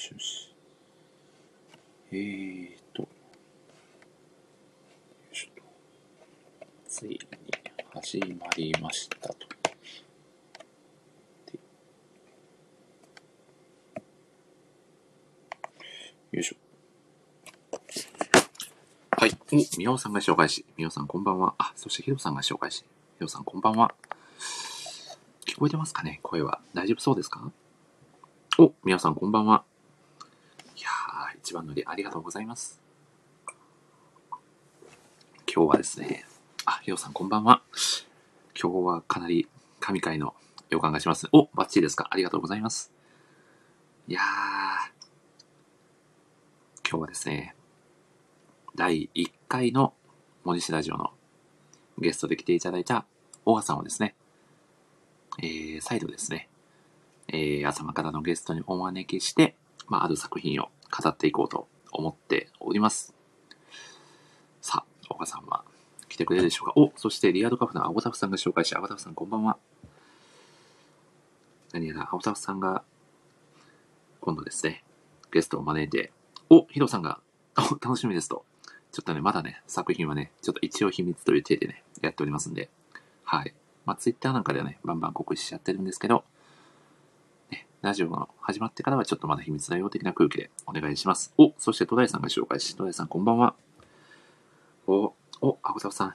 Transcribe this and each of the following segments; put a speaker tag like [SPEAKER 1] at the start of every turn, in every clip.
[SPEAKER 1] しよし。よいしょと。ついに始まりましたと。よいしょ。はい。みおさんが紹介し、みおさんこんばんは。そしてひろさんが紹介し、ひろさんこんばんは。聞こえてますかね、声は。大丈夫そうですか？みおさんこんばんは。いやー、一番乗りありがとうございます。今日はですね、ひろさんこんばんは。今日はかなり神回の予感がします。バッチリですか？ありがとうございます。いやー、今日はですね、第1回の森氏ラジオのゲストで来ていただいた小川さんをですね、再度ですね、朝間からのゲストにお招きして、ある作品を語っていこうと思っております。さあ、小川さんは来てくれるでしょうか？そしてリアルカフのアゴタフさんが紹介し、アゴタフさんこんばんは。何やらアゴタフさんが今度ですね、ゲストを招いて、ヒロさんが、楽しみですと。ちょっとね、まだね、作品はね、ちょっと一応秘密という体でね、やっておりますんで、はい。ツイッターなんかではね、バンバン告知しちゃってるんですけど、ね、ラジオが始まってからはちょっとまだ秘密だよ的な空気でお願いします。そして戸田井さんが紹介し、戸田井さんこんばんは。アゴタフさん。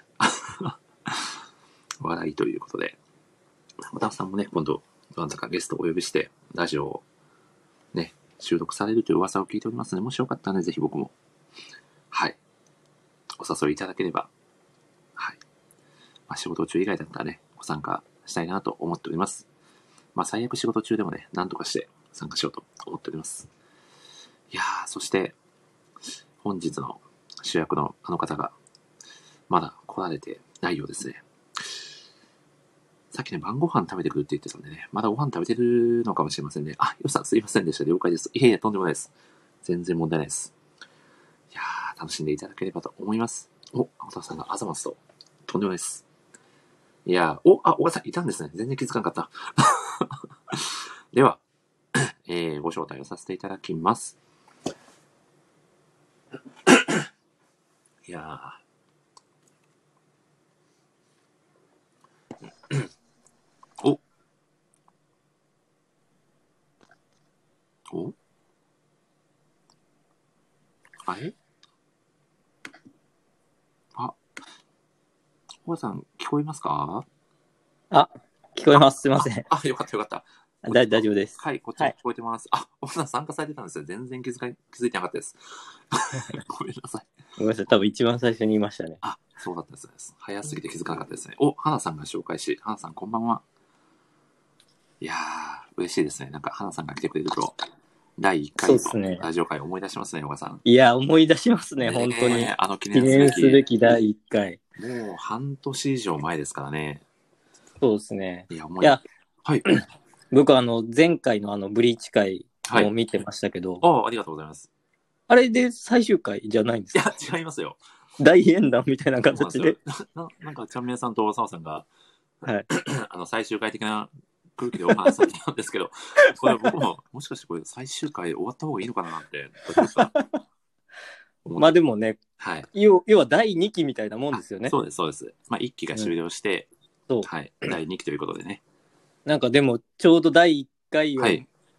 [SPEAKER 1] 笑いということで、アゴタフさんもね、今度、どなたかゲストをお呼びして、ラジオをね、収録されるという噂を聞いておりますので、もしよかったらね、ぜひ僕も、はい、お誘いいただければ、はい。仕事中以外だったらね、ご参加したいなと思っております。最悪仕事中でもね、何とかして参加しようと思っております。いやー、そして、本日の主役のあの方が、まだ来られてないようですね。さっきね、晩ご飯食べてくるって言ってたんでね、まだご飯食べてるのかもしれませんね。よさんすいませんでした。了解です。いえいえ、とんでもないです。全然問題ないです。いやー、楽しんでいただければと思います。青田さんがあざますと。とんでもないです。いやー、小川さんいたんですね。全然気づかなかった。では、ご招待をさせていただきます。いやー。あれ小川さん、聞こえますか？
[SPEAKER 2] 聞こえます。すいません。
[SPEAKER 1] よかったよかった。
[SPEAKER 2] 大丈夫です。
[SPEAKER 1] はい、こっちも聞こえてます。小川さん参加されてたんですよ。全然気づいてなかったです。ごめんなさい。
[SPEAKER 2] ごめんなさい。多分一番最初に言いましたね。
[SPEAKER 1] そうだったです。早すぎて気づかなかったですね。花さんが紹介し、花さんこんばんは。いやー、嬉しいですね。なんか花さんが来てくれると、第1回のラジオ会思い出しますね、小川さん。
[SPEAKER 2] いや、思い出しますね、本当に。記念すべき第1回。
[SPEAKER 1] もう半年以上前ですからね。
[SPEAKER 2] そうですね。
[SPEAKER 1] いや、はい。
[SPEAKER 2] 僕前回のブリーチ会も見てましたけど、
[SPEAKER 1] ありがとうございます。
[SPEAKER 2] あれで最終回じゃないんですか？
[SPEAKER 1] いや、違いますよ。
[SPEAKER 2] 大演談みたいな形で。
[SPEAKER 1] なんか、ちゃんめいさんと澤さんが、
[SPEAKER 2] はい。
[SPEAKER 1] 最終回的な空気でお話しされてたんですけど、これ僕も、もしかしてこれ最終回終わった方がいいのかなって、
[SPEAKER 2] でもね、
[SPEAKER 1] はい。
[SPEAKER 2] 要は第2期みたいなもんですよね。
[SPEAKER 1] そうです、そうです。1期が終了して、はい。第2期ということでね。
[SPEAKER 2] なんかでも、ちょうど第1回を、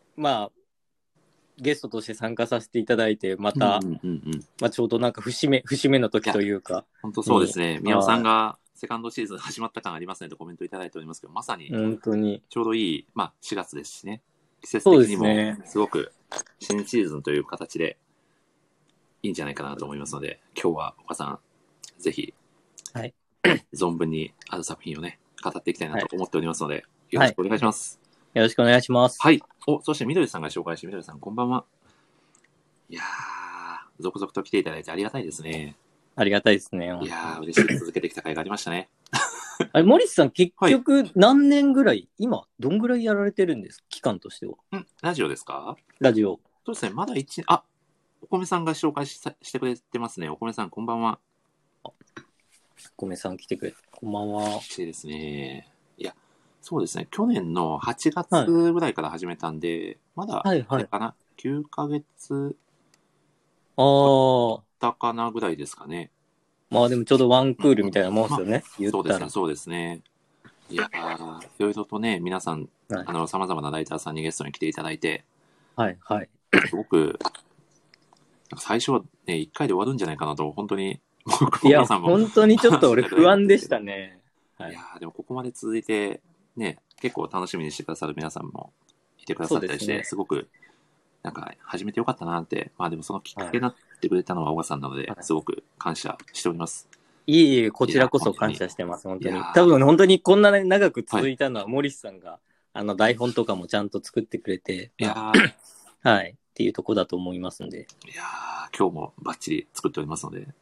[SPEAKER 2] ゲストとして参加させていただいて、また、ちょうどなんか節目の時というか。
[SPEAKER 1] 本当そうですね。宮尾さんがセカンドシーズン始まった感ありますねとコメントいただいておりますけど、まさに、
[SPEAKER 2] 本当に
[SPEAKER 1] ちょうどいい、4月ですしね。季節的にも、すごく新シーズンという形でいいんじゃないかなと思いますので、今日は岡さん、ぜひ、存分にある作品をね、語っていきたいなと思っておりますので、よろしくお願いします。
[SPEAKER 2] よろしくお願いします。
[SPEAKER 1] はい。そしてみどりさんが紹介して、みどりさんこんばんは。いやー、続々と来ていただいてありがたいですね。
[SPEAKER 2] ありがたいですね。
[SPEAKER 1] いやー、嬉しい。続けてきた回がありましたね。
[SPEAKER 2] 森瀬さん、結局何年ぐらい、今、どんぐらいやられてるんですか？期間としては。
[SPEAKER 1] ラジオですか？
[SPEAKER 2] ラジオ。
[SPEAKER 1] そうですね、まだお米さんが紹介してくれてますね。お米さん、こんばんは。
[SPEAKER 2] お米さん来てくれて、こんばんは。
[SPEAKER 1] 嬉しいですね。いや、そうですね、去年の8月ぐらいから始めたんで、まだ、あれかな、 9ヶ月
[SPEAKER 2] ああ、
[SPEAKER 1] だかなぐらいですかね。
[SPEAKER 2] まあでもちょうどワンクールみたいなもんですよね。言ったら。
[SPEAKER 1] そうですね、そうですね。いやー、いろいろとね、皆さん、
[SPEAKER 2] はい
[SPEAKER 1] 様々なライターさんにゲストに来ていただいて、
[SPEAKER 2] はいはい。
[SPEAKER 1] すごく、最初はね、1回で終わるんじゃないかなと、本当に、
[SPEAKER 2] いや、
[SPEAKER 1] 小さんも
[SPEAKER 2] 本当にちょっと俺不安でしたね。はいい。
[SPEAKER 1] やー、でもここまで続いて、ね、結構楽しみにしてくださる皆さんもいてくださったりして、
[SPEAKER 2] そうですね
[SPEAKER 1] すごく、なんか、始めてよかったなって、まあでもそのきっかけになってくれたのは小川さんなので、
[SPEAKER 2] はい
[SPEAKER 1] すごく感謝しております。
[SPEAKER 2] いえいえ、こちらこそ感謝してます、本当に
[SPEAKER 1] いや。
[SPEAKER 2] 多分本当にこんなに長く続いたのは、モリスさんが、台本とかもちゃんと作ってくれて、
[SPEAKER 1] いやー、
[SPEAKER 2] はい、っていうとこだと思いますんで。
[SPEAKER 1] いやー、今日もバッチリ作っておりますので、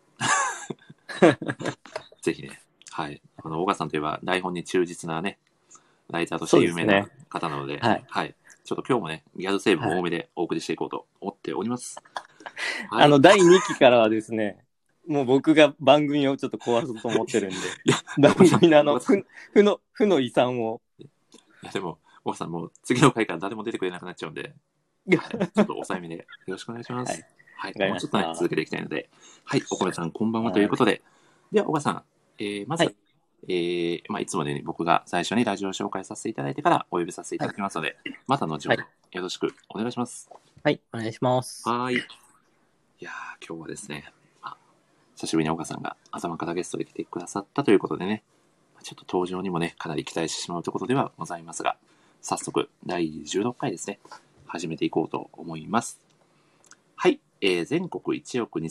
[SPEAKER 1] ぜひね、はい。小川さんといえば台本に忠実なね、ライターとして有名な方なので、はい。ちょっと今日もね、ギャル成分多めでお送りしていこうと思っております。
[SPEAKER 2] はい、第2期からはですね、もう僕が番組をちょっと壊そうと思ってるんで、番組の負の遺産を。
[SPEAKER 1] いや、でも、小川さんもう次の回から誰も出てくれなくなっちゃうんで、はい、ちょっと抑えめでよろしくお願いします。はい。もうちょっとね、続けていきたいので、はい、お米さんこんばんはということで、では、小川さん、まず、いつもで、僕が最初にラジオを紹介させていただいてからお呼びさせていただきますので、また後ほどよろしくお願いします。
[SPEAKER 2] はい、お願いします。
[SPEAKER 1] はい。いやー、今日はですね、久しぶりに岡さんが頭からゲストで来てくださったということでね、ちょっと登場にもね、かなり期待してしまうところではございますが、早速、第16回ですね、始めていこうと思います。はい。全国1億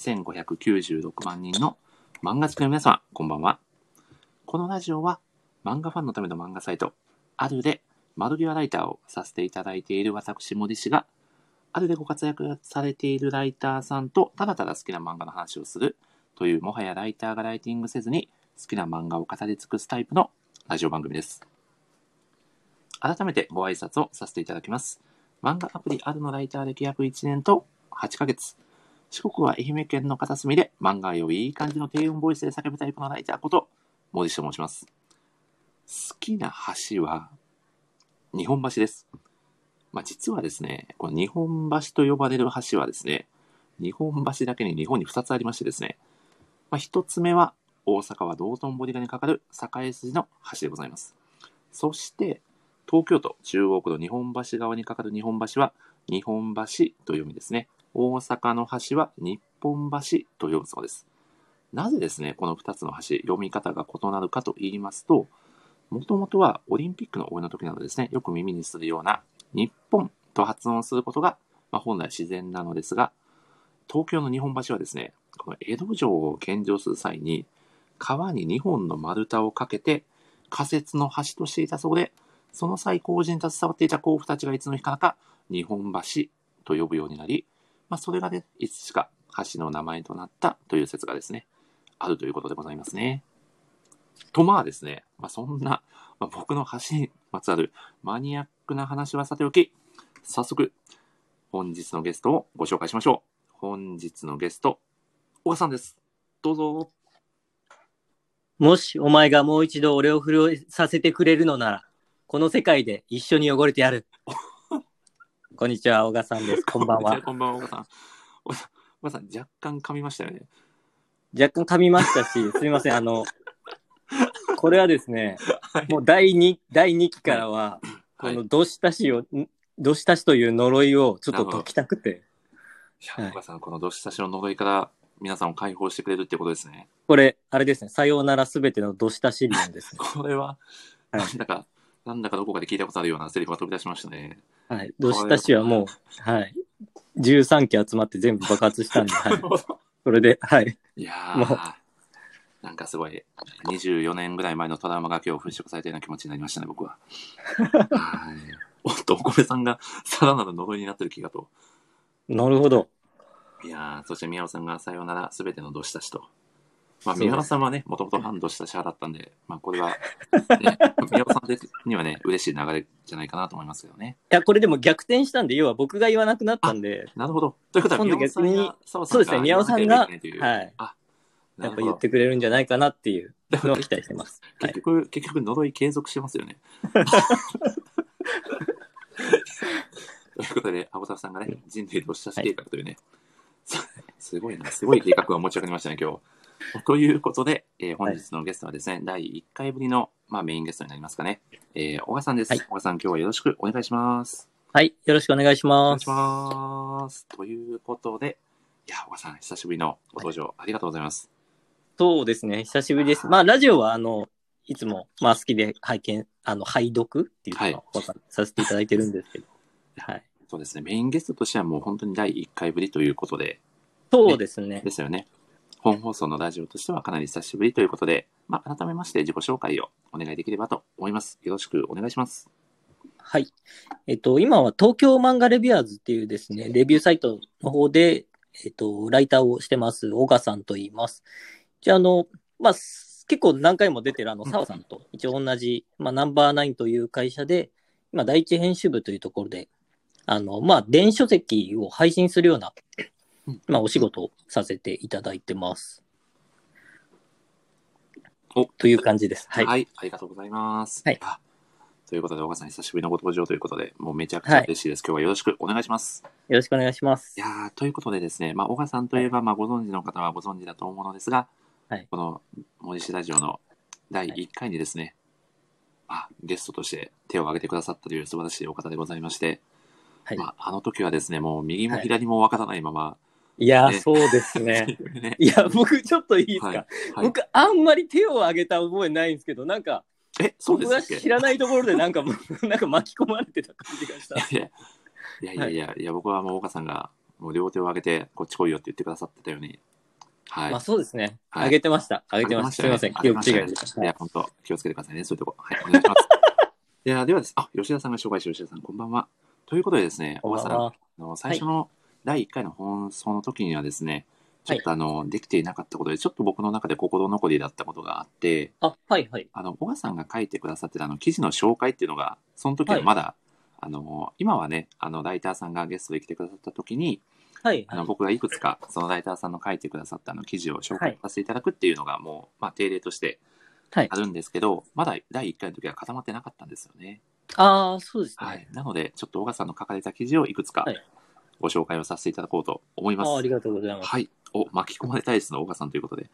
[SPEAKER 1] 2596万人の漫画好きの皆様、こんばんは。このラジオは、漫画ファンのための漫画サイト、あるで窓際ライターをさせていただいている私、森氏が、あるでご活躍されているライターさんとただただ好きな漫画の話をするという、もはやライターがライティングせずに好きな漫画を語り尽くすタイプのラジオ番組です。改めてご挨拶をさせていただきます。漫画アプリあるのライター歴約1年と8ヶ月。四国は愛媛県の片隅で漫画愛をいい感じの低音ボイスで叫ぶタイプのライターこと、森氏と申します。好きな橋は日本橋です。実はですね、この日本橋と呼ばれる橋はですね、日本橋だけに日本に2つありましてですね、1つ目は大阪は道頓堀川にかかる栄筋の橋でございます。そして東京都中央区の日本橋側にかかる日本橋は日本橋と読みですね。大阪の橋は日本橋と読むそうです。なぜですね、この2つの橋、読み方が異なるかと言いますと、もともとはオリンピックの応援の時などですね、よく耳にするような日本と発音することが、本来自然なのですが、東京の日本橋はですね、この江戸城を建造する際に、川に2本の丸太をかけて仮設の橋としていたそうで、その際工事に携わっていた甲府たちがいつの日からか日本橋と呼ぶようになり、それがね、いつしか橋の名前となったという説がですね、あるということでございますね。とですね、そんな、僕の橋にまつわるマニアックな話はさておき、早速、本日のゲストをご紹介しましょう。本日のゲスト、小川さんです。どうぞ。
[SPEAKER 2] もしお前がもう一度俺を震えさせてくれるのなら、この世界で一緒に汚れてやる。こんにちは、小川さんです。こんばんは。
[SPEAKER 1] こんばんは、小川さん。小川さん、若干噛みましたよね。
[SPEAKER 2] 若干噛みましたし、すみません、これはですね、はい、もう第2期からは、はい、このどしたしという呪いをちょっと解きたくて。
[SPEAKER 1] いや、小川さん、このどしたしの呪いから皆さんを解放してくれるってことですね。
[SPEAKER 2] これ、あれですね、さようならすべてのどしたし理論ですね。
[SPEAKER 1] これは、なんだかどこかで聞いたことあるようなセリフが飛び出しましたね。
[SPEAKER 2] はい。どしたしはもう、はい。13機集まって全部爆発したんで、はい。それで、はい。
[SPEAKER 1] いやー、なんかすごい、24年ぐらい前のトラウマが今日払拭されたような気持ちになりましたね、僕は。はい。お米さんがさらなる呪いになってる気がと。
[SPEAKER 2] なるほど。
[SPEAKER 1] いやー、そして宮尾さんがさようならすべてのどしたしと。宮尾さんはね、もともと反どしたし派だったんで、これは、ね、宮尾さんにはね、嬉しい流れじゃないかなと思いますけどね。
[SPEAKER 2] いや、これでも逆転したんで、要は僕が言わなくなったんで。
[SPEAKER 1] なるほど。ということは、宮尾さんが、
[SPEAKER 2] そうですね、宮尾さんが、はい。やっぱ言ってくれるんじゃないかなっていうのを期待してます。
[SPEAKER 1] 結局、呪い継続してますよね。 ということで、アボタフさんがね、人類同志社計画というね、すごいな、すごい計画を持ち上がりましたね、今日。ということで、本日のゲストはですね、第1回ぶりの、メインゲストになりますかね。小川さんです。小川さん、今日はよろしくお願いします。
[SPEAKER 2] はい、よろしくお願いし
[SPEAKER 1] お願いし
[SPEAKER 2] ます。
[SPEAKER 1] ます。ということで、いや、小川さん、久しぶりのご登場、ありがとうございます。
[SPEAKER 2] そうですね、久しぶりです。ラジオはいつも、好きで拝読っていうのをさせていただいてるんですけど。はい。
[SPEAKER 1] そうですね、メインゲストとしてはもう本当に第1回ぶりということで。
[SPEAKER 2] そうですね。
[SPEAKER 1] ですよね。本放送のラジオとしてはかなり久しぶりということで、改めまして自己紹介をお願いできればと思います。よろしくお願いします。
[SPEAKER 2] はい。今は東京漫画レビュアーズっていうですね、レビューサイトの方で、ライターをしてます、小賀さんと言います。じゃあ、結構何回も出てる澤さんと一応同じ、ナンバーナインという会社で、今、第一編集部というところで、電子書籍を配信するような、お仕事をさせていただいてます。という感じです。はい。
[SPEAKER 1] はい、ありがとうございます。
[SPEAKER 2] はい。
[SPEAKER 1] ということで、小川さん、久しぶりのご登場ということで、もうめちゃくちゃ嬉しいです。今日はよろしくお願いします。
[SPEAKER 2] よろしくお願いします。
[SPEAKER 1] いやということでですね、小川さんといえば、ご存知の方はご存知だと思うのですが、はい、この森氏ラジオの第1回にですね、ゲストとして手を挙げてくださったという素晴らしいお方でございまして、はい、あの時はですね、もう右も左もわからないまま、
[SPEAKER 2] いや、そうですね。いや、僕ちょっといいですか、はいはい、僕あんまり手を挙げた覚えないんですけど、なんか、
[SPEAKER 1] そうです
[SPEAKER 2] 僕が知らないところでなんか巻き込まれてた感じがした。
[SPEAKER 1] いや、僕はもう岡さんがもう両手を挙げてこっち来いよって言ってくださってたように。
[SPEAKER 2] はい。そうですね。挙げてました。挙げてました。すみません。記憶違いでした。
[SPEAKER 1] いや、本当気をつけてくださいね。そういうとこ。はい、お願いします。いや、ではです。吉田さんが紹介し、吉田さん、こんばんは。ということでですね、小川さん、最初の第1回の放送の時にはですね、ちょっとできていなかったことで、ちょっと僕の中で心残りだったことがあって、
[SPEAKER 2] はいはい。
[SPEAKER 1] 小川さんが書いてくださってた記事の紹介っていうのが、その時はまだ、今はね、ライターさんがゲストで来てくださった時に、僕がいくつか、そのライターさんの書いてくださった記事を紹介させていただくっていうのが、もう、定例としてあるんですけど、まだ第1回の時は固まってなかったんですよね。
[SPEAKER 2] そうですね。
[SPEAKER 1] はい。なので、ちょっと小川さんの書かれた記事をいくつかご紹介をさせていただこうと思います。
[SPEAKER 2] ありがとうございます。
[SPEAKER 1] はい。巻き込まれたいですの、小川さんということで。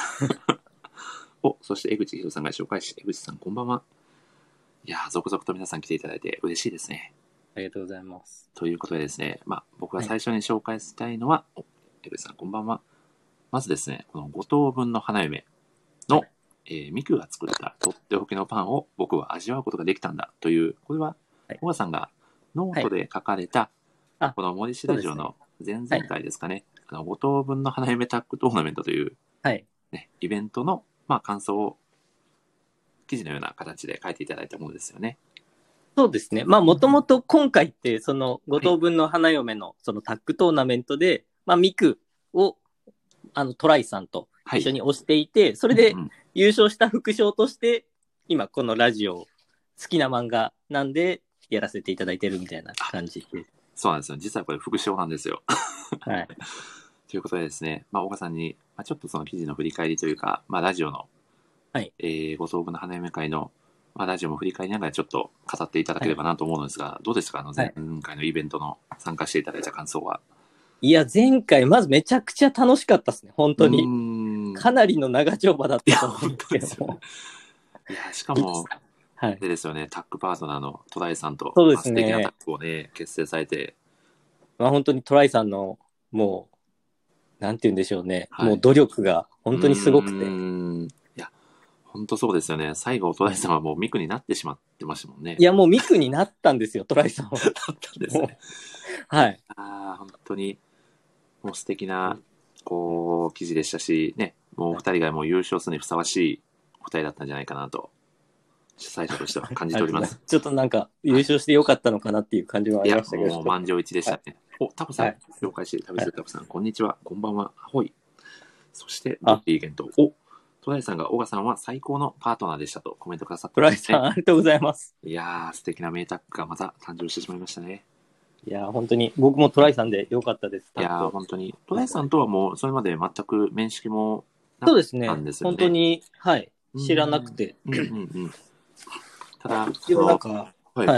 [SPEAKER 1] そして江口博さんが紹介し、江口さんこんばんは。いやー、続々と皆さん来ていただいて嬉しいですね。
[SPEAKER 2] ありがとうございます。
[SPEAKER 1] ということでですね、僕が最初に紹介したいのは、江口さんこんばんは。まずですね、この5等分の花嫁の、ミクが作ったとっておきのパンを僕は味わうことができたんだという、これは小川さんがノートで書かれた、この森氏ラジオの前々回ですかね、5等分の花嫁タッグトーナメントという、イベントの、感想を記事のような形で書いていただいたものですよね。
[SPEAKER 2] そうですね。もともと今回って、その5等分の花嫁のそのタッグトーナメントで、ミクをトライさんと一緒に推していて、それで優勝した副賞として、今このラジオ好きな漫画なんでやらせていただいてるみたいな感じで。
[SPEAKER 1] そうなんですよ。実はこれ副賞なんですよ。
[SPEAKER 2] はい。
[SPEAKER 1] ということでですね、大岡さんに、ちょっとその記事の振り返りというか、ラジオの、5等分の花嫁会の、ラジオも振り返りながらちょっと語っていただければなと思うのですが、どうですか前回のイベントの参加していただいた感想は。
[SPEAKER 2] いや、前回、まずめちゃくちゃ楽しかったですね、本当に。かなりの長丁場だったと思うんですけども。
[SPEAKER 1] いや、しかも、でですよね、タッグパートナーのトライさんと、素敵なタッグをね、結成されて。
[SPEAKER 2] 本当にトライさんの、もう、なんて言うんでしょうね、もう努力が本当にすごくて。
[SPEAKER 1] いや、本当そうですよね。最後、トライさんはもうミクになってしまってましたもんね。
[SPEAKER 2] いや、もうミクになったんですよ、トライさんは。
[SPEAKER 1] なったんですね。
[SPEAKER 2] はい。
[SPEAKER 1] 本当に、もう素敵な、記事でしたし、ね、もうお二人がもう優勝するにふさわしいお二人だったんじゃないかなと、主催者としては感じております。
[SPEAKER 2] ちょっとなんか、優勝してよかったのかなっていう感じはありましたけど。
[SPEAKER 1] もう満場一致でしたね。タコさん、了解して、旅するタコさん、こんにちは、こんばんは、ほい。そして、ドッティーゲント、トライさんが、小賀さんは最高のパートナーでしたとコメントくださって
[SPEAKER 2] トライさん、ありがとうございます。
[SPEAKER 1] いやー、素敵な名タッグがまた誕生してしまいましたね。
[SPEAKER 2] いやー、本当に、僕もトライさんでよかったです。
[SPEAKER 1] いやー、本当に。トライさんとはもう、それまで全く面識もな
[SPEAKER 2] かったんですよね。
[SPEAKER 1] そうですね。
[SPEAKER 2] 本当に、知らなくて。
[SPEAKER 1] ただ、
[SPEAKER 2] なんか、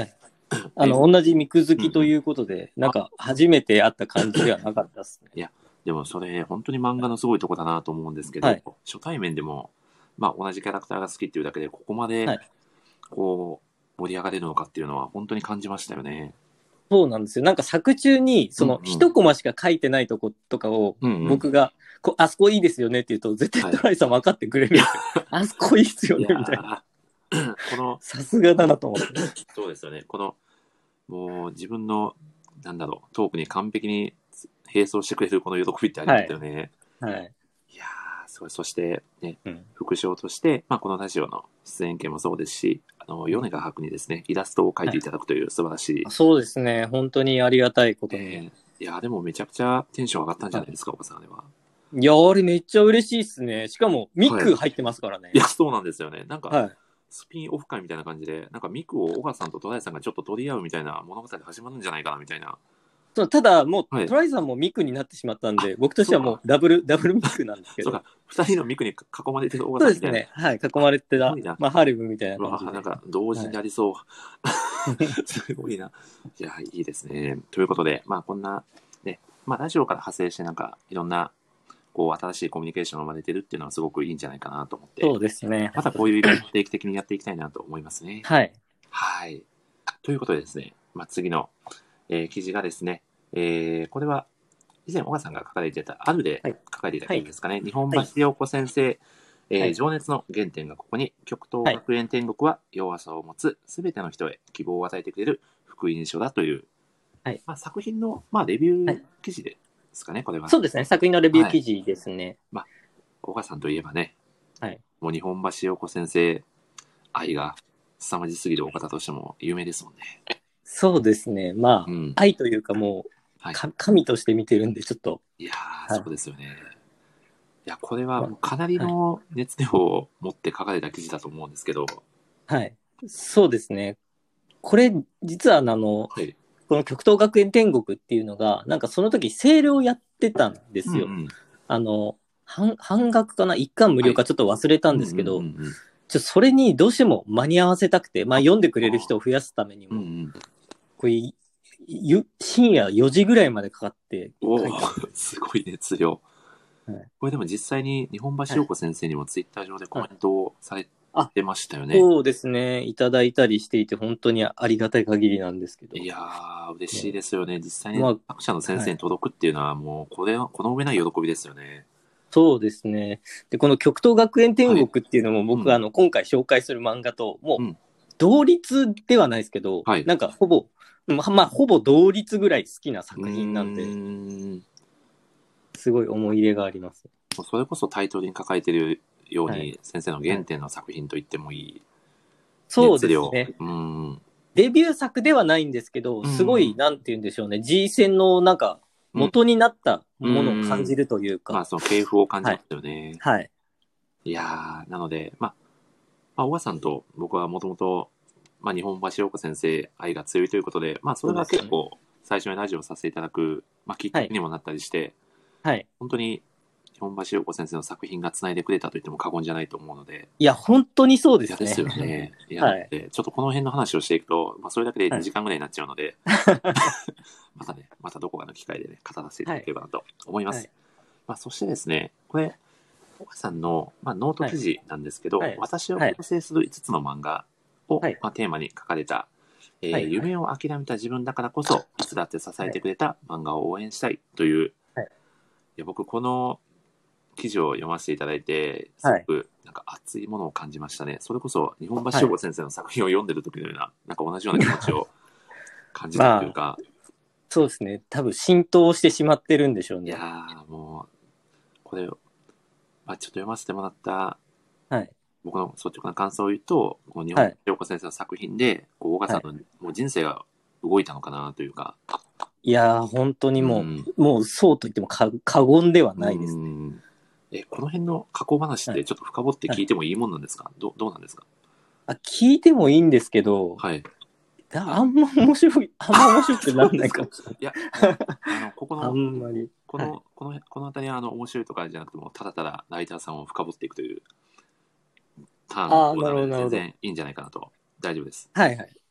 [SPEAKER 2] 同じミク好きということで、なんか初めて会った感じではなかったですね。
[SPEAKER 1] いや、でもそれ本当に漫画のすごいとこだなと思うんですけど、
[SPEAKER 2] はい、
[SPEAKER 1] 初対面でも、まあ同じキャラクターが好きっていうだけで、ここまで、
[SPEAKER 2] はい。
[SPEAKER 1] こう、盛り上がれるのかっていうのは本当に感じましたよね。
[SPEAKER 2] そうなんですよ。なんか作中に、その一コマしか書いてないとことかを、僕が、あそこいいですよねって言うと、絶対トライさん分かってくれるんですよ。あそこいいですよね、みたいな。
[SPEAKER 1] この、
[SPEAKER 2] さすがだなと思って。
[SPEAKER 1] そうですよね。この、もう自分の、なんだろう、トークに完璧に並走してくれるこの喜びってありましたよね。
[SPEAKER 2] はい。
[SPEAKER 1] いやそして、ね、
[SPEAKER 2] うん、
[SPEAKER 1] 副賞として、まあ、このラジオの出演権もそうですし、米賀博にですね、イラストを描いていただくという素晴らしい。
[SPEAKER 2] そうですね。本当にありがたいことに。
[SPEAKER 1] いや、でもめちゃくちゃテンション上がったんじゃないですか、岡さん、あれは。
[SPEAKER 2] いや、あれめっちゃ嬉しいっすね。しかも、ミク入ってますからね。
[SPEAKER 1] いや、そうなんですよね。なんか、
[SPEAKER 2] はい。
[SPEAKER 1] スピンオフ会みたいな感じで、なんかミクを小川さんと戸田さんがちょっと取り合うみたいな物語が始まるんじゃないかなみたいな。
[SPEAKER 2] そうただ、もう、
[SPEAKER 1] はい、
[SPEAKER 2] トライさんもミクになってしまったんで、僕としてはもうダブルミクなんですけど。
[SPEAKER 1] そうか、二人のミクに囲まれてる小川さんみたいな。
[SPEAKER 2] そうですね。はい、囲まれてた、まあ、ハルムみたいな感じで。
[SPEAKER 1] なんか、同時になりそう。はい、すごいな。いや、いいですね。ということで、まあ、こんな、ね、まあ、ラジオから派生して、なんか、いろんな、こう、新しいコミュニケーションが生まれてるっていうのはすごくいいんじゃないかなと思って。
[SPEAKER 2] そうですね。
[SPEAKER 1] またこういうイベント定期的にやっていきたいなと思いますね。
[SPEAKER 2] はい。
[SPEAKER 1] はい。ということでですね、まあ、次の、記事がですね、これは、以前、小川さんが書かれてた、あるで書かれていた記事ですかね。日本橋陽子先生、情熱の原点がここに、極東学園天国は弱さを持つすべての人へ希望を与えてくれる福音書だという、まあ、作品の、まあ、レビュー記事ですかね、これは。
[SPEAKER 2] そうですね、作品のレビュー記事ですね。
[SPEAKER 1] まあ、小川さんといえばね、
[SPEAKER 2] はい、
[SPEAKER 1] もう日本橋陽子先生愛が凄まじすぎるお方としても有名ですもんね。
[SPEAKER 2] そうですね、まあ、愛というかもう、神として見てるんで、ちょっと。
[SPEAKER 1] いやー、そうですよね。いや、これはかなりの熱量を持って書かれた記事だと思うんですけど。
[SPEAKER 2] はい。そうですね。これ、実はこの極東学園天国っていうのが、なんかその時セールをやってたんですよ。半額かな一巻無料かちょっと忘れたんですけど、それにどうしても間に合わせたくて、まあ読んでくれる人を増やすためにも、これ深夜4時ぐらいまでかかって書いた。
[SPEAKER 1] すごい熱量。これでも実際に日本橋陽子先生にもツイッター上でコメントをされてましたよね。
[SPEAKER 2] そうですね。いただいたりしていて本当にありがたい限りなんですけど。
[SPEAKER 1] いやー、嬉しいですよね。実際に作者の先生に届くっていうのはもうこの上ない喜びですよね。
[SPEAKER 2] そうですね。で、この極東学園天国っていうのも僕、今回紹介する漫画ともう同率ではないですけど、なんかほぼ、まあほぼ同率ぐらい好きな作品なんで、すごい思い入れがあります。
[SPEAKER 1] それこそタイトルに書かれているように、先生の原点の作品と言ってもいい。
[SPEAKER 2] そうですね。デビュー作ではないんですけど、すごい、なんて言うんでしょうね。G 戦のなんか、元になったものを感じるというか。
[SPEAKER 1] まあ、その系譜を感じますよね。
[SPEAKER 2] はい。
[SPEAKER 1] いやー、なので、まあ、小川さんと僕はもともと、まあ、日本橋陽子先生愛が強いということで、まあ、それが結構、最初にラジオさせていただく、まあ、きっかけにもなったりして、本当に、日本橋陽子先生の作品がつないでくれたと言っても過言じゃないと思うので。
[SPEAKER 2] いや、本当にそうですね。
[SPEAKER 1] ですよね。いや、ちょっとこの辺の話をしていくと、まあ、それだけで2時間ぐらいになっちゃうので、またどこかの機会でね、語らせていただければなと思います。まあ、そしてですね、これ、小川さんの、まあ、ノート記事なんですけど、私を構成する5つの漫画を、まあ、テーマに書かれた、夢を諦めた自分だからこそ、いつだって支えてくれた漫画を応援したいという、いや僕、この記事を読ませていただいて、すごくなんか熱いものを感じましたね。それこそ、日本橋陽子先生の作品を読んでる時のような、なんか同じような気持ちを感じたというか。
[SPEAKER 2] そうですね。多分浸透してしまってるんでしょうね。
[SPEAKER 1] いやー、もう、これ、まあ、ちょっと読ませてもらった、僕の率直な感想を言うと、この日本橋陽子先生の作品で、小川さんのもう人生が動いたのかなというか。
[SPEAKER 2] いやー、本当にもうそうと言っても過言ではないですね。
[SPEAKER 1] この辺の加工話ってちょっと深掘って聞いてもいいもんなんですか、どうなんですか？
[SPEAKER 2] 聞いてもいいんですけど、あんま面白くなんないかもしれない。
[SPEAKER 1] いや、ここの、
[SPEAKER 2] あんまり。
[SPEAKER 1] このあたりは面白いとかじゃなくても、ただただライターさんを深掘っていくというターンの方なので、全然いいんじゃないかなと。大丈夫です。
[SPEAKER 2] はいはい。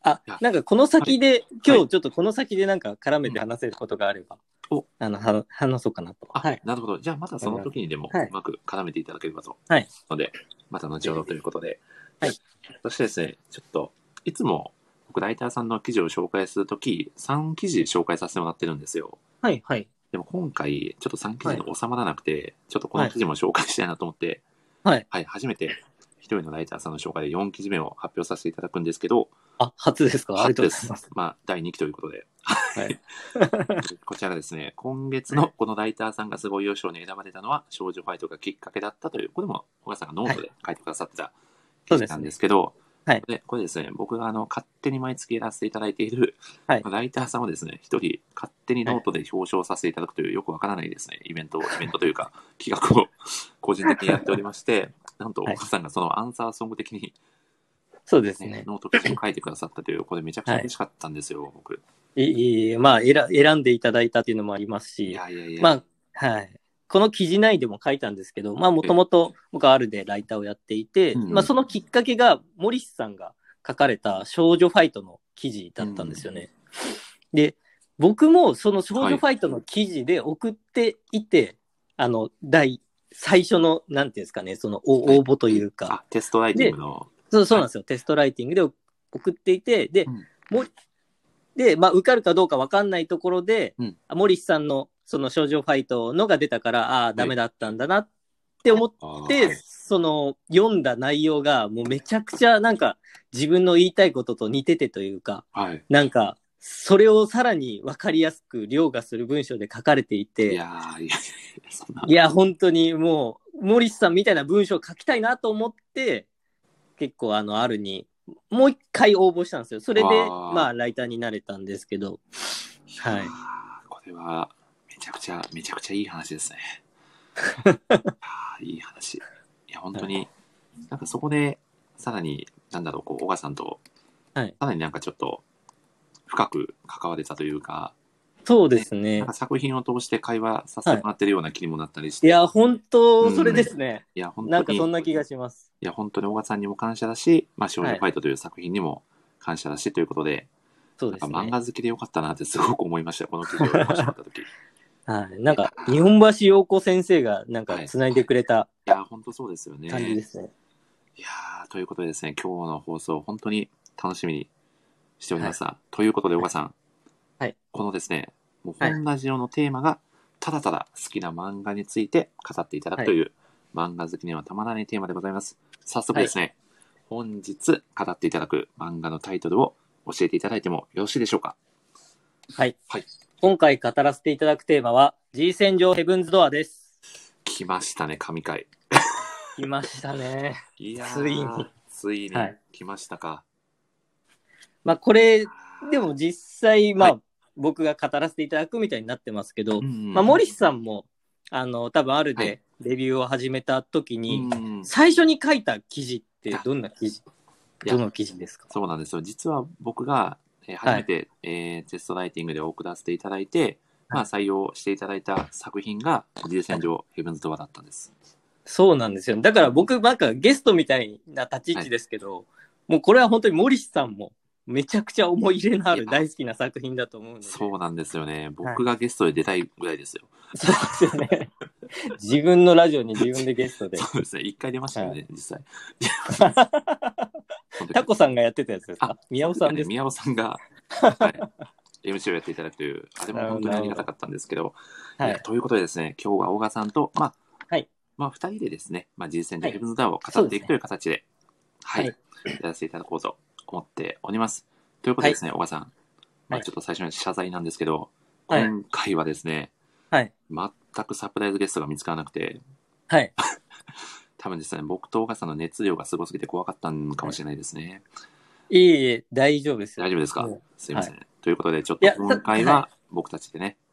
[SPEAKER 2] あ
[SPEAKER 1] いや、
[SPEAKER 2] なんかこの先で、今
[SPEAKER 1] はい
[SPEAKER 2] 日ちょっとこの先でなんか絡めて話せることがあれば、
[SPEAKER 1] お
[SPEAKER 2] 話そうかなと。はい。
[SPEAKER 1] なるほど。じゃあ、またその時にでも、
[SPEAKER 2] はいう
[SPEAKER 1] まく絡めていただければと。
[SPEAKER 2] はい。
[SPEAKER 1] ので、また後ほどということで。
[SPEAKER 2] はい。
[SPEAKER 1] そしてですね、ちょっと、いつも、僕、ライターさんの記事を紹介するとき、3記事紹介させてもらってるんですよ。
[SPEAKER 2] はいはい。
[SPEAKER 1] でも今回、ちょっと3記事に収まらなくて、ちょっとこの記事も紹介したいなと思って、
[SPEAKER 2] はい。
[SPEAKER 1] はい、初めて一人のライターさんの紹介で4記事目を発表させていただくんですけど、
[SPEAKER 2] あ、初ですか？ありがとうございます。
[SPEAKER 1] まあ、第2期ということで。
[SPEAKER 2] はい。
[SPEAKER 1] こちらがですね、今月のこのライターさんがすごい優勝に選ばれたのは、少女ファイトがきっかけだったという、これも小川さんがノートで書いてくださってた記事なんですけど、
[SPEAKER 2] はい。
[SPEAKER 1] これですね、僕が勝手に毎月やらせていただいている、
[SPEAKER 2] はい、
[SPEAKER 1] ライターさんをですね、一人勝手にノートで表彰させていただくというよくわからないですね、イベントというか、企画を個人的にやっておりまして、なんと小川さんがそのアンサーソング的に、
[SPEAKER 2] そうですね。
[SPEAKER 1] ノート記事を書いてくださったという、これめちゃくちゃ嬉しかったんですよ、僕。
[SPEAKER 2] まあ、選んでいただいたっていうのもありますし、まあ、はい。この記事内でも書いたんですけど、まあ、もともと僕はあるでライターをやっていて、まあ、そのきっかけが、モリスさんが書かれた少女ファイトの記事だったんですよね。で、僕もその少女ファイトの記事で送っていて、最初の、なんていうんですかね、その応募というか。
[SPEAKER 1] テストライティングの。
[SPEAKER 2] そうなんですよ。テストライティングで送っていて、で、まあ、受かるかどうか分かんないところで、モリスさんのその少女ファイトのが出たから、ダメだったんだなって思って、その読んだ内容がもうめちゃくちゃなんか自分の言いたいことと似ててというか、なんかそれをさらに分かりやすく凌駕する文章で書かれていて、いや本当にもうモリスさんみたいな文章を書きたいなと思って、結構あるにもう一回応募したんですよ。それでまあライターになれたんですけど、はい。
[SPEAKER 1] これはめちゃくちゃいい話ですね。いい話。いや本当に、なんかそこでさらになんだろう、小川さんと、さらになんかちょっと深く関われたというか。
[SPEAKER 2] そうですね。
[SPEAKER 1] なんか作品を通して会話させてもらってるような気にもなったりして。
[SPEAKER 2] いや、本当、それですね。
[SPEAKER 1] いや、本当に。
[SPEAKER 2] なんかそんな気がします。
[SPEAKER 1] いや、本当に小川さんにも感謝だし、まあ、少女ファイトという作品にも感謝だしということで、
[SPEAKER 2] そうですね。
[SPEAKER 1] 漫画好きでよかったなってすごく思いました、この記事を読ませてもらったとき。
[SPEAKER 2] はい。なんか、日本橋陽子先生がなんか繋いでくれた、
[SPEAKER 1] いや、本当そうですよね。
[SPEAKER 2] 感じですね。
[SPEAKER 1] いやということでですね、今日の放送、本当に楽しみにしております。ということで、小川さん。このですね、もう本ラジオのテーマが、ただただ好きな漫画について語っていただくという、漫画好きにはたまらないテーマでございます。早速ですね、本日語っていただく漫画のタイトルを教えていただいてもよろしいでしょうか。
[SPEAKER 2] はい。今回語らせていただくテーマは、G 戦場ヘブンズドアです。
[SPEAKER 1] 来ましたね、神回。
[SPEAKER 2] 来ましたね。
[SPEAKER 1] いや
[SPEAKER 2] ついに
[SPEAKER 1] 来ましたか。
[SPEAKER 2] まあこれ、でも実際、まあ、僕が語らせていただくみたいになってますけど、まあ、モリスさんも、多分あるでレビューを始めた時に、最初に書いた記事ってどんな記事、どの記事ですか？
[SPEAKER 1] そうなんですよ。実は僕が、初めて、テストライティングで送らせていただいて、まあ、採用していただいた作品が、G 戦場ヘブンズドアだったんです。
[SPEAKER 2] そうなんですよ。だから僕、なんかゲストみたいな立ち位置ですけど、もうこれは本当にモリスさんも、めちゃくちゃ思い入れのある大好きな作品だと思うので。
[SPEAKER 1] そうなんですよね。僕がゲストで出たいぐらいですよ。
[SPEAKER 2] そうですよね。自分のラジオに自分でゲストで。
[SPEAKER 1] そうですね。一回出ましたよね、実際。
[SPEAKER 2] タコさんがやってたやつですか？宮尾さんですか？
[SPEAKER 1] 宮尾さんが、MC をやっていただくという、あれも本当にありがたかったんですけど、ということでですね、今日は小川さんと、まあ、二人でですね、まあ、G 戦場ヘブンズドアを語っていくという形で、やらせていただこうと思っております。ということでですね、小川さん、まあ、ちょっと最初に謝罪なんですけど、今回はですね、全くサプライズゲストが見つからなくて、多分ですね、僕と小川さんの熱量がすごすぎて怖かったのかもしれないですね。
[SPEAKER 2] いえいえ、大丈夫ですよ。
[SPEAKER 1] 大丈夫ですか？すいません。ということで、ちょっと今回は僕たちでね、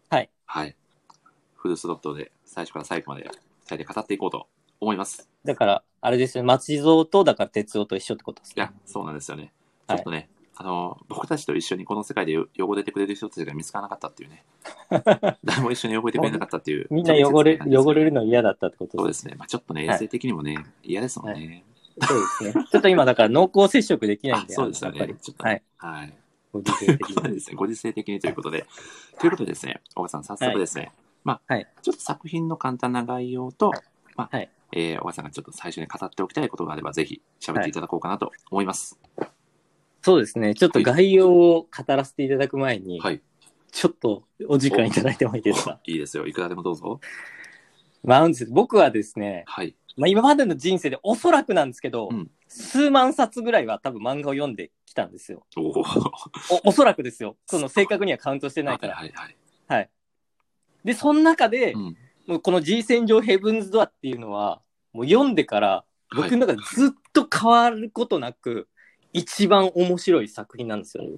[SPEAKER 1] フルスロットで最初から最後まで2人で語っていこうと思います。
[SPEAKER 2] だから、あれですよ、松蔵と、だから哲夫と一緒ってことですね。
[SPEAKER 1] いや、そうなんですよね。ちょっとね、僕たちと一緒にこの世界で汚れてくれる人たちが見つからなかったっていうね。誰も一緒に汚れてくれなかったっていう。
[SPEAKER 2] みんな汚れるの嫌だったってこと
[SPEAKER 1] そうですね。まあちょっとね、衛生的にもね、嫌ですもんね。
[SPEAKER 2] そうですね。ちょっと今だから濃厚接触できないんで、
[SPEAKER 1] そうですよね。
[SPEAKER 2] やっぱり。
[SPEAKER 1] ちょっと、
[SPEAKER 2] はい。
[SPEAKER 1] はい。
[SPEAKER 2] ご時世的に。
[SPEAKER 1] そうですね。ご時世的にということで。ということでですね、小川さん、早速ですね、
[SPEAKER 2] はい。
[SPEAKER 1] ちょっと作品の簡単な概要と、
[SPEAKER 2] はい。
[SPEAKER 1] 小川さんがちょっと最初に語っておきたいことがあれば、ぜひ喋っていただこうかなと思います。
[SPEAKER 2] そうですね。ちょっと概要を語らせていただく前に、
[SPEAKER 1] はい。
[SPEAKER 2] ちょっとお時間いただいてもいいですか？
[SPEAKER 1] いいですよ。いくらでもどうぞ。
[SPEAKER 2] 僕はですね、
[SPEAKER 1] はい。
[SPEAKER 2] 今までの人生でおそらくなんですけど、
[SPEAKER 1] うん。
[SPEAKER 2] 数万冊ぐらいは多分漫画を読んできたんですよ。
[SPEAKER 1] お
[SPEAKER 2] おそらくですよ。その正確にはカウントしてないから。
[SPEAKER 1] はいはいはい。
[SPEAKER 2] はい。で、その中で、
[SPEAKER 1] うん。
[SPEAKER 2] もうこの G 戦場ヘブンズドアっていうのは、もう読んでから僕の中でずっと変わることなく、一番面白い作品なんですよね。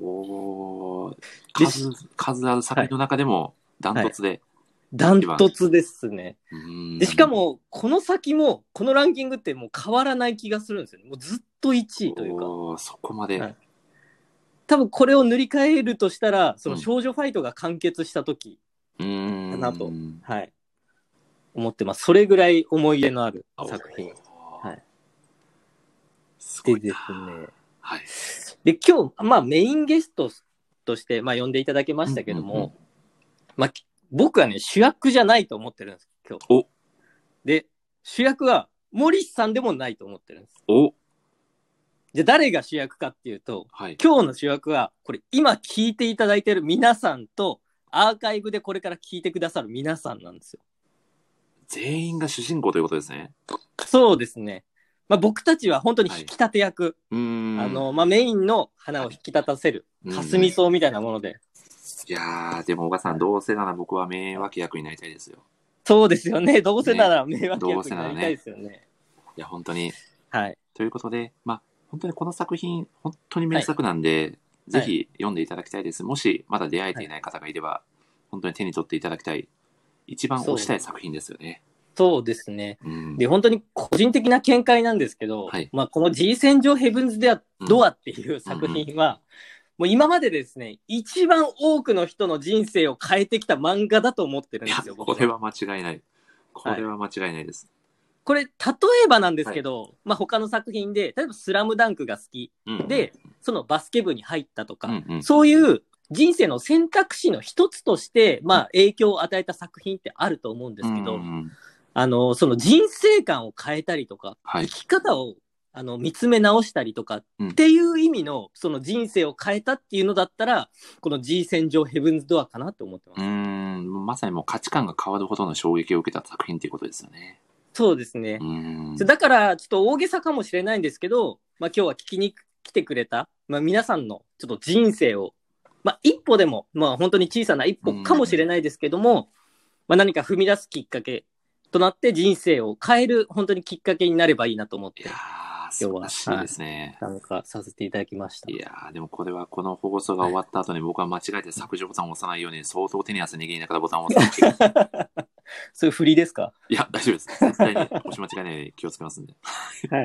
[SPEAKER 1] 数ある作品の中でもダントツで、
[SPEAKER 2] ダントツですね。で、しかも、この先も、このランキングってもう変わらない気がするんですよね。もうずっと1位というか。
[SPEAKER 1] そこまで、
[SPEAKER 2] はい。多分これを塗り替えるとしたら、その少女ファイトが完結した時かなと、はい。思ってます。それぐらい思い入れのある作品。はい。でですね。
[SPEAKER 1] はい。
[SPEAKER 2] で、今日、メインゲストとして、呼んでいただけましたけども、僕はね、主役じゃないと思ってるんです、今日。で、主役は、モリスさんでもないと思ってるんです。じゃあ誰が主役かっていうと、今日の主役は、これ今聞いていただいている皆さんと、アーカイブでこれから聞いてくださる皆さんなんですよ。
[SPEAKER 1] 全員が主人公ということですね。
[SPEAKER 2] そうですね。僕たちは本当に引き立て役。メインの花を引き立たせる、霞草みたいなもので。
[SPEAKER 1] いやー、でも小川さん、どうせなら僕は名脇役になりたいですよ。
[SPEAKER 2] そうですよね。どうせなら名脇役になりたいですよね。
[SPEAKER 1] いや、本当に。
[SPEAKER 2] はい。
[SPEAKER 1] ということで、本当にこの作品、本当に名作なんで、ぜひ読んでいただきたいです。もしまだ出会えていない方がいれば、本当に手に取っていただきたい、一番推したい作品ですよね。
[SPEAKER 2] そうですね。で、本当に個人的な見解なんですけど、この G 戦場ヘブンズドアっていう作品は、もう今までですね、一番多くの人の人生を変えてきた漫画だと思ってるんですよ。
[SPEAKER 1] これは間違いない。これは間違いないです。
[SPEAKER 2] これ、例えばなんですけど、他の作品で、例えばスラムダンクが好きで、そのバスケ部に入ったとか、そういう人生の選択肢の一つとして、影響を与えた作品ってあると思うんですけど、その人生観を変えたりとか、生き方を見つめ直したりとかっていう意味の、その人生を変えたっていうのだったら、この G 戦場ヘブンズドアかなと思ってます。
[SPEAKER 1] まさにもう価値観が変わるほどの衝撃を受けた作品っていうことですよね。
[SPEAKER 2] そうですね。だから、ちょっと大げさかもしれないんですけど、今日は聞きに来てくれた、皆さんのちょっと人生を、一歩でも、本当に小さな一歩かもしれないですけども、何か踏み出すきっかけとなって人生を変える、本当にきっかけになればいいなと思って、
[SPEAKER 1] 素晴らしいですね。
[SPEAKER 2] 参加させていただきました。
[SPEAKER 1] いやー、でもこれはこの放送が終わった後に僕は間違えて削除ボタンを押さないように相当手に汗握りながらボタンを押さない。
[SPEAKER 2] それ振りですか？
[SPEAKER 1] いや、大丈夫です。絶対に押し間違えないように気をつけますんで。
[SPEAKER 2] はい。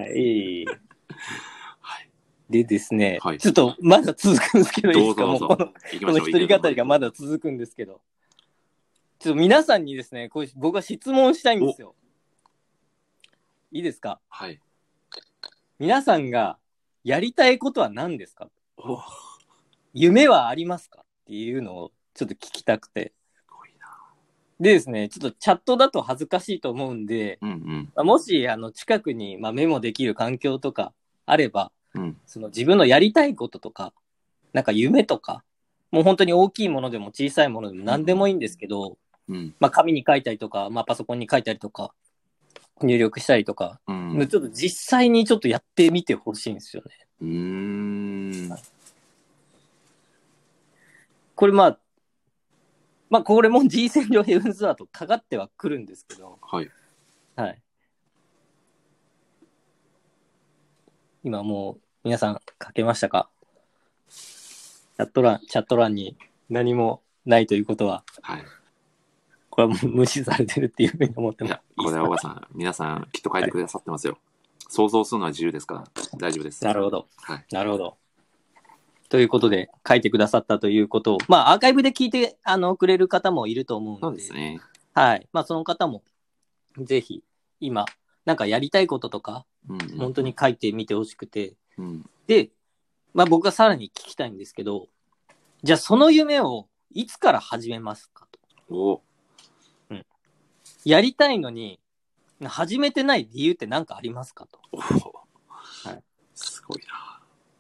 [SPEAKER 2] はい。でですね、ちょっとまだ続くんですけど、いいですか？もうこの一人語りがまだ続くんですけど。ちょっと皆さんにですね、僕は質問したいんですよ。いいですか？
[SPEAKER 1] はい。
[SPEAKER 2] 皆さんがやりたいことは何ですか？夢はありますかっていうのをちょっと聞きたくて。でですね、ちょっとチャットだと恥ずかしいと思うんで、もし近くにメモできる環境とかあれば、その自分のやりたいこととか、なんか夢とか、もう本当に大きいものでも小さいものでも何でもいいんですけど、紙に書いたりとか、パソコンに書いたりとか、入力したりとか、ちょっと実際にちょっとやってみてほしいんですよね。これこれも G 戦場ヘブンズドアとかかってはくるんですけど、はい。今もう皆さん書けましたか？チャット欄に何もないということは、これはもう無視されてるっていうふうに思ってます。
[SPEAKER 1] これは小川さん、皆さんきっと書いてくださってますよ。想像するのは自由ですから大丈夫です。
[SPEAKER 2] なるほど。なるほど。ということで、書いてくださったということを、アーカイブで聞いてくれる方もいると思うので、
[SPEAKER 1] そうですね。
[SPEAKER 2] はい。その方も、ぜひ、今、なんかやりたいこととか、 本当に書いてみてほしくて。
[SPEAKER 1] うん、
[SPEAKER 2] で、まあ僕はさらに聞きたいんですけど、じゃあその夢をいつから始めますかと。やりたいのに、始めてない理由って何かありますかと。
[SPEAKER 1] はい、すごいな。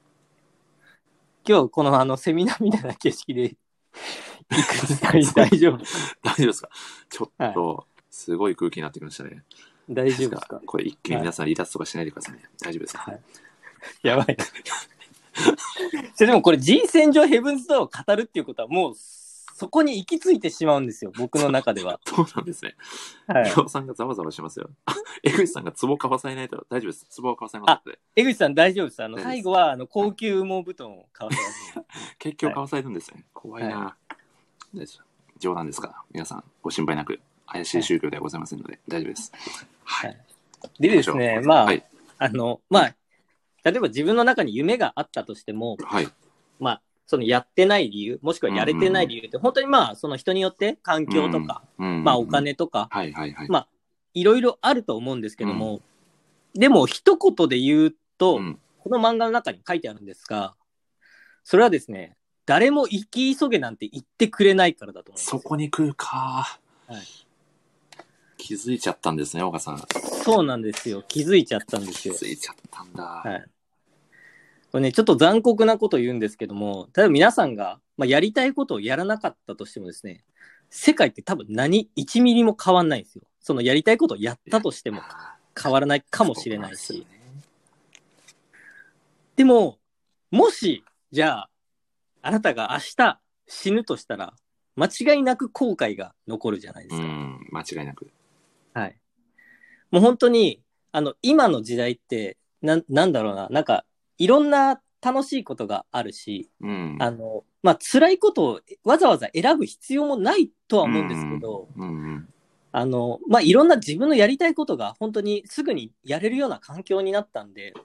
[SPEAKER 2] 今日このセミナーみたいな景色で行く時代大丈夫
[SPEAKER 1] 大丈夫ですか？ちょっと、すごい空気になってきましたね。
[SPEAKER 2] 大丈夫ですか？
[SPEAKER 1] これ一気に皆さん離脱とかしないでくださいね。大丈夫ですか？
[SPEAKER 2] やばい。でもこれ人選上ヘブンズドアを語るっていうことはもうそこに行き着いてしまうんですよ、僕の中では。
[SPEAKER 1] そうなんですね。はい。岩尾さんがざわざわしますよ。江口さんが壺かわされないと大丈夫です。壺をかわされますので。
[SPEAKER 2] 江口さん大丈夫です。最後は高級羽毛布団をかわされます。
[SPEAKER 1] 結局かわされるんですね。怖いな。冗談ですから、皆さんご心配なく、怪しい宗教ではございませんので、大丈夫です。はい。
[SPEAKER 2] でですね、まあ、まあ、例えば自分の中に夢があったとしても、はい。まあ、そのやってない理由、もしくはやれてない理由って、本当にまあ、その人によって環境とか、まあお金とか、まあ、いろいろあると思うんですけども、でも一言で言うと、この漫画の中に書いてあるんですが、それはですね、誰も生き急げなんて言ってくれないからだと思うんです。
[SPEAKER 1] そこに来るか。はい。気づいちゃったんですね、岡さん。
[SPEAKER 2] そうなんですよ。気づいちゃったんですよ。
[SPEAKER 1] 気づいちゃったんだ。はい。
[SPEAKER 2] これね、ちょっと残酷なこと言うんですけども、例えば皆さんが、まあ、やりたいことをやらなかったとしてもですね、世界って多分1ミリも変わんないんですよ。そのやりたいことをやったとしても変わらないかもしれないし。でも、もし、じゃあ、あなたが明日死ぬとしたら、間違いなく後悔が残るじゃないですか。
[SPEAKER 1] 間違いなく。はい。
[SPEAKER 2] もう本当に、今の時代って、なんだろうな、なんか、いろんな楽しいことがあるし、まあ、辛いことをわざわざ選ぶ必要もないとは思うんですけど、まあ、いろんな自分のやりたいことが本当にすぐにやれるような環境になったんで、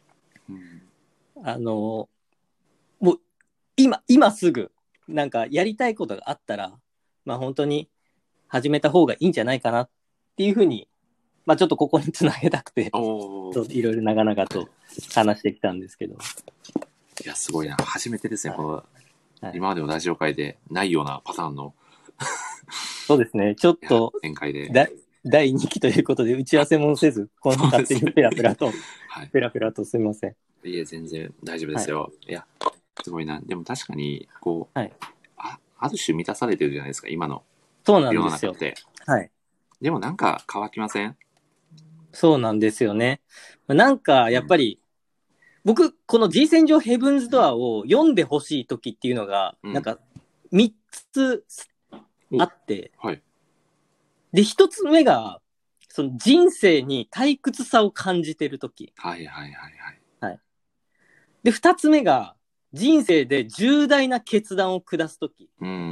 [SPEAKER 2] もう、今すぐ、なんかやりたいことがあったら、まあ本当に始めた方がいいんじゃないかなっていうふうに、まあちょっとここにつなげたくて、いろいろ長々と話してきたんですけど。
[SPEAKER 1] いや、すごいな。初めてですね、この、今までのラジオ界でないようなパターンの。
[SPEAKER 2] そうですね、ちょっと、
[SPEAKER 1] 展開で。
[SPEAKER 2] 第2期ということで打ち合わせもせず、この勝手にペラペラと、ペラペラとすみません。
[SPEAKER 1] いえ、全然大丈夫ですよ。いや、すごいな。でも確かに、こう、ある種満たされてるじゃないですか、今の。
[SPEAKER 2] そうなんですよ。はい。
[SPEAKER 1] でもなんか乾きません？
[SPEAKER 2] そうなんですよね。なんか、やっぱり、僕、この G 戦場ヘブンズドアを読んでほしい時っていうのが、なんか、3つあって、はい。で、1つ目が、その人生に退屈さを感じてる時。
[SPEAKER 1] はいはいはいはい。
[SPEAKER 2] はい。で、2つ目が、人生で重大な決断を下す時。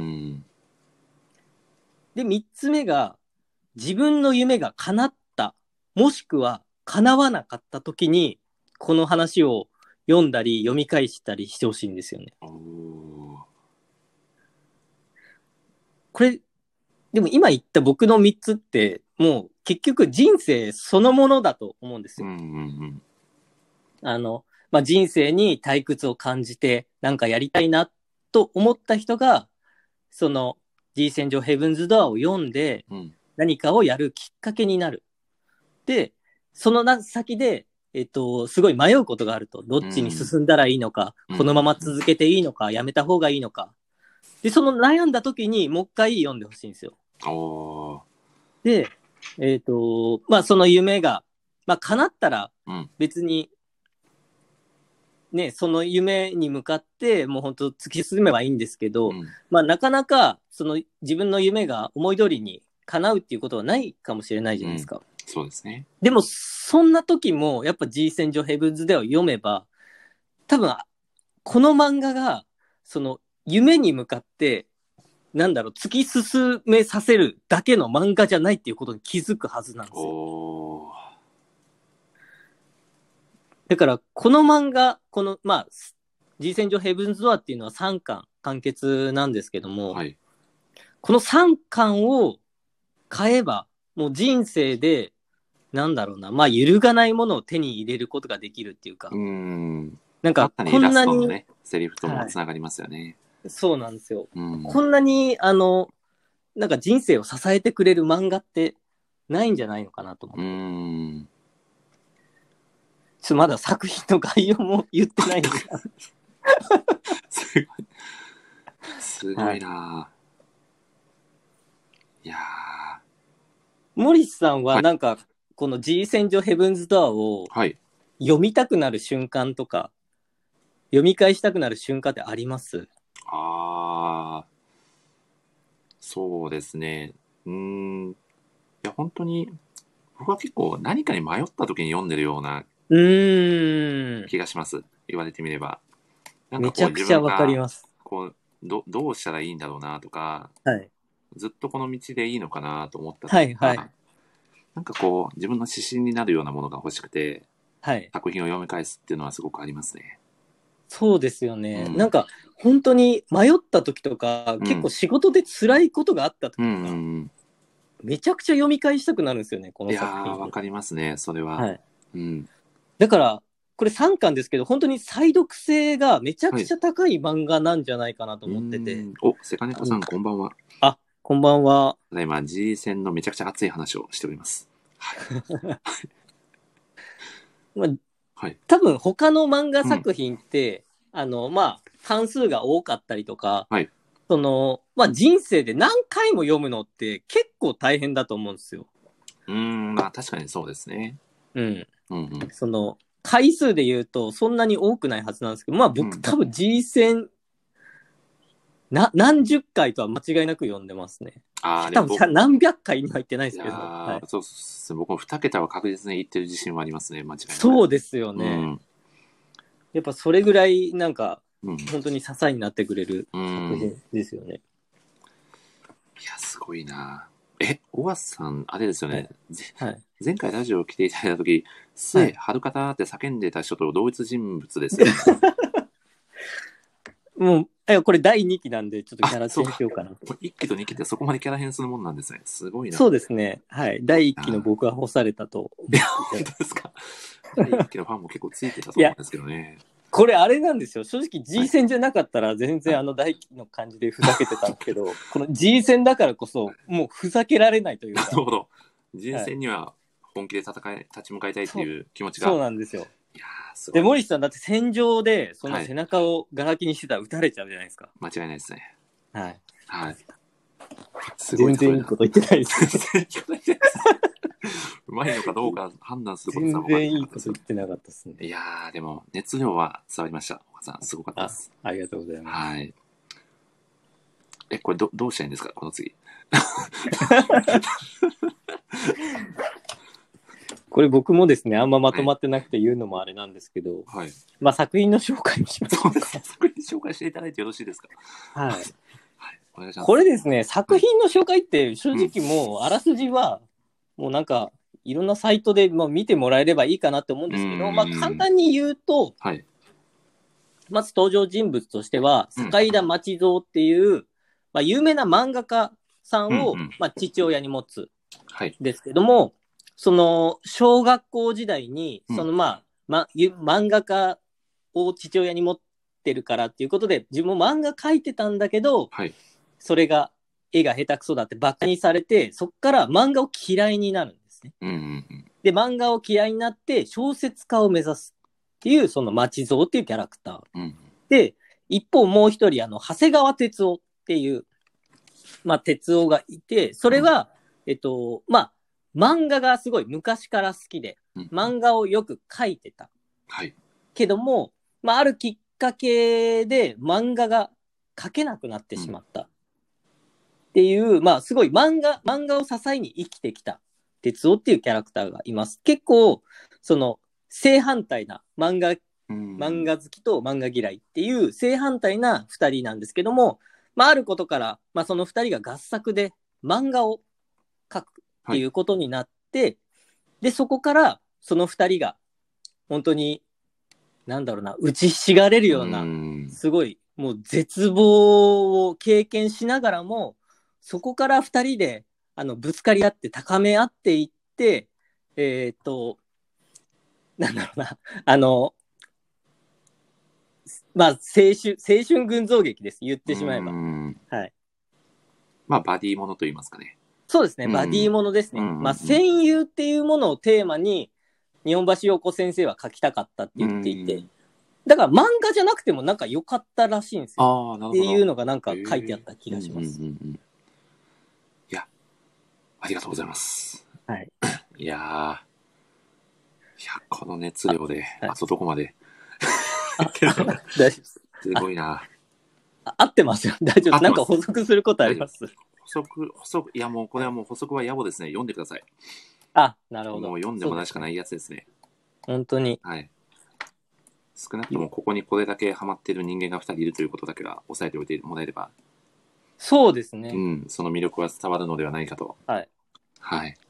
[SPEAKER 2] で、3つ目が、自分の夢が叶った、もしくは叶わなかった時に、この話を読んだり読み返したりしてほしいんですよね。これ、でも今言った僕の3つって、もう結局人生そのものだと思うんですよ。まあ、人生に退屈を感じて、なんかやりたいなと思った人が、その G 戦場ヘブンズドアを読んで、何かをやるきっかけになる。で、その先で、すごい迷うことがあると。どっちに進んだらいいのか、このまま続けていいのか、やめた方がいいのか。で、その悩んだ時にもう一回読んでほしいんですよ。で、まあその夢が、まあ叶ったら別に、ね、その夢に向かってもう本当突き進めばいいんですけど、まあなかなかその自分の夢が思い通りに叶うっていうことはないかもしれないじゃないですか。
[SPEAKER 1] そうですね。
[SPEAKER 2] でもそんな時もやっぱ G 戦場ヘブンズでは読めば、多分この漫画がその夢に向かってなんだろう突き進めさせるだけの漫画じゃないっていうことに気づくはずなんですよ。だからこの漫画このまあ G 戦場ヘブンズドアっていうのは3巻完結なんですけども、はい、この3巻を買えばもう人生でなんだろうな、まあ揺るがないものを手に入れることができるっていうか、なんか
[SPEAKER 1] こ
[SPEAKER 2] こんなに、
[SPEAKER 1] ね、セリフともつながりますよね。
[SPEAKER 2] そうなんですよ。こんなになんか人生を支えてくれる漫画ってないんじゃないのかなと思って。まだ作品の概要も言ってないんですか
[SPEAKER 1] すごいな、いや
[SPEAKER 2] モリスさんはなんか、この G 戦場ヘブンズドアを読みたくなる瞬間とか、読み返したくなる瞬間ってあります？
[SPEAKER 1] そうですね。いや、本当に、僕は結構何かに迷った時に読んでるような気がします。言われてみれば。
[SPEAKER 2] なんかめちゃくちゃわかります。
[SPEAKER 1] どうしたらいいんだろうなとか、ずっとこの道でいいのかなと思った
[SPEAKER 2] 時とか、
[SPEAKER 1] なんか自分の指針になるようなものが欲しくて、作品を読み返すっていうのはすごくありますね。
[SPEAKER 2] そうですよね。なんか本当に迷った時とか、結構仕事で辛いことがあった時とか、めちゃくちゃ読み返したくなるんですよね、この作品。
[SPEAKER 1] いやー、わかりますね、それは。
[SPEAKER 2] だから、これ3巻ですけど、本当に再読性がめちゃくちゃ高い漫画なんじゃないかなと思ってて。
[SPEAKER 1] セカネコさん、こんばんは。
[SPEAKER 2] こんばんは。
[SPEAKER 1] ただいま G 戦のめちゃくちゃ熱い話をしております。
[SPEAKER 2] 多分他の漫画作品って、関数が多かったりとか、人生で何回も読むのって結構大変だと思うんですよ。
[SPEAKER 1] 確かにそうですね。
[SPEAKER 2] 回数で言うとそんなに多くないはずなんですけど、僕多分 G 戦何十回とは間違いなく読んでますね。多分何百回には言ってないですけど。
[SPEAKER 1] そうですね。僕も2桁は確実に言ってる自信はありますね。間違いない。
[SPEAKER 2] そうですよね。やっぱそれぐらいなんか、本当に支えになってくれる作品ですよね。
[SPEAKER 1] いや、すごいな。小川さん、あれですよね。前回ラジオ来ていただいたとき、末春方って叫んでた人と同一人物ですよね。
[SPEAKER 2] もう、これ第2期なんで、ちょっとキャラチェンしようかな。
[SPEAKER 1] 1期と2期ってそこまでキャラ変するもんなんですね。すごいな。
[SPEAKER 2] そうですね。第1期の僕は干されたと。
[SPEAKER 1] 本当ですか。第1期のファンも結構ついてたと思うんですけどね。
[SPEAKER 2] これあれなんですよ。正直 G 戦じゃなかったら全然第1期の感じでふざけてたんですけど、この G 戦だからこそ、もうふざけられないというか。
[SPEAKER 1] なるほど。G 戦には本気で立ち向かいたいっていう気持ちが。
[SPEAKER 2] そうなんですよ。で、森下さんだって戦場でその背中をガラ空きにしてたら撃たれちゃうじゃないですか。
[SPEAKER 1] 間違いないですね。
[SPEAKER 2] 全然いいこと言ってないです
[SPEAKER 1] うまいのかどうか判断する
[SPEAKER 2] ことは全然いいこと言ってなかったですね。
[SPEAKER 1] いやー、でも熱量は伝わりました。岡さん、すごかったです。
[SPEAKER 2] ありがとうございます。
[SPEAKER 1] これどうしたいんですか、この次。
[SPEAKER 2] これ僕もですね、あんままとまってなくて言うのもあれなんですけど、作品の紹介をします。
[SPEAKER 1] そうですね。作品紹介していただいてよろしいですか。
[SPEAKER 2] お願いします。これですね、作品の紹介って正直もうあらすじは、もうなんかいろんなサイトで見てもらえればいいかなと思うんですけど、簡単に言うと、まず登場人物としては、坂井田町蔵っていう、有名な漫画家さんを、父親に持つですけども、その小学校時代にその漫画家を父親に持ってるからっていうことで自分も漫画描いてたんだけど、それが絵が下手くそだってバカにされて、そっから漫画を嫌いになるんですね。で漫画を嫌いになって小説家を目指すっていうその町蔵っていうキャラクター、で一方もう一人長谷川哲夫っていう哲夫がいて、それは漫画がすごい昔から好きで、漫画をよく描いてた。けども、あるきっかけで漫画が描けなくなってしまった。っていう、すごい漫画を支えに生きてきた哲夫っていうキャラクターがいます。結構、正反対な漫画好きと漫画嫌いっていう正反対な二人なんですけども、あることから、その二人が合作で漫画を描く。っていうことになって、でそこからその2人が本当に打ちひしがれるようなすごいもう絶望を経験しながらも、そこから2人でぶつかり合って高め合っていって、 なんだろうな。まあ、青春群像劇です。言ってしまえば。はい。
[SPEAKER 1] まあ、バディものと言いますかね。
[SPEAKER 2] そうですね。バディものですね。まあ、戦友っていうものをテーマに、日本橋陽子先生は書きたかったって言っていて、だから漫画じゃなくてもなんか良かったらしいんですよ。っていうのがなんか書いてあった気がします。
[SPEAKER 1] いや、ありがとうございます。
[SPEAKER 2] はい。
[SPEAKER 1] いや、この熱量で、あとどこまで。
[SPEAKER 2] 大丈夫です。
[SPEAKER 1] すごいな。
[SPEAKER 2] 合ってますよ。大丈夫です。なんか補足することあります？
[SPEAKER 1] 補足、いやもうこれはもう補足は野暮ですね。読んでください。
[SPEAKER 2] あ、なるほど。
[SPEAKER 1] もう読んでもらうしかないやつですね。
[SPEAKER 2] 本当に。
[SPEAKER 1] はい。少なくともここにこれだけハマってる人間が2人いるということだけは押さえておいてもらえれば。
[SPEAKER 2] そうですね。
[SPEAKER 1] その魅力は伝わるのではないかと。
[SPEAKER 2] はい。
[SPEAKER 1] はい。いや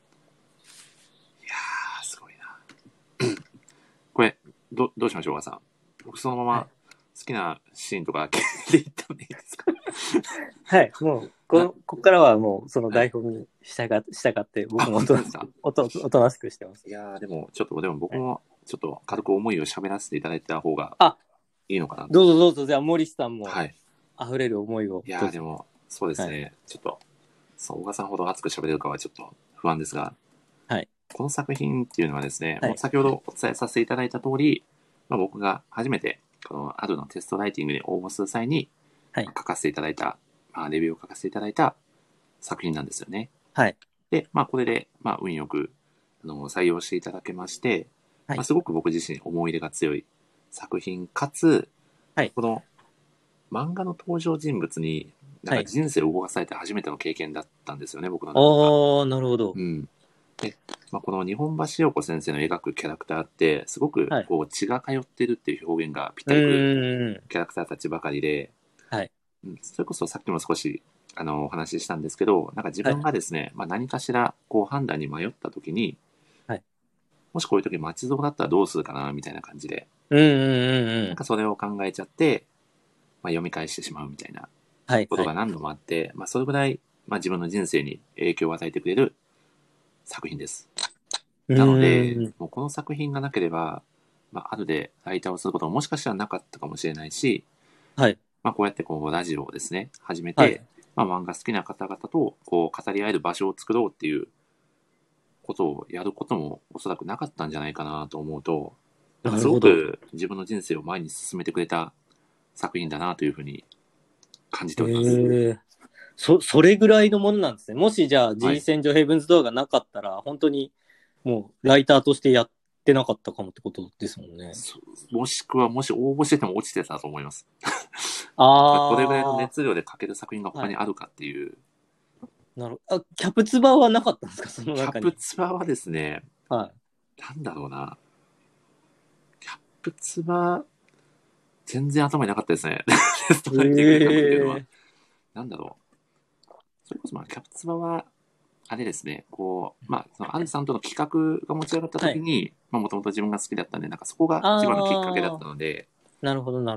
[SPEAKER 1] ー、すごいな。これ、どうしましょう、おばさん。僕そのまま好きなシーンとか聞いていったんでいいですか？
[SPEAKER 2] はい、もう、ここからはもう、その台本に従って、僕もおとなしくしてます。
[SPEAKER 1] いやー、でも僕も、ちょっと軽く思いを喋らせていただいた方がいいのかな。
[SPEAKER 2] どうぞ、じゃあ、森さんも、溢れる思いを。
[SPEAKER 1] いやー、でも、そうですね。ちょっと、小川さんほど熱く喋れるかはちょっと不安ですが、
[SPEAKER 2] はい。
[SPEAKER 1] この作品っていうのはですね、もう先ほどお伝えさせていただいた通り、僕が初めて、このあるのテストライティングに応募する際に、書かせていただいた、レビューを書かせていただいた作品なんですよね。
[SPEAKER 2] はい。
[SPEAKER 1] で、これで、運よく、採用していただけまして、すごく僕自身思い入れが強い作品かつ、この漫画の登場人物に、なんか人生を動かされて初めての経験だったんですよね、僕の
[SPEAKER 2] 中で。なるほど。
[SPEAKER 1] で、この日本橋陽子先生の描くキャラクターって、すごくこう血が通ってるっていう表現がぴったりくるキャラクターたちばかりで、それこそさっきも少しお話ししたんですけど、なんか自分がですね、何かしらこう判断に迷った時に、もしこういう時待ち遠だったらどうするかなみたいな感じで、なんかそれを考えちゃって、読み返してしまうみたいなことが何度もあって、それぐらい、自分の人生に影響を与えてくれる作品です。なので、もうこの作品がなければ、あるでライターをすることももしかしたらなかったかもしれないし、こうやってこうラジオをですね、始めて、漫画好きな方々とこう語り合える場所を作ろうっていうことをやることもおそらくなかったんじゃないかなと思うと、すごく自分の人生を前に進めてくれた作品だなというふうに感じております。
[SPEAKER 2] それぐらいのものなんですね。もしじゃあ G 戦場ヘブンズドアがなかったら、本当にもうライターとしてやってなかったかもってことですもんね。
[SPEAKER 1] もしくはもし応募してても落ちてたと思います。これぐらいの熱量で書ける作品が他にあるかっていう。
[SPEAKER 2] なるほど。キャプツバはなかったんですか、その中に。
[SPEAKER 1] キャプツバはですね、なんだろうな。キャプツバ、全然頭になかったですね。テストライティングで書くっていうのは。なんだろう。それこそキャプツバは、あれですね、こう、そのアルさんとの企画が持ち上がった時に、もともと自分が好きだったんで、なんかそこが一番のきっかけだったので。
[SPEAKER 2] なるほど。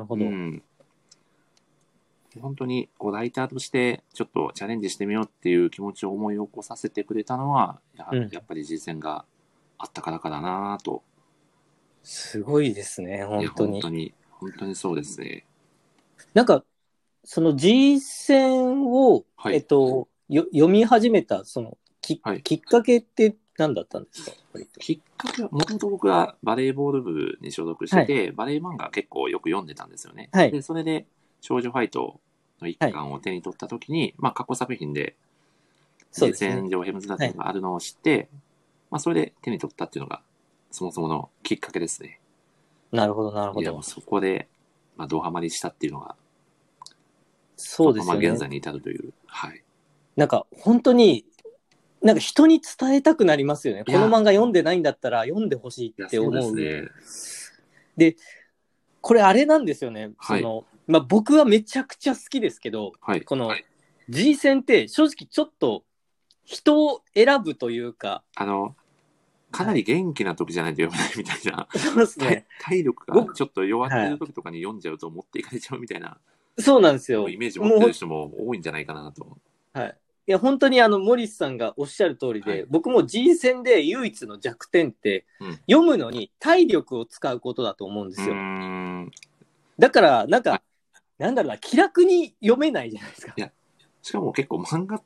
[SPEAKER 1] 本当にこうライターとしてちょっとチャレンジしてみようっていう気持ちを思い起こさせてくれたのは、やっぱり実践があったからかだなと。
[SPEAKER 2] すごいですね、本当に。
[SPEAKER 1] 本当にそうですね。
[SPEAKER 2] なんか、その G 戦を、読み始めた、そのきっかけって何だったんですか？
[SPEAKER 1] きっかけは、もともと僕はバレーボール部に所属してて、バレー漫画結構よく読んでたんですよね。で、それで少女ファイトの一巻を手に取ったときに、過去作品で、G 戦場ヘブンズダーがあるのを知って、それで手に取ったっていうのが、そもそものきっかけですね。
[SPEAKER 2] なるほど。
[SPEAKER 1] いや、もうそこで、ドハマりしたっていうのが、
[SPEAKER 2] そうですね。
[SPEAKER 1] 現在に至るという。
[SPEAKER 2] なんか、本当に、なんか人に伝えたくなりますよね。この漫画読んでないんだったら読んでほしいって思う。
[SPEAKER 1] そうですね。
[SPEAKER 2] で、これあれなんですよね。僕はめちゃくちゃ好きですけど、この G 戦って正直ちょっと人を選ぶというか、
[SPEAKER 1] かなり元気な時じゃないと読めないみたいな。
[SPEAKER 2] そうですね。
[SPEAKER 1] 体力がちょっと弱ってる時とかに読んじゃうと持っていかれちゃうみたいな。
[SPEAKER 2] そうなんですよ。
[SPEAKER 1] イメージ持ってる人も多いんじゃないかなと。
[SPEAKER 2] いや、本当にモリスさんがおっしゃる通りで、
[SPEAKER 1] はい、
[SPEAKER 2] 僕も G 戦で唯一の弱点って、読むのに体力を使うことだと思うんですよ。だから、なんか、なんだろうな、気楽に読めないじゃないですか。
[SPEAKER 1] いや、しかも結構漫画って、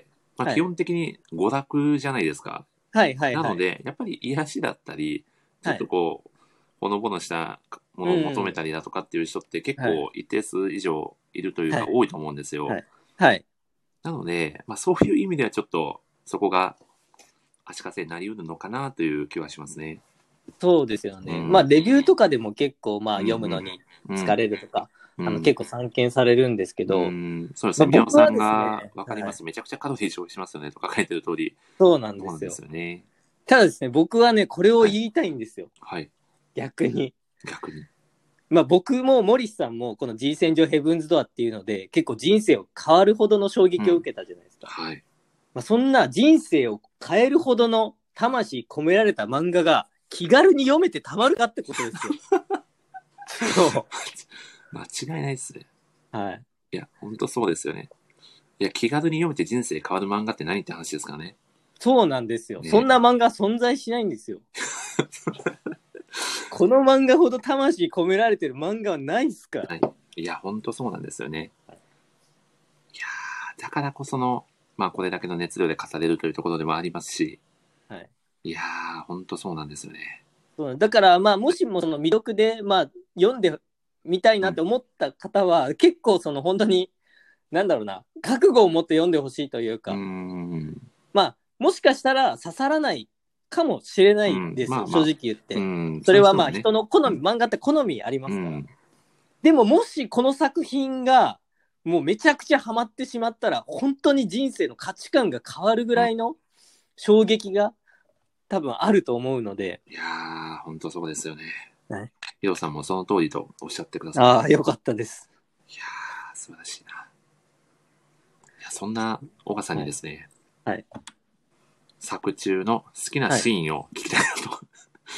[SPEAKER 1] まあ、基本的に娯楽じゃないですか。
[SPEAKER 2] はいはいはい。
[SPEAKER 1] なので、やっぱり癒しだったり、ちょっとこう、ほのぼのしたものを求めたりだとかっていう人って結構一定数以上いるというか多いと思うんですよ。
[SPEAKER 2] はい。はい。
[SPEAKER 1] なので、まあそういう意味ではちょっとそこが足かせになりうるのかなという気はしますね。
[SPEAKER 2] そうですよね。まあレビューとかでも結構まあ読むのに疲れるとか、結構散見されるんですけど、
[SPEAKER 1] そうですね。宮野さんがわかります、めちゃくちゃカロリー消費しますよねとか書いてる通り。
[SPEAKER 2] そうなんですよ。
[SPEAKER 1] ね。
[SPEAKER 2] ただですね、僕はね、これを言いたいんですよ。
[SPEAKER 1] はい。
[SPEAKER 2] 逆に。
[SPEAKER 1] 逆に。
[SPEAKER 2] まあ僕もモリスさんもこの G 戦場ヘブンズドアっていうので結構人生を変わるほどの衝撃を受けたじゃないですか。
[SPEAKER 1] はい。
[SPEAKER 2] まあ、そんな人生を変えるほどの魂込められた漫画が気軽に読めてたまるかってことですよ。そう。
[SPEAKER 1] 間違いないですね。
[SPEAKER 2] はい。
[SPEAKER 1] いや、ほんとそうですよね。いや、気軽に読めて人生変わる漫画って何って話ですからね。
[SPEAKER 2] そうなんですよ。そんな漫画存在しないんですよ。この漫画ほど魂込められてる漫画はないっすから。
[SPEAKER 1] はい。いや、ほんとそうなんですよね。いやー、だからこその、まあこれだけの熱量で語れるというところでもありますし、
[SPEAKER 2] はい。
[SPEAKER 1] いやー、ほんとそうなんですよね。
[SPEAKER 2] そうだからまあもしもその未読でまあ読んでみたいなって思った方は、結構その本当になんだろうな、覚悟を持って読んでほしいというか、まあもしかしたら刺さらないかもしれないんですよ、正直言って。それはまあ人の好み、漫画って好みありますから。でももしこの作品がもうめちゃくちゃハマってしまったら、本当に人生の価値観が変わるぐらいの衝撃が多分あると思うので。
[SPEAKER 1] いやー、本当そうですよね。
[SPEAKER 2] はい。
[SPEAKER 1] ヒロさんもその通りとおっしゃってください。
[SPEAKER 2] ああ、よかったです。
[SPEAKER 1] いやー、素晴らしいな。いや、そんな岡さんにですね、
[SPEAKER 2] はい。
[SPEAKER 1] 作中の好きなシーンを聞きたいなと。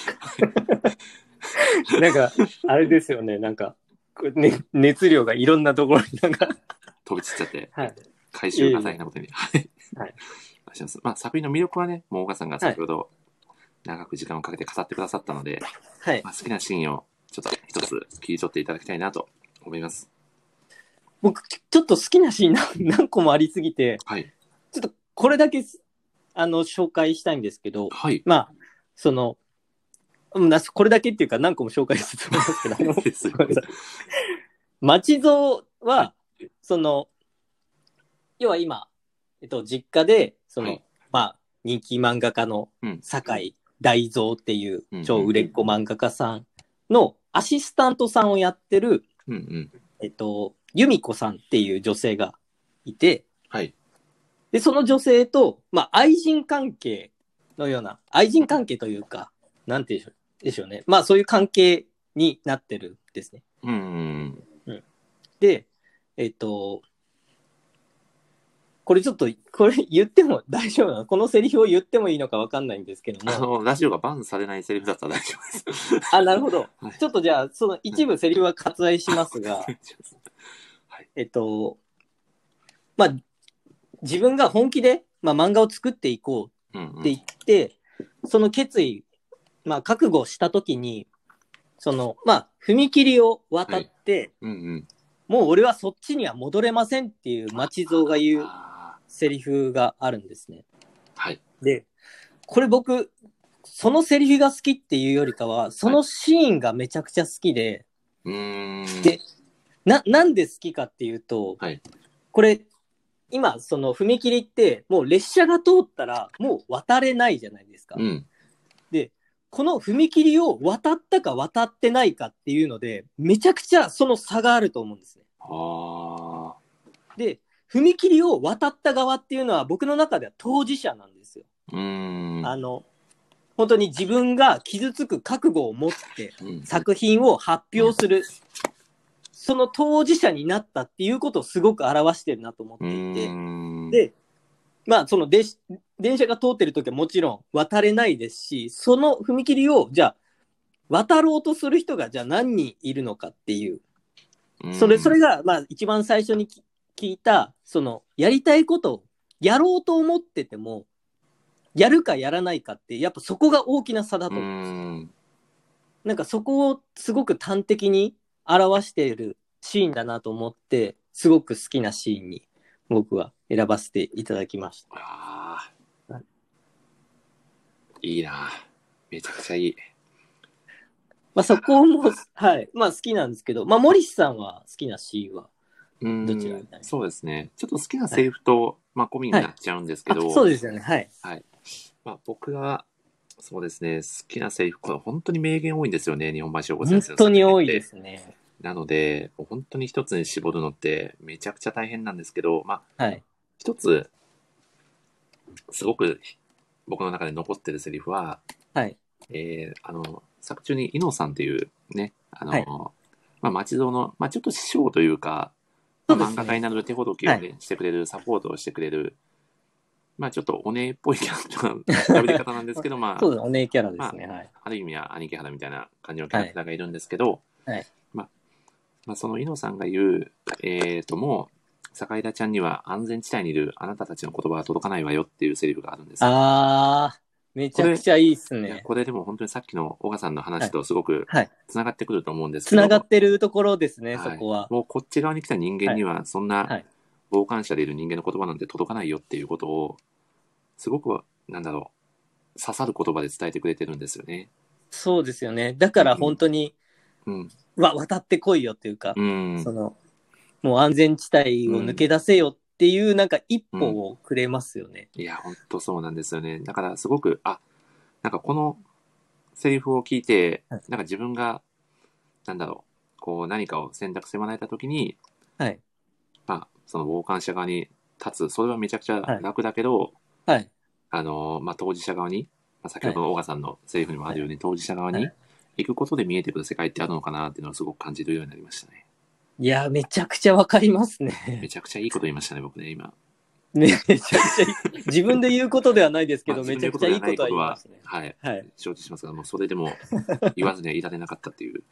[SPEAKER 2] なんか、あれですよね、なんか、熱量がいろんなところになんか
[SPEAKER 1] 飛び散っちゃって、
[SPEAKER 2] はい、
[SPEAKER 1] 回収が大変なことに。はい。
[SPEAKER 2] はい。
[SPEAKER 1] まあ、作品の魅力はね、もう岡さんが先ほど長く時間をかけて語ってくださったので、
[SPEAKER 2] はい。
[SPEAKER 1] まあ、好きなシーンをちょっと一つ切り取っていただきたいなと思います。
[SPEAKER 2] 僕、ちょっと好きなシーン何個もありすぎて、
[SPEAKER 1] はい。
[SPEAKER 2] ちょっとこれだけ、紹介したいんですけど、
[SPEAKER 1] はい。
[SPEAKER 2] まあ、これだけっていうか何個も紹介すると思うんですけど、町蔵は、要は今、実家で、まあ、人気漫画家の酒井大蔵っていう超売れっ子漫画家さんのアシスタントさんをやってる、由美子さんっていう女性がいて、
[SPEAKER 1] はい。
[SPEAKER 2] で、その女性と、まあ、愛人関係のような、愛人関係というか、なんて言うんでしょうね。まあ、そういう関係になってるんですね。で、これちょっと、これ言っても大丈夫なの？このセリフを言ってもいいのか分かんないんですけども。
[SPEAKER 1] ラジオがバンされないセリフだったら大丈夫です。
[SPEAKER 2] あ、なるほど。はい、ちょっとじゃあ、その一部セリフは割愛しますが、はい、まあ、自分が本気で、まあ、漫画を作っていこうって言って、その決意、まあ、覚悟したときに、まあ、踏切を渡って、もう俺はそっちには戻れませんっていう町蔵が言うセリフがあるんですね。
[SPEAKER 1] はい。
[SPEAKER 2] で、これ僕、そのセリフが好きっていうよりかは、そのシーンがめちゃくちゃ好きで、で、なんで好きかっていうと、はい、これ、今、その踏切って、もう列車が通ったら、もう渡れないじゃないですか。で、この踏切を渡ったか渡ってないかっていうので、めちゃくちゃその差があると思うんですね。で、踏切を渡った側っていうのは僕の中では当事者なんですよ。本当に自分が傷つく覚悟を持って作品を発表する、その当事者になったっていうことをすごく表してるなと思っていて、で、まあその電車が通ってるときはもちろん渡れないですし、その踏切をじゃあ渡ろうとする人がじゃあ何人いるのかっていう、それがまあ一番最初に聞いたそのやりたいことをやろうと思ってても、やるかやらないかって、やっぱそこが大きな差だと思うんですよ。なんかそこをすごく端的に表しているシーンだなと思って、すごく好きなシーンに僕は選ばせていただきました。
[SPEAKER 1] ああ。いいな。めちゃくちゃいい。
[SPEAKER 2] まあそこも、はい。まあ好きなんですけど、まあ森氏さんは好きなシーンはどちらみたいな。
[SPEAKER 1] そうですね。ちょっと好きなセリフと、まあ込みになっちゃうんですけど。
[SPEAKER 2] そうですよね。はい。
[SPEAKER 1] はい。まあ僕が、そうですね、好きなセリフ、これ本当に名言多いんですよね、日本橋陽子先生の。
[SPEAKER 2] 本当に多いですね。
[SPEAKER 1] なので、本当に一つに絞るのってめちゃくちゃ大変なんですけど、まあ、一つ、すごく僕の中で残ってるセリフは、
[SPEAKER 2] はい。
[SPEAKER 1] 作中に伊野さんっていうね、まあ、町蔵の、まあ、ちょっと師匠というか、まあ、漫画家になる手ほどきをね、してくれる、サポートをしてくれる、まあちょっとお姉っぽいキャラクター、喋り方なんですけど、まあ、
[SPEAKER 2] そうです、お姉キャラですね。
[SPEAKER 1] まあ、
[SPEAKER 2] はい。
[SPEAKER 1] ある意味は兄貴肌みたいな感じのキャラクターがいるんですけど、
[SPEAKER 2] はい。
[SPEAKER 1] まあ、その伊野さんが言う、もう、坂井田ちゃんには安全地帯にいるあなたたちの言葉は届かないわよっていうセリフがあるんですよ。
[SPEAKER 2] あー、めちゃくちゃいいっすね。
[SPEAKER 1] いや、これでも本当にさっきの小川さんの話とすごく繋がってくると思うんです
[SPEAKER 2] けど。繋がってるところですね、そこは。
[SPEAKER 1] もうこっち側に来た人間には、そんな傍観者でいる人間の言葉なんて届かないよっていうことを、すごく、なんだろう、刺さる言葉で伝えてくれてるんですよね。
[SPEAKER 2] そうですよね。だから本当に、渡ってこいよっていうか、もう安全地帯を抜け出せよっていう、なんか一歩をくれますよね。
[SPEAKER 1] いや、本当そうなんですよね。だからすごく、なんかこのセリフを聞いて、なんか自分が、なんだろう、こう何かを選択迫られたときに、まあ、その傍観者側に立つ、それはめちゃくちゃ楽だけど、まあ、当事者側に、まあ、先ほどの小川さんのセリフにもあるように、当事者側に行くことで見えてくる世界ってあるのかなっていうのをすごく感じるようになりましたね。
[SPEAKER 2] いや、めちゃくちゃわかりますね。
[SPEAKER 1] めちゃくちゃいいこと言いましたね、僕ね、今。
[SPEAKER 2] めちゃくちゃいい。自分で言うことではないですけど、めちゃくちゃいいことは言いましたね。
[SPEAKER 1] はい。承知しますが、もうそれでも言わずにはいられなかったっていう。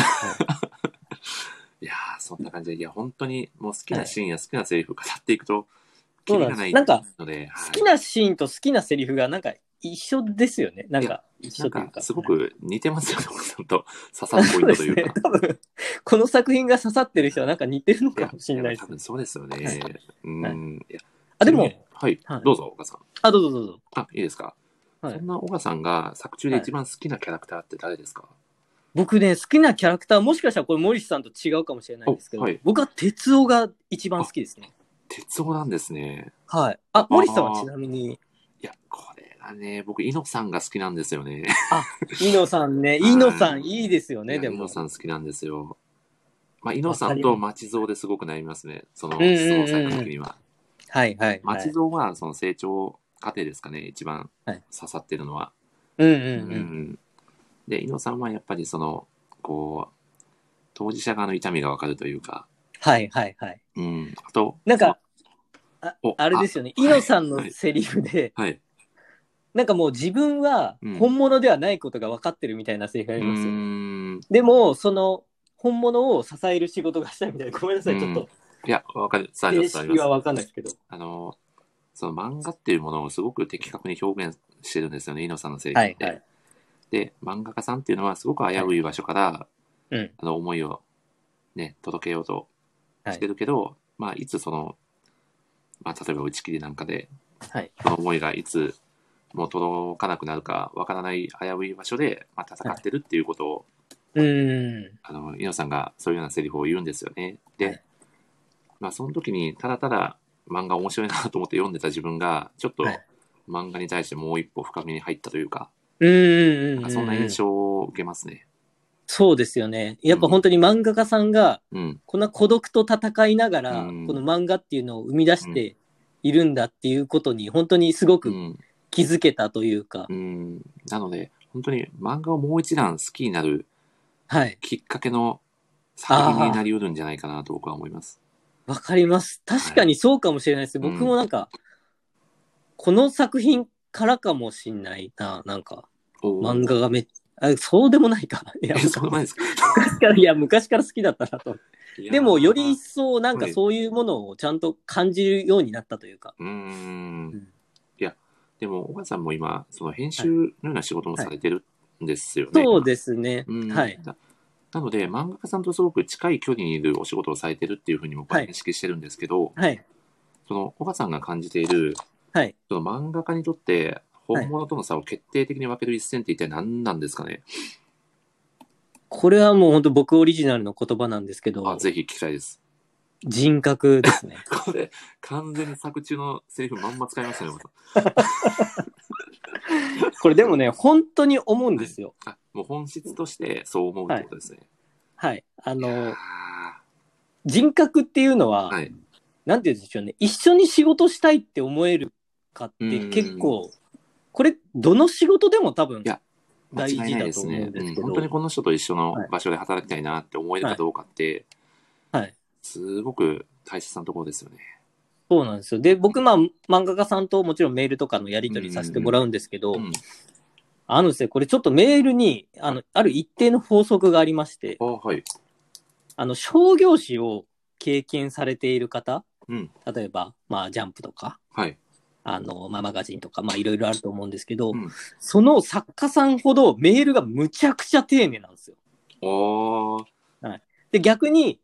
[SPEAKER 1] いやー、そんな感じで、いや、本当にもう好きなシーンや好きなセリフ語っていくと、キリがないので、
[SPEAKER 2] 好きなシーンと好きなセリフがなんか一緒ですよね。なんか一緒というか。
[SPEAKER 1] すごく似てますよね、僕さんと刺さるポイントというか。
[SPEAKER 2] 多分、この作品が刺さってる人はなんか似てるのかもしれないです。
[SPEAKER 1] 多分そうですよね。
[SPEAKER 2] でも、
[SPEAKER 1] はい、どうぞ、岡さん。
[SPEAKER 2] どうぞ。
[SPEAKER 1] いいですか。そんな岡さんが作中で一番好きなキャラクターって誰ですか？
[SPEAKER 2] 僕ね、好きなキャラクター、もしかしたらこれ森さんと違うかもしれないんですけど、僕は哲夫が一番好きですね。
[SPEAKER 1] 哲夫なんですね。
[SPEAKER 2] はい。森さんはちなみに。
[SPEAKER 1] いや、これがね、僕、伊野さんが好きなんですよね。
[SPEAKER 2] 伊野さんね。伊野さんいいですよね、でも。
[SPEAKER 1] 伊野さん好きなんですよ。まあ、伊野さんと町蔵ですごく悩みますね。その質問された時には。町蔵はその成長過程ですかね、一番刺さってるのは。で、伊野さんはやっぱりその、こう、当事者側の痛みがわかるというか。あと、
[SPEAKER 2] なんか、あれですよね。伊野さんのセリフで、なんかもう自分は本物ではないことが分かってるみたいなセリフがありますよね。でも、その本物を支える仕事がしたいみたいな。ごめんなさい、ちょっと。
[SPEAKER 1] いや、わかる。
[SPEAKER 2] 正式はわかんないですけど。
[SPEAKER 1] その漫画っていうものをすごく的確に表現してるんですよね、伊野さんのセリフって。で、漫画家さんっていうのはすごく危うい場所から、思いをね、届けようとしてるけど、まあ、いつその、まあ、例えば打ち切りなんかで、その思いがいつもう届かなくなるかわからない危うい場所で、まあ、戦ってるっていうことを、伊野さんがそういうようなセリフを言うんですよね。で、まあ、その時にただただ漫画面白いなと思って読んでた自分が、ちょっと漫画に対してもう一歩深みに入ったというか、そんな印象を受けますね。
[SPEAKER 2] そうですよね。やっぱ本当に漫画家さんが、こんな孤独と戦いながら、この漫画っていうのを生み出しているんだっていうことに、本当にすごく気づけたというか。
[SPEAKER 1] なので、本当に漫画をもう一段好きになるきっかけの作品になりうるんじゃないかなと僕は思います。
[SPEAKER 2] わかります。確かにそうかもしれないです。僕もなんか、この作品からかもしんないな、なんか、漫画がそうでもないか。
[SPEAKER 1] そうでもないですか。
[SPEAKER 2] 昔から好きだったなと。 でも、より一層なんかそういうものをちゃんと感じるようになったというか。
[SPEAKER 1] いや、でも、小川さんも今、その編集のような仕事もされてるんですよね。
[SPEAKER 2] そうですね。はい。
[SPEAKER 1] なので、漫画家さんとすごく近い距離にいるお仕事をされてるっていうふうに僕は認識してるんですけど、
[SPEAKER 2] はい。
[SPEAKER 1] その、小川さんが感じている、
[SPEAKER 2] はい。
[SPEAKER 1] その漫画家にとって、本物との差を決定的に分ける一線って一体何なんですかね。
[SPEAKER 2] これはもう本当僕オリジナルの言葉なんですけど。
[SPEAKER 1] ぜひ聞きたいです。
[SPEAKER 2] 人格ですね。
[SPEAKER 1] これ、完全に作中のセリフまんま使いましたね、
[SPEAKER 2] これでもね、本当に思うんですよ。
[SPEAKER 1] もう本質としてそう思うってことですね。
[SPEAKER 2] はい。人格っていうのは、なんて言うんでしょうね。一緒に仕事したいって思えるかって結構、これ、どの仕事でも多分、大事だと思うんですけど。
[SPEAKER 1] 本当にこの人と一緒の場所で働きたいなって思えるかどうかって、すごく大切なところですよね。
[SPEAKER 2] そうなんですよ。で、僕、漫画家さんともちろんメールとかのやり取りさせてもらうんですけど、ですね、これちょっとメールに、ある一定の法則がありまして、商業誌を経験されている方、例えば、ジャンプとか、マガジンとか、いろいろあると思うんですけど、その作家さんほどメールがむちゃくちゃ丁寧なんですよ。で、逆に、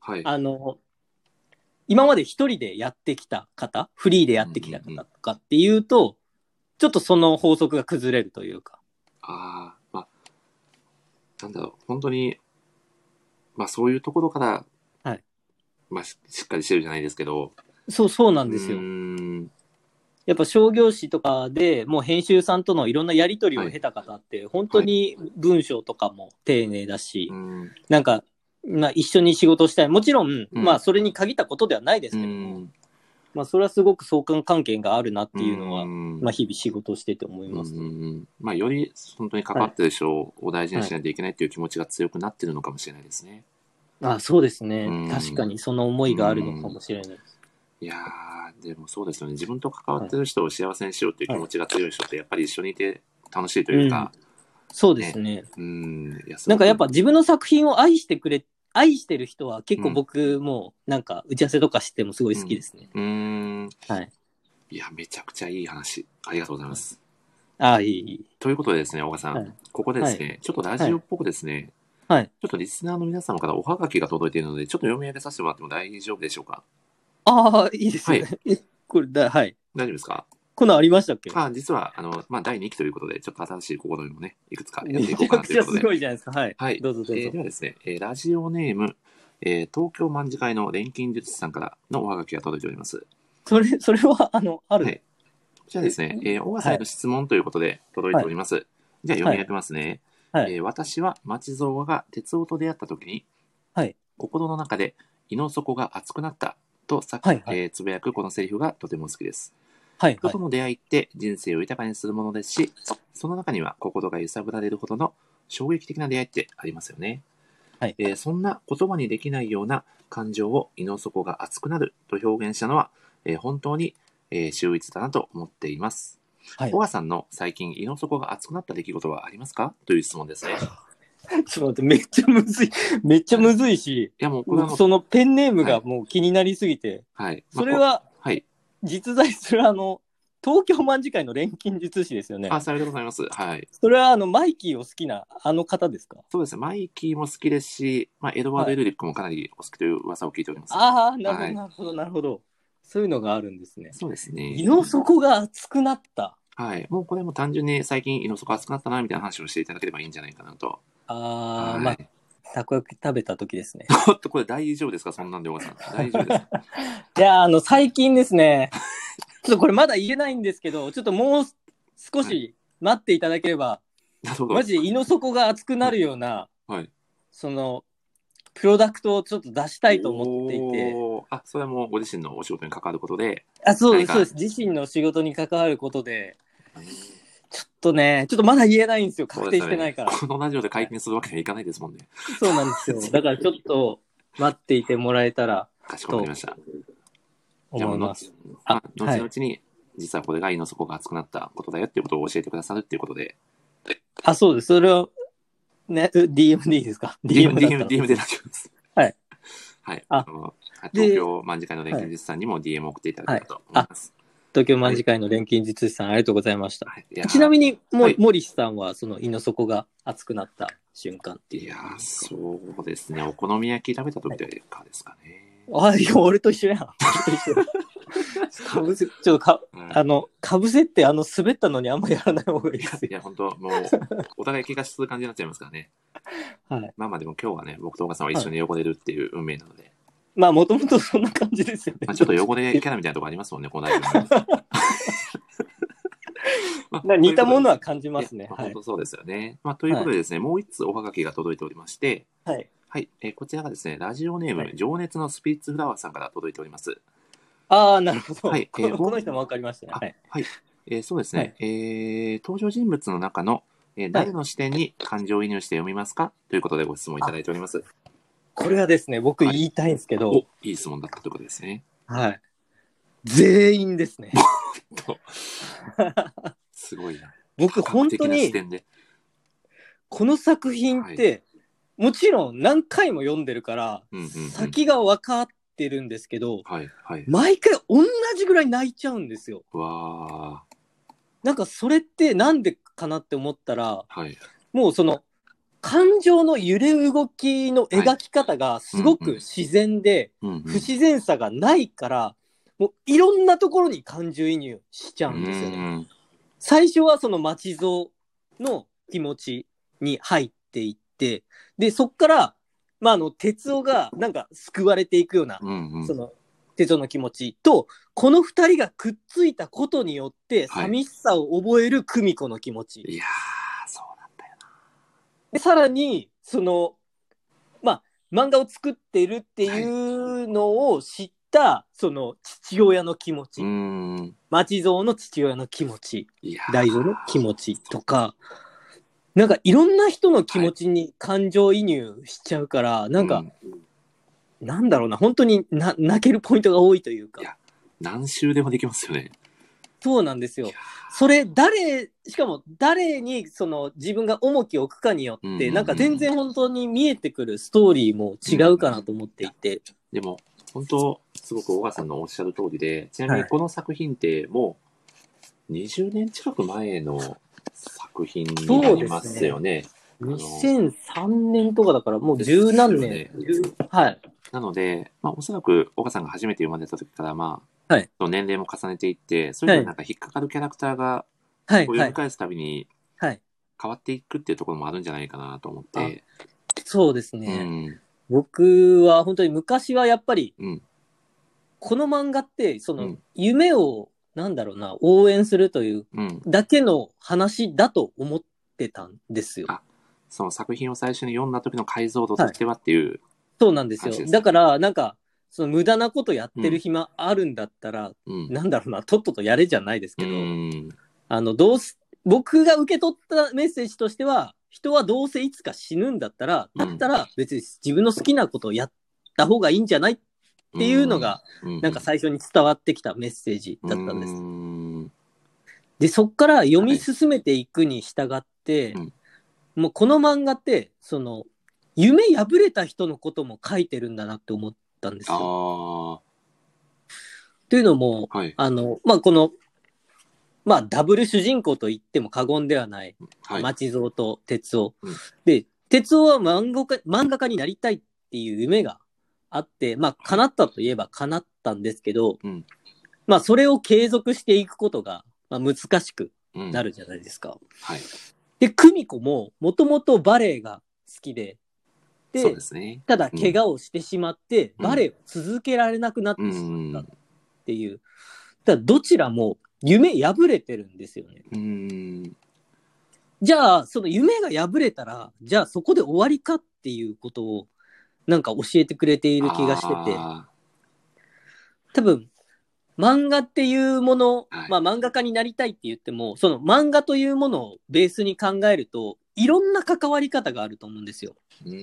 [SPEAKER 2] 今まで一人でやってきた方、フリーでやってきた方とかっていうと、ちょっとその法則が崩れるというか。
[SPEAKER 1] なんだろう、本当に、そういうところから、しっかりしてるじゃないですけど。
[SPEAKER 2] そうなんですよ。やっぱ商業誌とかでもう編集さんとのいろんなやり取りを経た方って、本当に文章とかも丁寧だし、なんか、一緒に仕事したい。もちろん、それに限ったことではないですけども、それはすごく相関関係があるなっていうのは、日々仕事をしてて思います。
[SPEAKER 1] より本当に関わってる人を大事にしないといけないっていう気持ちが強くなってるのかもしれないですね。
[SPEAKER 2] そうですね。確かにその思いがあるのかもしれないです。
[SPEAKER 1] いやー、でもそうですよね。自分と関わってる人を幸せにしようっていう気持ちが強い人ってやっぱり一緒にいて楽しいというか。
[SPEAKER 2] そうですね。なんかやっぱ自分の作品を愛してる人は結構僕もなんか打ち合わせとかしてもすごい好きですね。
[SPEAKER 1] いや、めちゃくちゃいい話。ありがとうございます。
[SPEAKER 2] いい。
[SPEAKER 1] ということでですね、小川さん。ここでですね、ちょっとラジオっぽくですね、ちょっとリスナーの皆様からおはがきが届いているので、ちょっと読み上げさせてもらっても大丈夫でしょうか。
[SPEAKER 2] いいですね。これ大丈
[SPEAKER 1] 夫ですか。
[SPEAKER 2] こんなんありましたっけ。
[SPEAKER 1] 実は、第2期ということで、ちょっと新しい試みもね、いくつかやっていこうかなということで。
[SPEAKER 2] めちゃくちゃすごいじゃないですか。はい。どうぞ。
[SPEAKER 1] ではですね、ラジオネーム、東京卍会の錬金術師さんからのおはがきが届いております。
[SPEAKER 2] それは、ある。
[SPEAKER 1] じゃあですね、小川さんへの質問ということで届いております。じゃあ読み上げますね。私は町蔵が哲夫と出会った時に、心の中で胃の底が熱くなったとつぶやくこのセリフがとても好きです。人との出会いって人生を豊かにするものですし、その中には心が揺さぶられるほどの衝撃的な出会いってありますよね。そんな言葉にできないような感情を胃の底が熱くなると表現したのは、本当に、秀逸だなと思っています。小川さんの最近胃の底が熱くなった出来事はありますかという質問ですね。
[SPEAKER 2] ちょっと待って、めっちゃむずいし、いやもうそのペンネームがもう気になりすぎて、それは、実在する東京卍会の錬金術師ですよね。
[SPEAKER 1] さようでございます。
[SPEAKER 2] それはマイキーを好きな方ですか。
[SPEAKER 1] そうですね。マイキーも好きですし、エドワード・エルリックもかなりお好きという噂を聞いております。
[SPEAKER 2] なるほど。そういうのがあるんですね。
[SPEAKER 1] そうですね。
[SPEAKER 2] 胃の底が熱くなった。
[SPEAKER 1] もうこれも単純に最近胃の底熱くなったなみたいな話をしていただければいいんじゃないかなと。
[SPEAKER 2] たこ焼き食べた時ですね。
[SPEAKER 1] ちょっとこれ大丈夫ですか、そんなんで、小川さん。大丈夫ですか。
[SPEAKER 2] いや、最近ですね、ちょっとこれまだ言えないんですけど、ちょっともう少し待っていただければ、マジで胃の底が熱くなるような、その、プロダクトをちょっと出したいと思っていて。
[SPEAKER 1] それはもうご自身のお仕事に関わることで。
[SPEAKER 2] そうです。自身の仕事に関わることで。ちょっとまだ言えないんですよ。確定してないから。
[SPEAKER 1] このラジオで解禁するわけにはいかないですもんね。
[SPEAKER 2] そうなんですよ。だからちょっと待っていてもらえたら。
[SPEAKER 1] かしこまりました。
[SPEAKER 2] 思います。
[SPEAKER 1] 後々に、実はこれが胃の底が熱くなったことだよっていうことを教えてくださるっていうことで。
[SPEAKER 2] そうです。それは、ね、DM でいいですか？
[SPEAKER 1] DM で大丈夫です。 はい。
[SPEAKER 2] あ
[SPEAKER 1] 東京卍会の錬金術師さんにも DM 送っていただけたらと思います。
[SPEAKER 2] 東京卍会の錬金術師さん、ありがとうございました。
[SPEAKER 1] はい、
[SPEAKER 2] ちなみに、
[SPEAKER 1] はい、
[SPEAKER 2] モリスさんは、その胃の底が熱くなった瞬間っていう。
[SPEAKER 1] いやー、そうですね。お好み焼き食べた時かですかね。
[SPEAKER 2] あ、いや、俺と一緒やん。かぶせ、ちょっとか、かぶせって滑ったのにあんまやらない方がいいですよ。
[SPEAKER 1] いや、本当もう、お互い怪我する感じになっちゃいますからね。
[SPEAKER 2] はい。
[SPEAKER 1] まあまあでも今日はね、僕と岡さんは一緒に汚れるっていう運命なので。はい、
[SPEAKER 2] まあ、もともとそんな感じですよね。
[SPEAKER 1] まあ、ちょっと汚れキャラみたいなとこありますもんね、この間。まあ、
[SPEAKER 2] 似たものは感じますね。
[SPEAKER 1] まあ、本当そうですよね。まあ、ということでですね、もう一つおはがきが届いておりまして、
[SPEAKER 2] はい。
[SPEAKER 1] はい。こちらがですね、ラジオネーム、情熱のスピリッツフラワーさんから届いております。
[SPEAKER 2] ああ、なるほど。
[SPEAKER 1] はい。
[SPEAKER 2] この人も分かりましたね。はい。
[SPEAKER 1] はい。そうですね。登場人物の中の、誰の視点に感情移入して読みますかということでご質問いただいております。
[SPEAKER 2] これはですね、僕言いたいんですけど。
[SPEAKER 1] いい質問だったということですね。
[SPEAKER 2] はい。全員ですね。
[SPEAKER 1] すごいな。
[SPEAKER 2] 僕、本当に、この作品って、もちろん何回も読んでるから、先が分かってるんですけど、毎回同じぐらい泣いちゃうんですよ。
[SPEAKER 1] わー。
[SPEAKER 2] なんかそれってなんでかなって思ったら、もうその感情の揺れ動きの描き方がすごく自然で、不自然さがないから、もういろんなところに感情移入しちゃうんですよね。最初はその町蔵の気持ちに入っていって、で、そっから、まあ、哲夫がなんか救われていくような、その、哲夫の気持ちと、この二人がくっついたことによって、寂しさを覚える久美子の気持ち。
[SPEAKER 1] いやー、そうなんだよな。
[SPEAKER 2] で、さらに、その、まあ、漫画を作っているっていうのを知った、その、父親の気持ち。町蔵の父親の気持ち。大蔵の気持ちとか、なんかいろんな人の気持ちに感情移入しちゃうから、なんか、なんだろうな、本当に泣けるポイントが多いというか。
[SPEAKER 1] いや、何周でもできますよね。
[SPEAKER 2] そうなんですよ。それ、しかも誰にその自分が重きを置くかによって、なんか全然本当に見えてくるストーリーも違うかなと思っていて。
[SPEAKER 1] でも、本当、すごく小川さんのおっしゃる通りで、ちなみにこの作品ってもう20年近く前の作品になりますよね。
[SPEAKER 2] 2003年とかだからもう十何年。はい。
[SPEAKER 1] なので、まあ、おそらく岡さんが初めて読まれた時から、まあ、年齢も重ねていって、それでなんか引っかかるキャラクターが、読み返すたびに変わっていくっていうところもあるんじゃないかなと思って。
[SPEAKER 2] そうですね。僕は本当に昔はやっぱり、この漫画って、その、夢を、なんだろうな、応援するというだけの話だと思ってたんですよ。
[SPEAKER 1] その作品を最初に読んだ時の解像度としてはっていう、
[SPEAKER 2] そうなんですよ。だから、なんか、その無駄なことやってる暇あるんだったら、なんだろうな、とっととやれじゃないですけど、僕が受け取ったメッセージとしては、人はどうせいつか死ぬんだったら、別に自分の好きなことをやった方がいいんじゃないっていうのが、なんか最初に伝わってきたメッセージだったんです。で、そっから読み進めていくに従って、もうこの漫画って、その、夢破れた人のことも書いてるんだなって思ったんですよ。というのも、まあ、この、まあ、ダブル主人公と言っても過言ではない、町蔵と哲夫。で、哲夫は漫画家になりたいっていう夢があって、まあ、叶ったといえば叶ったんですけど、まあ、それを継続していくことが、まあ、難しくなるじゃないですか。で、久美子も、もともとバレエが好きで、ただ怪我をしてしまって、バレエを続けられなくなってしまったっていう。だどちらも夢破れてるんですよね。じゃあ、その夢が破れたら、じゃあそこで終わりかっていうことを、なんか教えてくれている気がしてて、多分、漫画っていうもの、まあ漫画家になりたいって言っても、その漫画というものをベースに考えると、いろんな関わり方があると思うんですよ。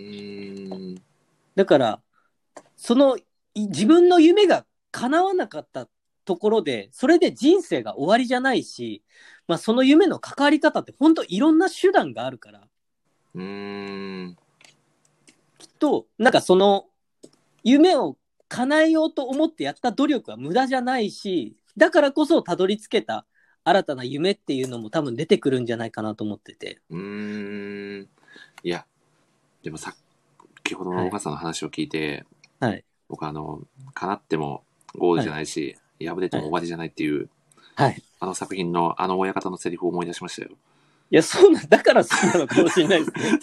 [SPEAKER 2] だから、その自分の夢が叶わなかったところで、それで人生が終わりじゃないし、まあその夢の関わり方って本当いろんな手段があるから。きっと、なんかその、 夢を叶えようと思ってやった努力は無駄じゃないし、だからこそたどり着けた新たな夢っていうのも多分出てくるんじゃないかなと思ってて。
[SPEAKER 1] いや、でも先ほどのお母さんの話を聞いて、
[SPEAKER 2] はい。
[SPEAKER 1] 僕叶ってもゴールじゃないし、破れても終わりじゃないっていう、
[SPEAKER 2] はい。
[SPEAKER 1] あの作品のあの親方のセリフを思い出しましたよ。
[SPEAKER 2] いや、そうなんだから好きなのかもしれないですね。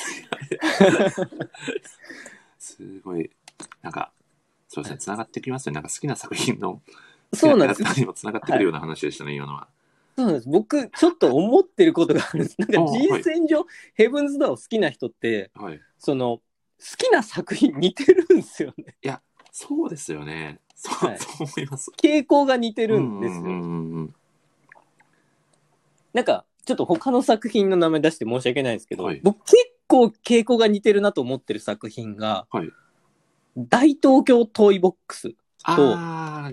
[SPEAKER 1] すごい、なんか、そうですね、繋がってきますよね。なんか好きな作品の、
[SPEAKER 2] そうなんです。
[SPEAKER 1] 好きなキャラクターにも繋がってくるような話でしたね、今のは。
[SPEAKER 2] そうなんです。僕、ちょっと思ってることがあるんです。なんか人選上、ヘブンズ・ドアを好きな人って、
[SPEAKER 1] はい、
[SPEAKER 2] その、好きな作品似てるんですよね。
[SPEAKER 1] いや、そうですよね。そう、はい、そう思います。
[SPEAKER 2] 傾向が似てるんですよ。なんか、ちょっと他の作品の名前出して申し訳ないですけど、はい、僕結構傾向が似てるなと思ってる作品が、はい、大東京トイボックスと、はい、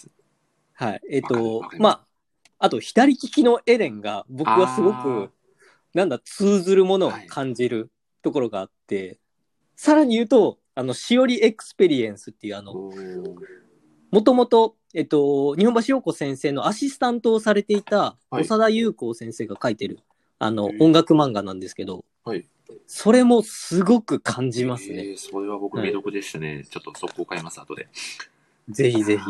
[SPEAKER 2] まあ、あと、左利きのエレンが、僕はすごく、通ずるものを感じるところがあって、はい、さらに言うと、しおりエクスペリエンスっていうもともと、日本橋陽子先生のアシスタントをされていた、長田裕子先生が書いてる、音楽漫画なんですけど、はい、それもすごく感じますね。
[SPEAKER 1] それは僕未読でしたね。はい、ちょっと速攻買います、後で。
[SPEAKER 2] ぜひぜひ。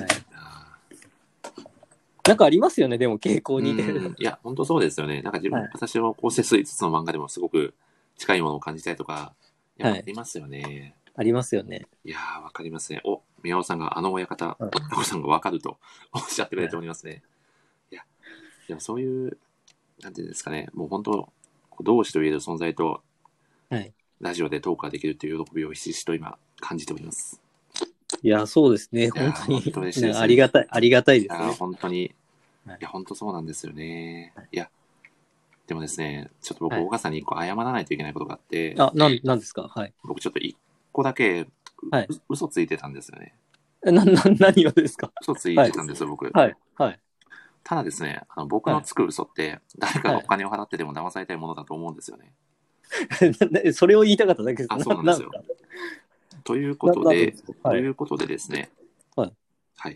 [SPEAKER 2] なんかありますよね、でも傾向に似てる。
[SPEAKER 1] いや、本当そうですよね。なんか私の構成数5つの漫画でもすごく近いものを感じたりとか、やっぱありますよね。
[SPEAKER 2] ありますよね。
[SPEAKER 1] いやー、わかりますね。宮尾さんが親方、タコさんがわかるとおっしゃってくれておりますね。いや、でもそういう、なんていうんですかね、もう本当、同志と言える存在と、ラジオでトークができるという喜びをひしひしと今感じております。
[SPEAKER 2] いや、そうですね。本当に。本当ですね、ありがたいですね。
[SPEAKER 1] 本当に。いや、本当そうなんですよね。いや、でもですね、ちょっと僕、大川さんに一個謝らないといけないことがあって。
[SPEAKER 2] なんですか？はい。
[SPEAKER 1] 僕ちょっと一個だけ、嘘ついてたんですよね。
[SPEAKER 2] 何をですか？
[SPEAKER 1] 嘘ついてたんですよ、僕。
[SPEAKER 2] はい。はい。
[SPEAKER 1] ただですね、僕のつく嘘って、誰かがお金を払ってでも騙されたいものだと思うんですよね。
[SPEAKER 2] それを言いたかっただけです。
[SPEAKER 1] そうなんですよ。ということでですね、はい。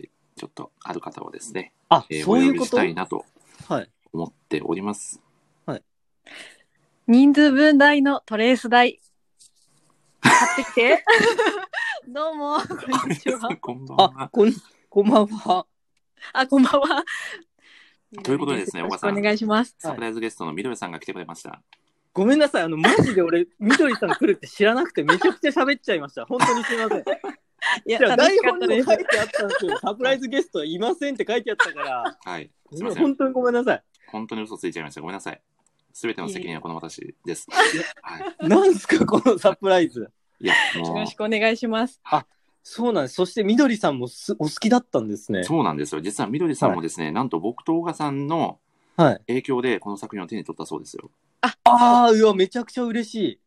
[SPEAKER 1] ちょっと、ある方をですね、お呼びしたいなと思っております。
[SPEAKER 3] はい。人数分代のトレース代、買ってきて。どうも、こんにちは。
[SPEAKER 1] こんばんは。
[SPEAKER 2] こんばんは。
[SPEAKER 3] こんばんは。
[SPEAKER 1] ということでですね、
[SPEAKER 3] お願いします。
[SPEAKER 1] サプライズゲストのみどりさんが来てくれました。
[SPEAKER 2] ごめんなさい、マジで俺、みどりさん来るって知らなくてめちゃくちゃ喋っちゃいました。本当にすいません。いや、台本にも書いてあったんですよ。サプライズゲストいませんって書いてあったから、
[SPEAKER 1] はい。すいません。
[SPEAKER 2] 本当にごめんなさい。
[SPEAKER 1] 本当に嘘ついちゃいました。ごめんなさい。すべての責任はこの私です。
[SPEAKER 2] はい。なんすか、このサプライズ。
[SPEAKER 1] いや、もう。
[SPEAKER 3] よろしくお願いします。
[SPEAKER 2] そうなんです。そしてみどりさんもお好きだったんですね。
[SPEAKER 1] そうなんですよ。実はみどりさんもですね、なんと僕と小賀さんの影響でこの作品を手に取ったそうですよ。
[SPEAKER 2] うわ、めちゃくちゃ嬉しい。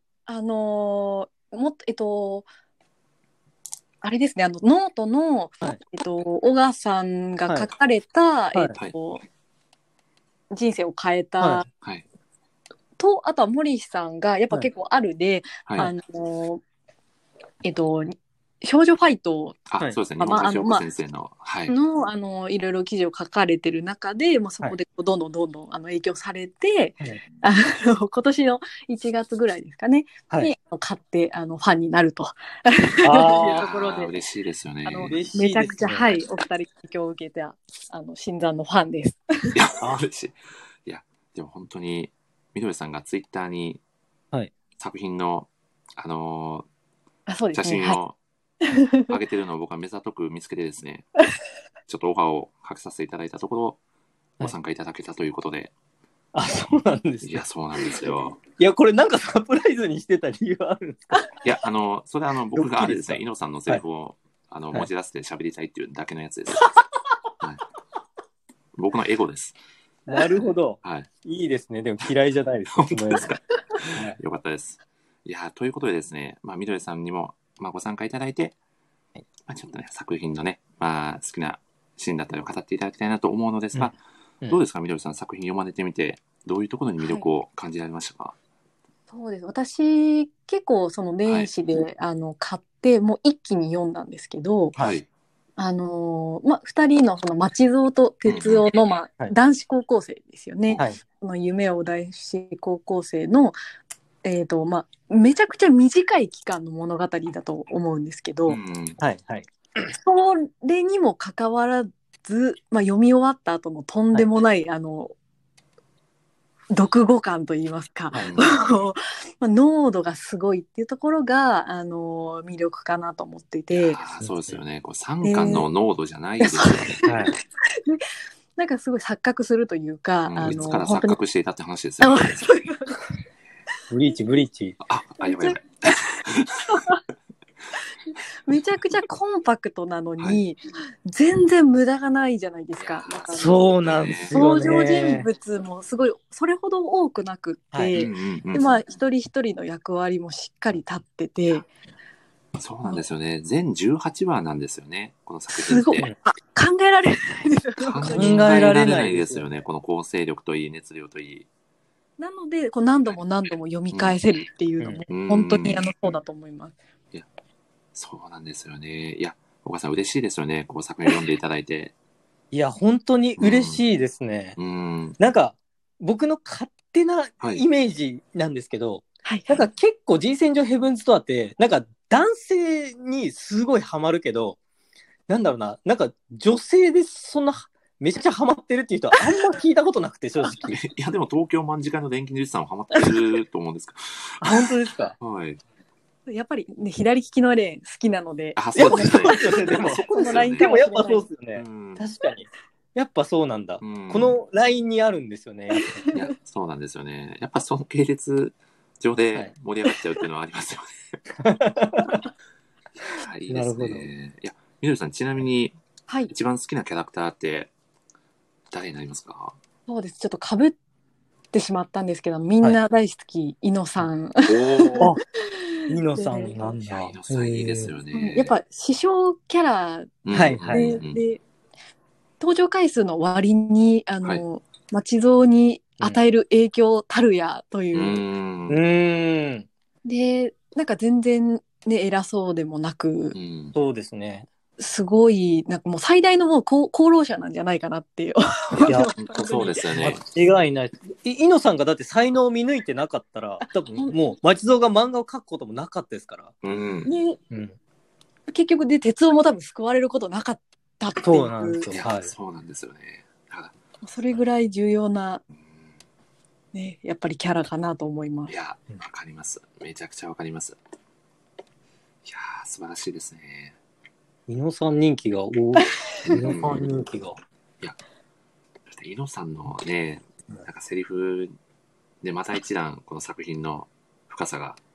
[SPEAKER 3] あれですね、ノートの、小賀さんが書かれた、人生を変えた、と、あとは森さんがやっぱ結構あるで、少女ファイト、
[SPEAKER 1] そうですね、日本橋陽子先生の、
[SPEAKER 3] いろいろ記事を書かれてる中で、そこでどんどん影響されて、今年の1月ぐらいですかね、に買ってファンになるというところで、
[SPEAKER 1] 嬉しいですよね。
[SPEAKER 3] めちゃくちゃ、お二人影響を受けた新参のファンです。
[SPEAKER 1] いや、嬉しい。いや、でも本当にみどりさんがツイッターに作品の写真を上げてるのを僕は目ざとく見つけてですね、ちょっとオファーをかけさせていただいたところ、ご参加いただけたということで。
[SPEAKER 2] そうなんですね。
[SPEAKER 1] いや、そうなんですよ。
[SPEAKER 2] いや、これなんかサプライズにしてた理由はあるんですか？
[SPEAKER 1] いや、それは僕があれですね、イノさんのセリフを、文字出して喋りたいっていうだけのやつです。僕のエゴです。
[SPEAKER 2] なるほど。いいですね。でも嫌いじゃないです。
[SPEAKER 1] 本当ですか。よかったです。いや、ということでですね、みどりさんにも、ご参加いただいて、ちょっとね、作品のね、好きなシーンだったりを語っていただきたいなと思うのですが、どうですか、みどりさん、作品読まれてみて、どういうところに魅力を感じられましたか？
[SPEAKER 3] そうです。私、結構その年始で、買ってもう一気に読んだんですけど、
[SPEAKER 1] はい。
[SPEAKER 3] 2人のその町蔵と哲夫の、
[SPEAKER 2] はい
[SPEAKER 3] 男子高校生ですよね。
[SPEAKER 2] はい。
[SPEAKER 3] その夢を男子高校生の、めちゃくちゃ短い期間の物語だと思うんですけど、
[SPEAKER 2] はいはい。
[SPEAKER 3] それにもかかわらず、読み終わった後のとんでもない、読後感といいますか、濃度がすごいっていうところが、魅力かなと思っていて。
[SPEAKER 1] そうですよね。こう3巻の濃度じゃないですよね。
[SPEAKER 2] はい。
[SPEAKER 3] なんかすごい錯覚するというか、
[SPEAKER 1] いつから錯覚していたって話ですよね。
[SPEAKER 2] ブリーチ。
[SPEAKER 1] やばいやばい。
[SPEAKER 3] めちゃくちゃコンパクトなのに、全然無駄がないじゃないですか。
[SPEAKER 2] そうなんですよね。
[SPEAKER 3] 登場人物もすごいそれほど多くなくって、で一人一人の役割もしっかり立ってて。
[SPEAKER 1] そうなんですよね。全18話なんですよね。この作品って。
[SPEAKER 3] すごい。考えられないですよね。
[SPEAKER 1] 考えられないですよね。この構成力といい、熱量といい。
[SPEAKER 3] なので、何度も何度も読み返せるっていうのも、本当にそうだと思います。
[SPEAKER 1] いや、そうなんですよね。いや、お母さん嬉しいですよね。こう作品読んでいただいて。
[SPEAKER 2] いや、本当に嬉しいですね。なんか、僕の勝手なイメージなんですけど、なんか結構人選上ヘブンズドアって、なんか男性にすごいハマるけど、なんだろうな、なんか女性でそんなめちゃくちゃハマってるっていう人はあんま聞いたことなくて、正直。
[SPEAKER 1] いや、でも東京卍会の錬金術師さんはハマってると思うんですか。
[SPEAKER 2] 本当ですか。
[SPEAKER 1] はい。
[SPEAKER 3] やっぱりね、左利きのレーン好きなので。
[SPEAKER 1] そうですね。
[SPEAKER 2] でも、でもやっぱそうですよね。確かに。やっぱそうなんだ。このラインにあるんですよね。
[SPEAKER 1] いや、そうなんですよね。やっぱその系列上で盛り上がっちゃうっていうのはありますよね。いいですね。いや、みどりさん、ちなみに、一番好きなキャラクターって誰になりますか？
[SPEAKER 3] そうです。ちょっと被ってしまったんですけど、みんな大好き、イノさん。
[SPEAKER 2] イノさんなんだ。
[SPEAKER 1] イノさんいいですよね。
[SPEAKER 3] やっぱ師匠キャラで、登場回数の割に、町蔵に与える影響たるやという。で、なんか全然ね、偉そうでもなく、
[SPEAKER 2] そうですね。
[SPEAKER 3] すごい、なんかもう最大のもう功労者なんじゃないかなっていう。
[SPEAKER 1] いや、そうですよね。
[SPEAKER 2] 間違いない。イノさんがだって才能を見抜いてなかったら、多分もう町蔵が漫画を描くこともなかったですから。
[SPEAKER 3] 結局で哲夫も多分救われることなかったっていう。
[SPEAKER 2] そうなんですよ。
[SPEAKER 1] そうなんですよね。
[SPEAKER 3] それぐらい重要な、ね、やっぱりキャラかなと思います。
[SPEAKER 1] いや、わかります。めちゃくちゃわかります。いやー、素晴らしいですね。
[SPEAKER 2] イノさん人気が多い。イノさん人気が。
[SPEAKER 1] いや、イノさんのね、なんかセリフでまた一段この作品の深さが。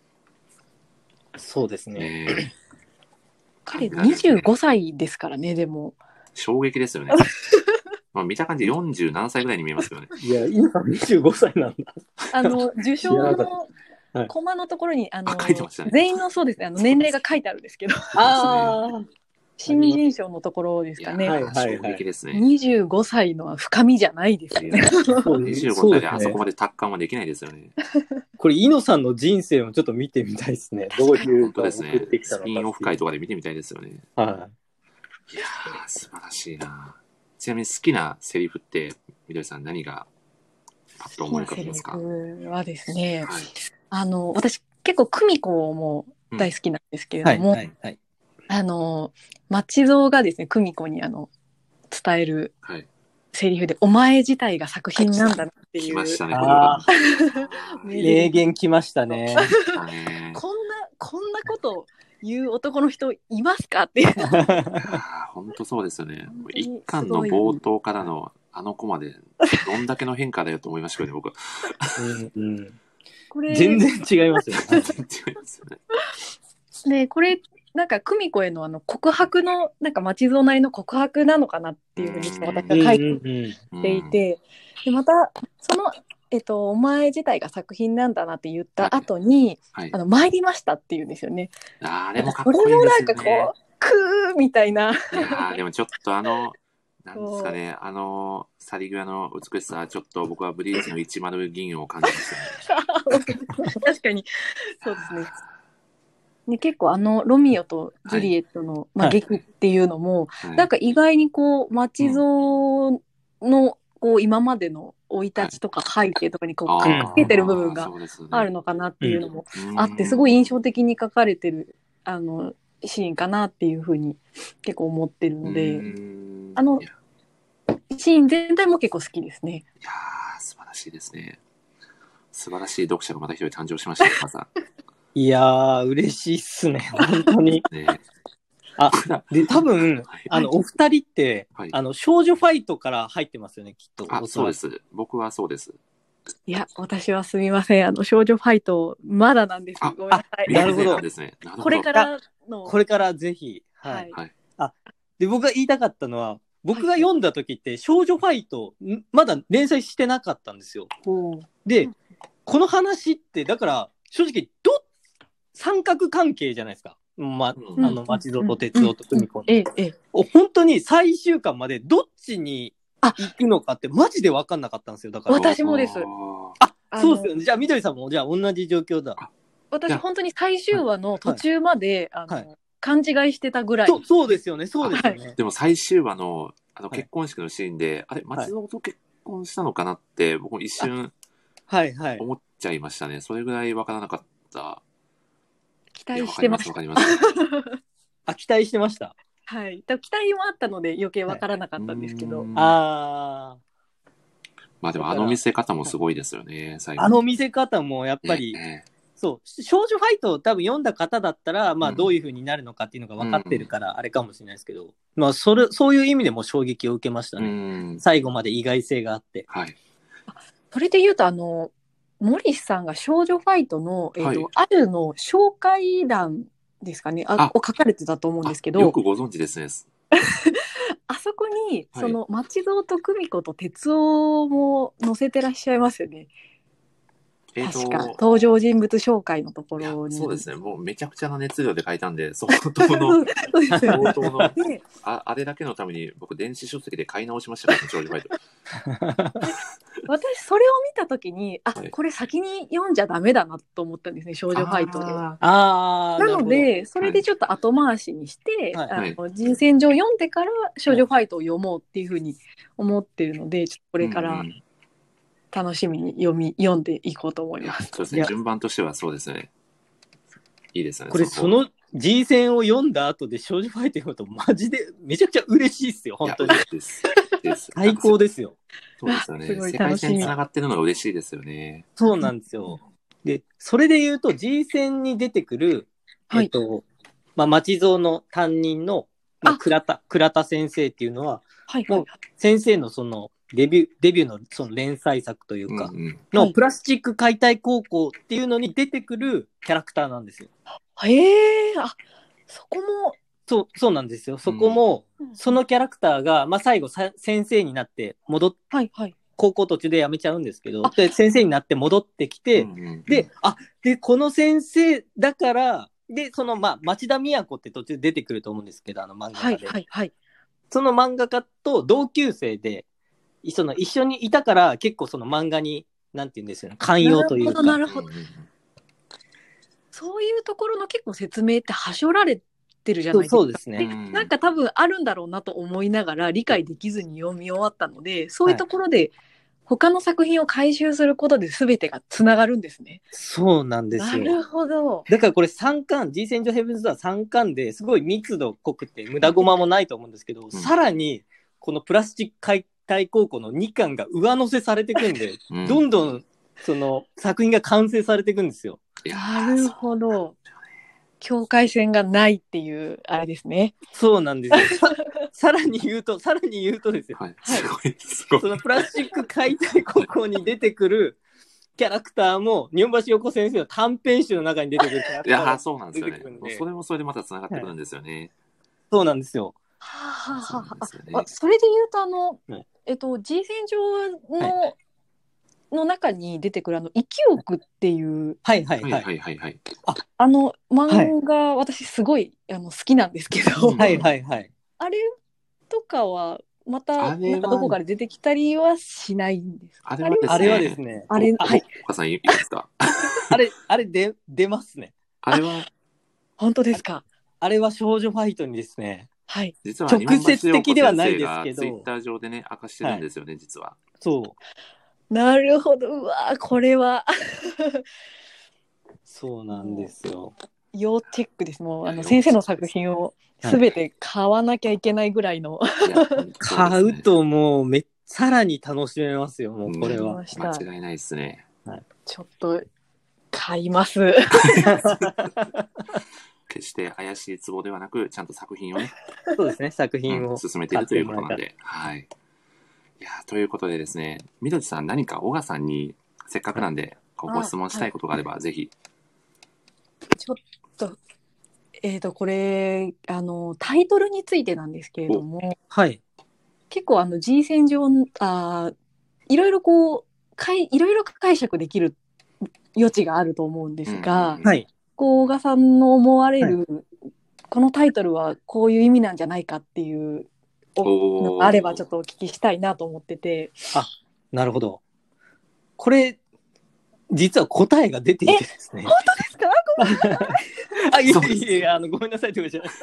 [SPEAKER 2] そうですね。
[SPEAKER 3] 彼25歳ですからね、でも。
[SPEAKER 1] 衝撃ですよね。見た感じ40何歳ぐらいに見えますよね。
[SPEAKER 2] いや、今25歳なんだ。
[SPEAKER 3] 受賞のコマのところに
[SPEAKER 1] 書いてましたね。
[SPEAKER 3] 全員のそうですね、年齢が書いてあるんですけど。新人賞のところですかね。
[SPEAKER 1] 衝撃ですね。
[SPEAKER 3] 25歳のは深みじゃないですよね。
[SPEAKER 1] 25歳であそこまで達観はできないですよね。
[SPEAKER 2] これ、イノさんの人生もちょっと見てみたいですね。どういう
[SPEAKER 1] 本当ですね。スピンオフ会とかで見てみたいですよね。いやー、素晴らしいな。ちなみに好きなセリフって、みどりさん何がパッと思い浮かびますか？
[SPEAKER 3] セリフはですね、私結構久美子も大好きなんですけれども、町蔵がですね、久美子に伝えるセリフで、お前自体が作品なんだなっていう。
[SPEAKER 1] 来ましたね、これは。
[SPEAKER 2] 名言来ましたね。
[SPEAKER 3] こんなこと言う男の人いますかっていう。
[SPEAKER 1] 本当そうですよね。一巻の冒頭からのあの子まで、どんだけの変化だよと思いましたけどね、僕は。
[SPEAKER 2] 全然違いますよね。
[SPEAKER 1] 全然違いますよね。
[SPEAKER 3] で、これ、なんか久美子への告白の、なんか町蔵なりの告白なのかなっていうふうに私は書いていて、で、また、その、お前自体が作品なんだなって言った後に、参りましたって言うんですよね。
[SPEAKER 1] あれもかっこいいですよね。
[SPEAKER 3] これもなんかこう、クーみたいな。
[SPEAKER 1] いやでもちょっとなんですかね、去り際の美しさ、ちょっと僕はブリーチの10銀を感じましたね。
[SPEAKER 3] 確かに、そうですね。 で結構ロミオとジュリエットの、まあ、
[SPEAKER 2] はい
[SPEAKER 3] 劇っていうのも、
[SPEAKER 1] はい
[SPEAKER 3] なんか意外にこう町蔵のこう今までの生い立ちとか背景とかにこう
[SPEAKER 1] あー
[SPEAKER 3] かけてる部分が
[SPEAKER 1] そうですね
[SPEAKER 3] あるのかなっていうのも
[SPEAKER 1] うん
[SPEAKER 3] あって、すごい印象的に書かれてるシーンかなっていうふうに結構思ってるので、
[SPEAKER 1] いや
[SPEAKER 3] シーン全体も結構好きですね。
[SPEAKER 1] いやー素晴らしいですね。素晴らしい読者がまた一人誕生しましたね、まさ
[SPEAKER 2] いやー、嬉しいっすね。本当に。
[SPEAKER 1] ね。
[SPEAKER 2] あ、で、多分、
[SPEAKER 1] はい
[SPEAKER 2] お二人って、
[SPEAKER 1] はい
[SPEAKER 2] 少女ファイトから入ってますよね、きっと。
[SPEAKER 1] あ、そうです。僕はそうです。
[SPEAKER 3] いや、私はすみません。少女ファイト、まだなんです。ごめんなさい。
[SPEAKER 2] なるほど
[SPEAKER 1] なんですね。なるほど
[SPEAKER 3] これからの。
[SPEAKER 2] これからぜひ。はい。
[SPEAKER 1] はい。
[SPEAKER 2] で、僕が言いたかったのは、僕が読んだ時って少女ファイト、まだ連載してなかったんですよ。で、この話って、だから、正直、三角関係じゃないですか。町蔵と鉄夫と久美子の。本当に最終巻までどっちに行くのかってマジで分かんなかったんですよ。だから。
[SPEAKER 3] 私もです。
[SPEAKER 2] そうですよね。じゃあ、みどりさんも、じゃあ同じ状況だ。
[SPEAKER 3] 私、本当に最終話の途中まで、勘違いしてたぐらい。
[SPEAKER 2] そうですよね。そうですよね。
[SPEAKER 1] でも最終話の、結婚式のシーンで、あれ、松蔵と結婚したのかなって、僕も一瞬、思っちゃいましたね。それぐらい分からなかった。
[SPEAKER 3] 期待してました。
[SPEAKER 1] わかります。
[SPEAKER 2] 期待してました。
[SPEAKER 3] はい。期待もあったので余計分からなかったんですけど。
[SPEAKER 1] まあでも見せ方もすごいですよね、最
[SPEAKER 2] 後。見せ方もやっぱり、そう、少女ファイトを多分読んだ方だったら、まあどういう風になるのかっていうのが分かってるからあれかもしれないですけど、まあそういう意味でも衝撃を受けましたね。最後まで意外性があって。
[SPEAKER 1] はい。
[SPEAKER 3] それで言うとモリスさんが少女ファイトの、あるの紹介欄ですかね、を書かれてたと思うんですけど。
[SPEAKER 1] よくご存知ですね。
[SPEAKER 3] あそこに、その町蔵と久美子と鉄夫も載せてらっしゃいますよね。確か登場人物紹介のところに。
[SPEAKER 1] そうですね。もうめちゃくちゃな熱量で書いたんで、相当のあれだけのために僕電子書籍で買い直しましたからね、少女ファイト。
[SPEAKER 3] 私それを見たときに、これ先に読んじゃダメだなと思ったんですね、少女ファイトで。なのでそれでちょっと後回しにして、人選上読んでから少女ファイトを読もうっていうふうに思ってるので、ちょっとこれから楽しみに読んでいこうと思います。
[SPEAKER 1] そうですね。順番としてはそうですね。いいですね。
[SPEAKER 2] これその G 戦を読んだ後で少女ファイト読むとマジでめちゃくちゃ嬉しいっすよ、本当に。最高ですよ。
[SPEAKER 1] そうですよね。世界線に繋がってるのが嬉しいですよね。
[SPEAKER 2] そうなんですよ。で、それで言うと G 戦に出てくる、町蔵の担任の倉田先生っていうのは、もう先生のそのデビューのその連載作というか、のプラスチック解体高校っていうのに出てくるキャラクターなんですよ。
[SPEAKER 3] そこも。
[SPEAKER 2] そうなんですよ。そこも、そのキャラクターが、まあ最後先生になって高校途中で辞めちゃうんですけど、で先生になって戻ってきて、で、この先生だから、で、その町田都って途中出てくると思うんですけど、漫画家で。その漫画家と同級生で、一緒にいたから結構その漫画になんて言うんですよね、寛容というか。
[SPEAKER 3] なるほど。そういうところの結構説明ってはしょられてるじゃないですか。
[SPEAKER 2] そうですね。
[SPEAKER 3] なんか多分あるんだろうなと思いながら理解できずに読み終わったので、そういうところで他の作品を回収することで全てがつながるんですね。
[SPEAKER 2] そうなんですよ。
[SPEAKER 3] なるほど。
[SPEAKER 2] だからこれ3巻、G 戦場ヘブンズは3巻ですごい密度濃くて無駄駒もないと思うんですけど、さらにこのプラスチック解体高校の2巻が上乗せされていくんで、どんどんその作品が完成されていくんですよ。
[SPEAKER 3] なるほど。境界線がないっていうあれですね。
[SPEAKER 2] そうなんですよ。さらに言うとですよ。
[SPEAKER 1] すごい。
[SPEAKER 2] そのプラスチック解体高校に出てくるキャラクターも日本橋横先生の短編集の中に出てくるキャラクターが
[SPEAKER 1] そうなんですよね。それもそれでまたつながってくるんですよね。
[SPEAKER 2] そうなんですよ。
[SPEAKER 3] それで言うとG 戦場の中に出てくる生き億っていう漫画、私すごい好きなんですけど、あれとかはまたなんかどこかで出てきたりはしないんですか？
[SPEAKER 2] あれはですね。
[SPEAKER 1] お母さんいいですか？
[SPEAKER 2] あれ出ますね。
[SPEAKER 1] あれは
[SPEAKER 3] 本当ですか？
[SPEAKER 2] あれは少女ファイトにですね、
[SPEAKER 3] はい。
[SPEAKER 1] 実は
[SPEAKER 2] 直接的ではないですけど、
[SPEAKER 1] ツイッター上でね、明かしてるんですよね、実は。
[SPEAKER 2] そう。
[SPEAKER 3] なるほど。うわー、これは
[SPEAKER 2] そうなんですよ。
[SPEAKER 3] 要チェックです。もう
[SPEAKER 1] いや
[SPEAKER 3] 先生の作品を
[SPEAKER 2] はい
[SPEAKER 3] すべて買わなきゃいけないぐらいの、
[SPEAKER 1] いや、そうですね
[SPEAKER 2] 買うともうさらに楽しめますよ、もうこれは。
[SPEAKER 1] 間違いないですね。
[SPEAKER 3] ちょっと買います。
[SPEAKER 1] 決して怪しいツボではなく、ちゃんと作品をね、
[SPEAKER 2] そうですね、作品を
[SPEAKER 1] 進めているということなんで。はい。いや、ということでですね、みどりさん何か小川さんにせっかくなんで、ご質問したいことがあれば、ぜひ。
[SPEAKER 3] ちょっと、これ、タイトルについてなんですけれども、
[SPEAKER 2] はい。
[SPEAKER 3] 結構G 戦上、いろいろこう、いろいろ解釈できる余地があると思うんですが、
[SPEAKER 2] はい。
[SPEAKER 3] こう、小賀さんの思われる、このタイトルはこういう意味なんじゃないかっていうのがあればちょっとお聞きしたいなと思ってて。
[SPEAKER 2] あ、なるほど。これ、実は答えが出ていてですね。
[SPEAKER 3] 本当ですか？ごめんなさい。
[SPEAKER 2] あ、いや、ごめんなさいってことじゃない。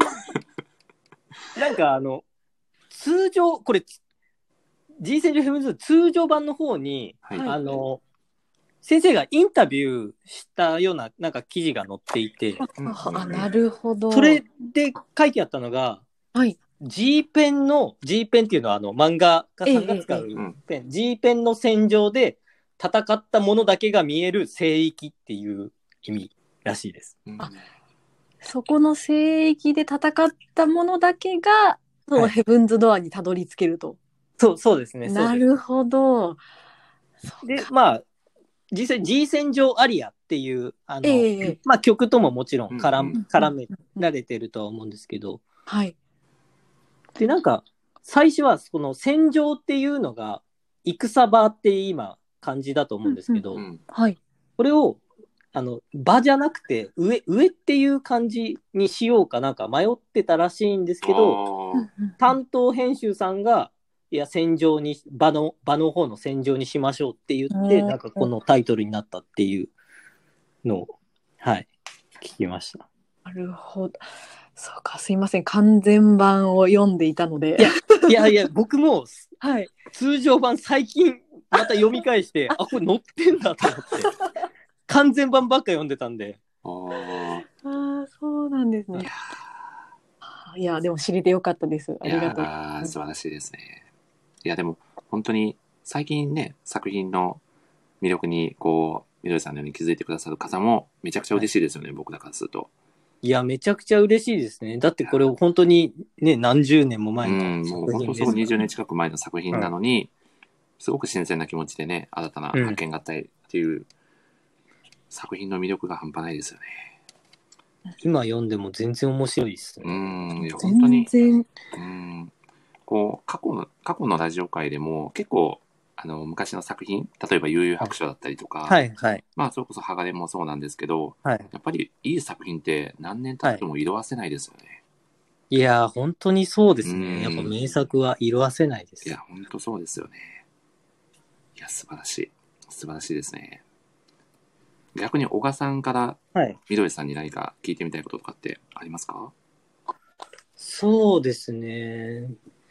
[SPEAKER 2] なんか通常、これ、G 戦場フェムズ通常版の方に、
[SPEAKER 1] はい、
[SPEAKER 2] 先生がインタビューしたような、なんか記事が載っていて、
[SPEAKER 3] なるほど。
[SPEAKER 2] それで書いてあったのが、
[SPEAKER 3] はい。
[SPEAKER 2] G ペンっていうのは漫画家さんが使うペン、G ペンの戦場で戦ったものだけが見える聖域っていう意味らしいです。
[SPEAKER 3] そこの聖域で戦ったものだけが、そのヘブンズドアにたどり着けると。
[SPEAKER 2] そうですね。
[SPEAKER 3] なるほど。
[SPEAKER 2] で、まあ、実際 G 戦場アリアっていうまあ、曲とももちろん絡められてるとは思うんですけど、
[SPEAKER 3] はい。
[SPEAKER 2] で、なんか最初はこの戦場っていうのが戦場って今漢字だと思うんですけど、
[SPEAKER 3] はい。
[SPEAKER 2] これを場じゃなくて上っていう漢字にしようかなんか迷ってたらしいんですけど、担当編集さんがいや戦場に場の方の戦場にしましょうって言ってなんかこのタイトルになったっていうのをはい聞きました。
[SPEAKER 3] なるほど。そうか、すいません、完全版を読んでいたので。
[SPEAKER 2] いや僕も、
[SPEAKER 3] はい、
[SPEAKER 2] 通常版最近また読み返してあこれ載ってんだと思って完全版ばっか読んでたんで。
[SPEAKER 3] そうなんですね。いやでも知れてよかったです。ありがとう。
[SPEAKER 1] 素晴らしいですね。いやでも本当に最近ね作品の魅力にこうみどりさんのように気づいてくださる方もめちゃくちゃ嬉しいですよね、僕らからすると。
[SPEAKER 2] いやめちゃくちゃ嬉しいですね。だってこれ本当にね何十年も前の
[SPEAKER 1] もう本当そう20年近く前の作品なのに、すごく新鮮な気持ちでね新たな発見があったりっていう、作品の魅力が半端ないですよね。
[SPEAKER 2] 今読んでも全然面白いですね。
[SPEAKER 1] いや本当にこう過去のラジオ界でも結構昔の作品、例えば悠々白書だったりとか、まあそれこそ鋼もそうなんですけど、やっぱりいい作品って何年経っても色あせないですよね。
[SPEAKER 2] いや本当にそうですね。やっぱ名作は色あせないです。
[SPEAKER 1] いや本当そうですよね。いや素晴らしいですね。逆に小賀さんからみどりさんに何か聞いてみたいこととかってありますか？
[SPEAKER 2] そうですね。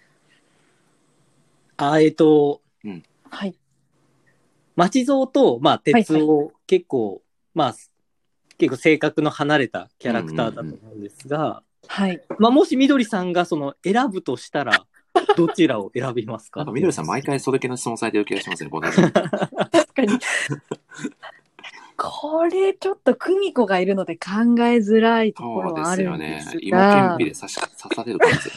[SPEAKER 3] はい。
[SPEAKER 2] 町蔵と、まあ、鉄夫、結構性格の離れたキャラクターだと思うんですが、まあ、もしみどりさんが選ぶとしたら、どちらを選びますか？
[SPEAKER 1] なんかみどりさん毎回それ系の質問されてる気がしますね、この
[SPEAKER 3] 確かに。これちょっと久美子がいるので考えづらいところはあるんですが。そうですよね。
[SPEAKER 1] 芋けんぴで刺される感じ。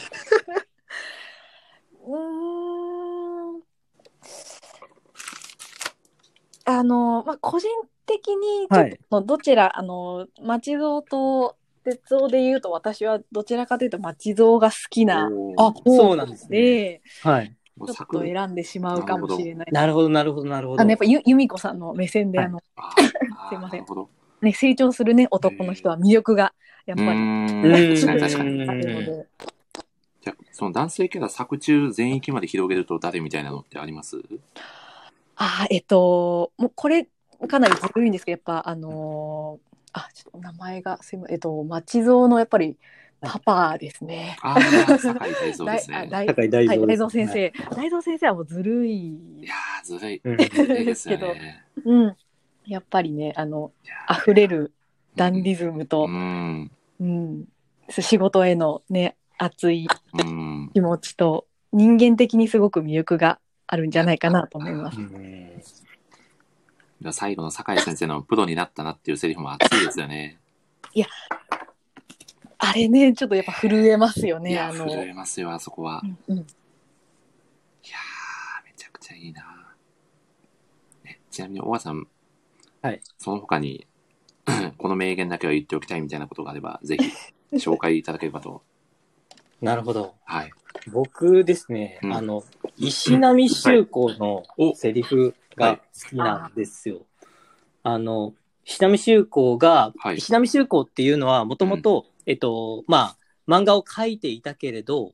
[SPEAKER 3] まあ、個人的にちょっとどちら、町蔵と鉄夫で言うと私はどちらかというと町蔵が好きな
[SPEAKER 2] そうなんですね。はい。
[SPEAKER 3] ちょっと選んでしまうかもしれない。
[SPEAKER 2] なるほど。
[SPEAKER 3] やっぱ由美子さんの目線ですいません。ね、成長するね男の人は魅力がやっぱり
[SPEAKER 1] 確かに。じゃあその男性キャラ作中全域まで広げると誰みたいなのってあります？
[SPEAKER 3] もうこれかなりずるいんですけどやっぱちょっと名前がすいません、町蔵のやっぱりパパですね。
[SPEAKER 1] 酒井大蔵ですね。
[SPEAKER 2] 酒井大蔵、
[SPEAKER 3] 大蔵先生。大蔵先生はもうずるい。
[SPEAKER 1] いやー、ずるい。
[SPEAKER 3] ですけど、やっぱりね、溢れるダンディズムと、仕事へのね、熱い気持ちと、人間的にすごく魅力があるんじゃないかなと思います。
[SPEAKER 1] 最後の酒井先生のプロになったなっていうセリフも熱いですよね。
[SPEAKER 3] いや、あれね、ちょっとやっぱ震えますよね。
[SPEAKER 1] 震えますよ、あそこは。いやー、めちゃくちゃいいな。ちなみに、小川さん、その他に、この名言だけは言っておきたいみたいなことがあれば、ぜひ紹介いただければと。
[SPEAKER 2] なるほど。
[SPEAKER 1] はい。
[SPEAKER 2] 僕ですね、石波秀子のセリフが好きなんですよ。石波秀子が、石波秀子っていうのはもともと、漫画を描いていたけれど、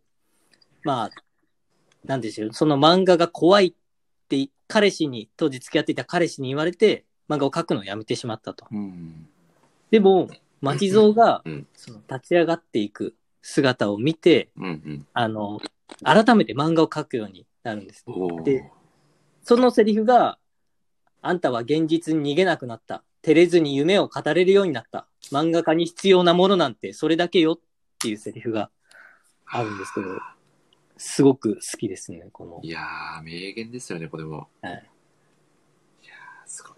[SPEAKER 2] なんでしょう、その漫画が怖いって当時付き合っていた彼氏に言われて、漫画を描くのをやめてしまったと。でも、町蔵が、その立ち上がっていく姿を見て、改めて漫画を描くようになるんです。で、そのセリフが、あんたは現実に逃げなくなった。照れずに夢を語れるようになった。漫画家に必要なものなんてそれだけよっていうセリフがあるんですけど、すごく好きですね、この。
[SPEAKER 1] いやー、名言ですよね、これも。いやー、すご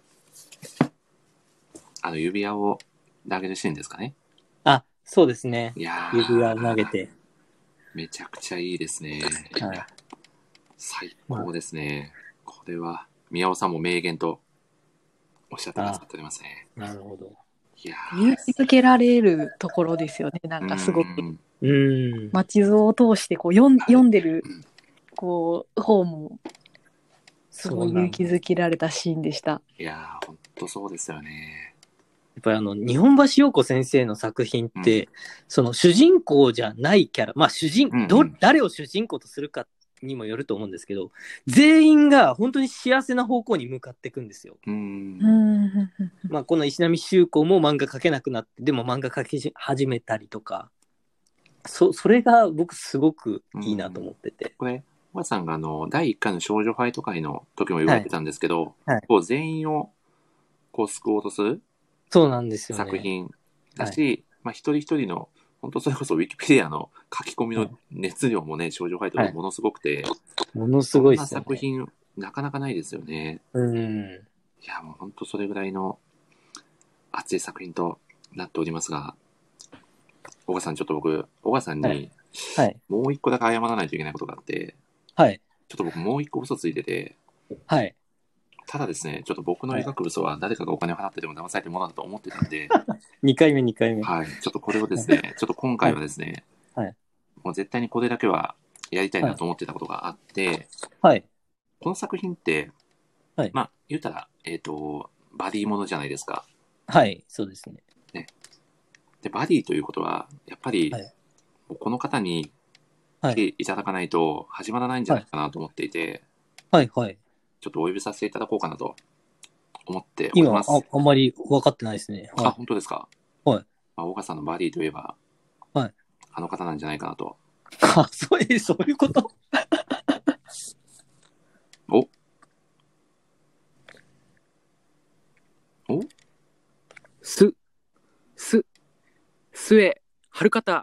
[SPEAKER 1] い。指輪を投げるシーンですかね。
[SPEAKER 2] そうですね。指輪を投げて。
[SPEAKER 1] めちゃくちゃいいですね。最高ですね。これは、宮尾さんも名言とおっしゃってくださっておりますね。
[SPEAKER 2] なるほど。
[SPEAKER 1] いや
[SPEAKER 3] 勇気づけられるところですよね。なんかすごく。町蔵を通してこう読んでる方もすごい勇気づけられたシーンでした。
[SPEAKER 1] いやー、ほんとそうですよね。
[SPEAKER 2] やっぱり日本橋陽子先生の作品って、その主人公じゃないキャラ、誰を主人公とするかにもよると思うんですけど、全員が本当に幸せな方向に向かっていくんですよ。この石波秀子も漫画描けなくなって、でも漫画描き始めたりとか、それが僕すごくいいなと思ってて。
[SPEAKER 1] これ、小川さんが第1回の少女ファイト会の時も言われてたんですけど、こう全員をこう救おうとする
[SPEAKER 2] そうなんですよね。
[SPEAKER 1] 作品だし、一人一人の、本当それこそウィキペディアの書き込みの熱量もね、少女ファイトがものすごくて、
[SPEAKER 2] ものすごいです
[SPEAKER 1] ね。こんな作品、なかなかないですよね。いや、もう本当それぐらいの熱い作品となっておりますが、小川さん、ちょっと僕、小川さんに、もう一個だけ謝らないといけないことがあって、ちょっと僕もう一個嘘ついてて、ただですね、ちょっと僕の医学部は誰かがお金を払ってでも騙されてるものだと思ってたんで、
[SPEAKER 2] 2回目。
[SPEAKER 1] ちょっとこれをですね、ちょっと今回はですね、もう絶対にこれだけはやりたいなと思ってたことがあって、この作品って、言ったら、バディものじゃないですか。
[SPEAKER 2] そうですね。
[SPEAKER 1] で、バディということは、やっぱり、この方に来ていただかないと始まらないんじゃないかなと思っていて、ちょっとお呼びさせていただこうかなと思っております。
[SPEAKER 2] 今、あんまり分かってないですね。
[SPEAKER 1] 本当ですか。大川さんのバディといえば、あの方なんじゃないかなと。
[SPEAKER 2] そういうこと
[SPEAKER 4] 末春方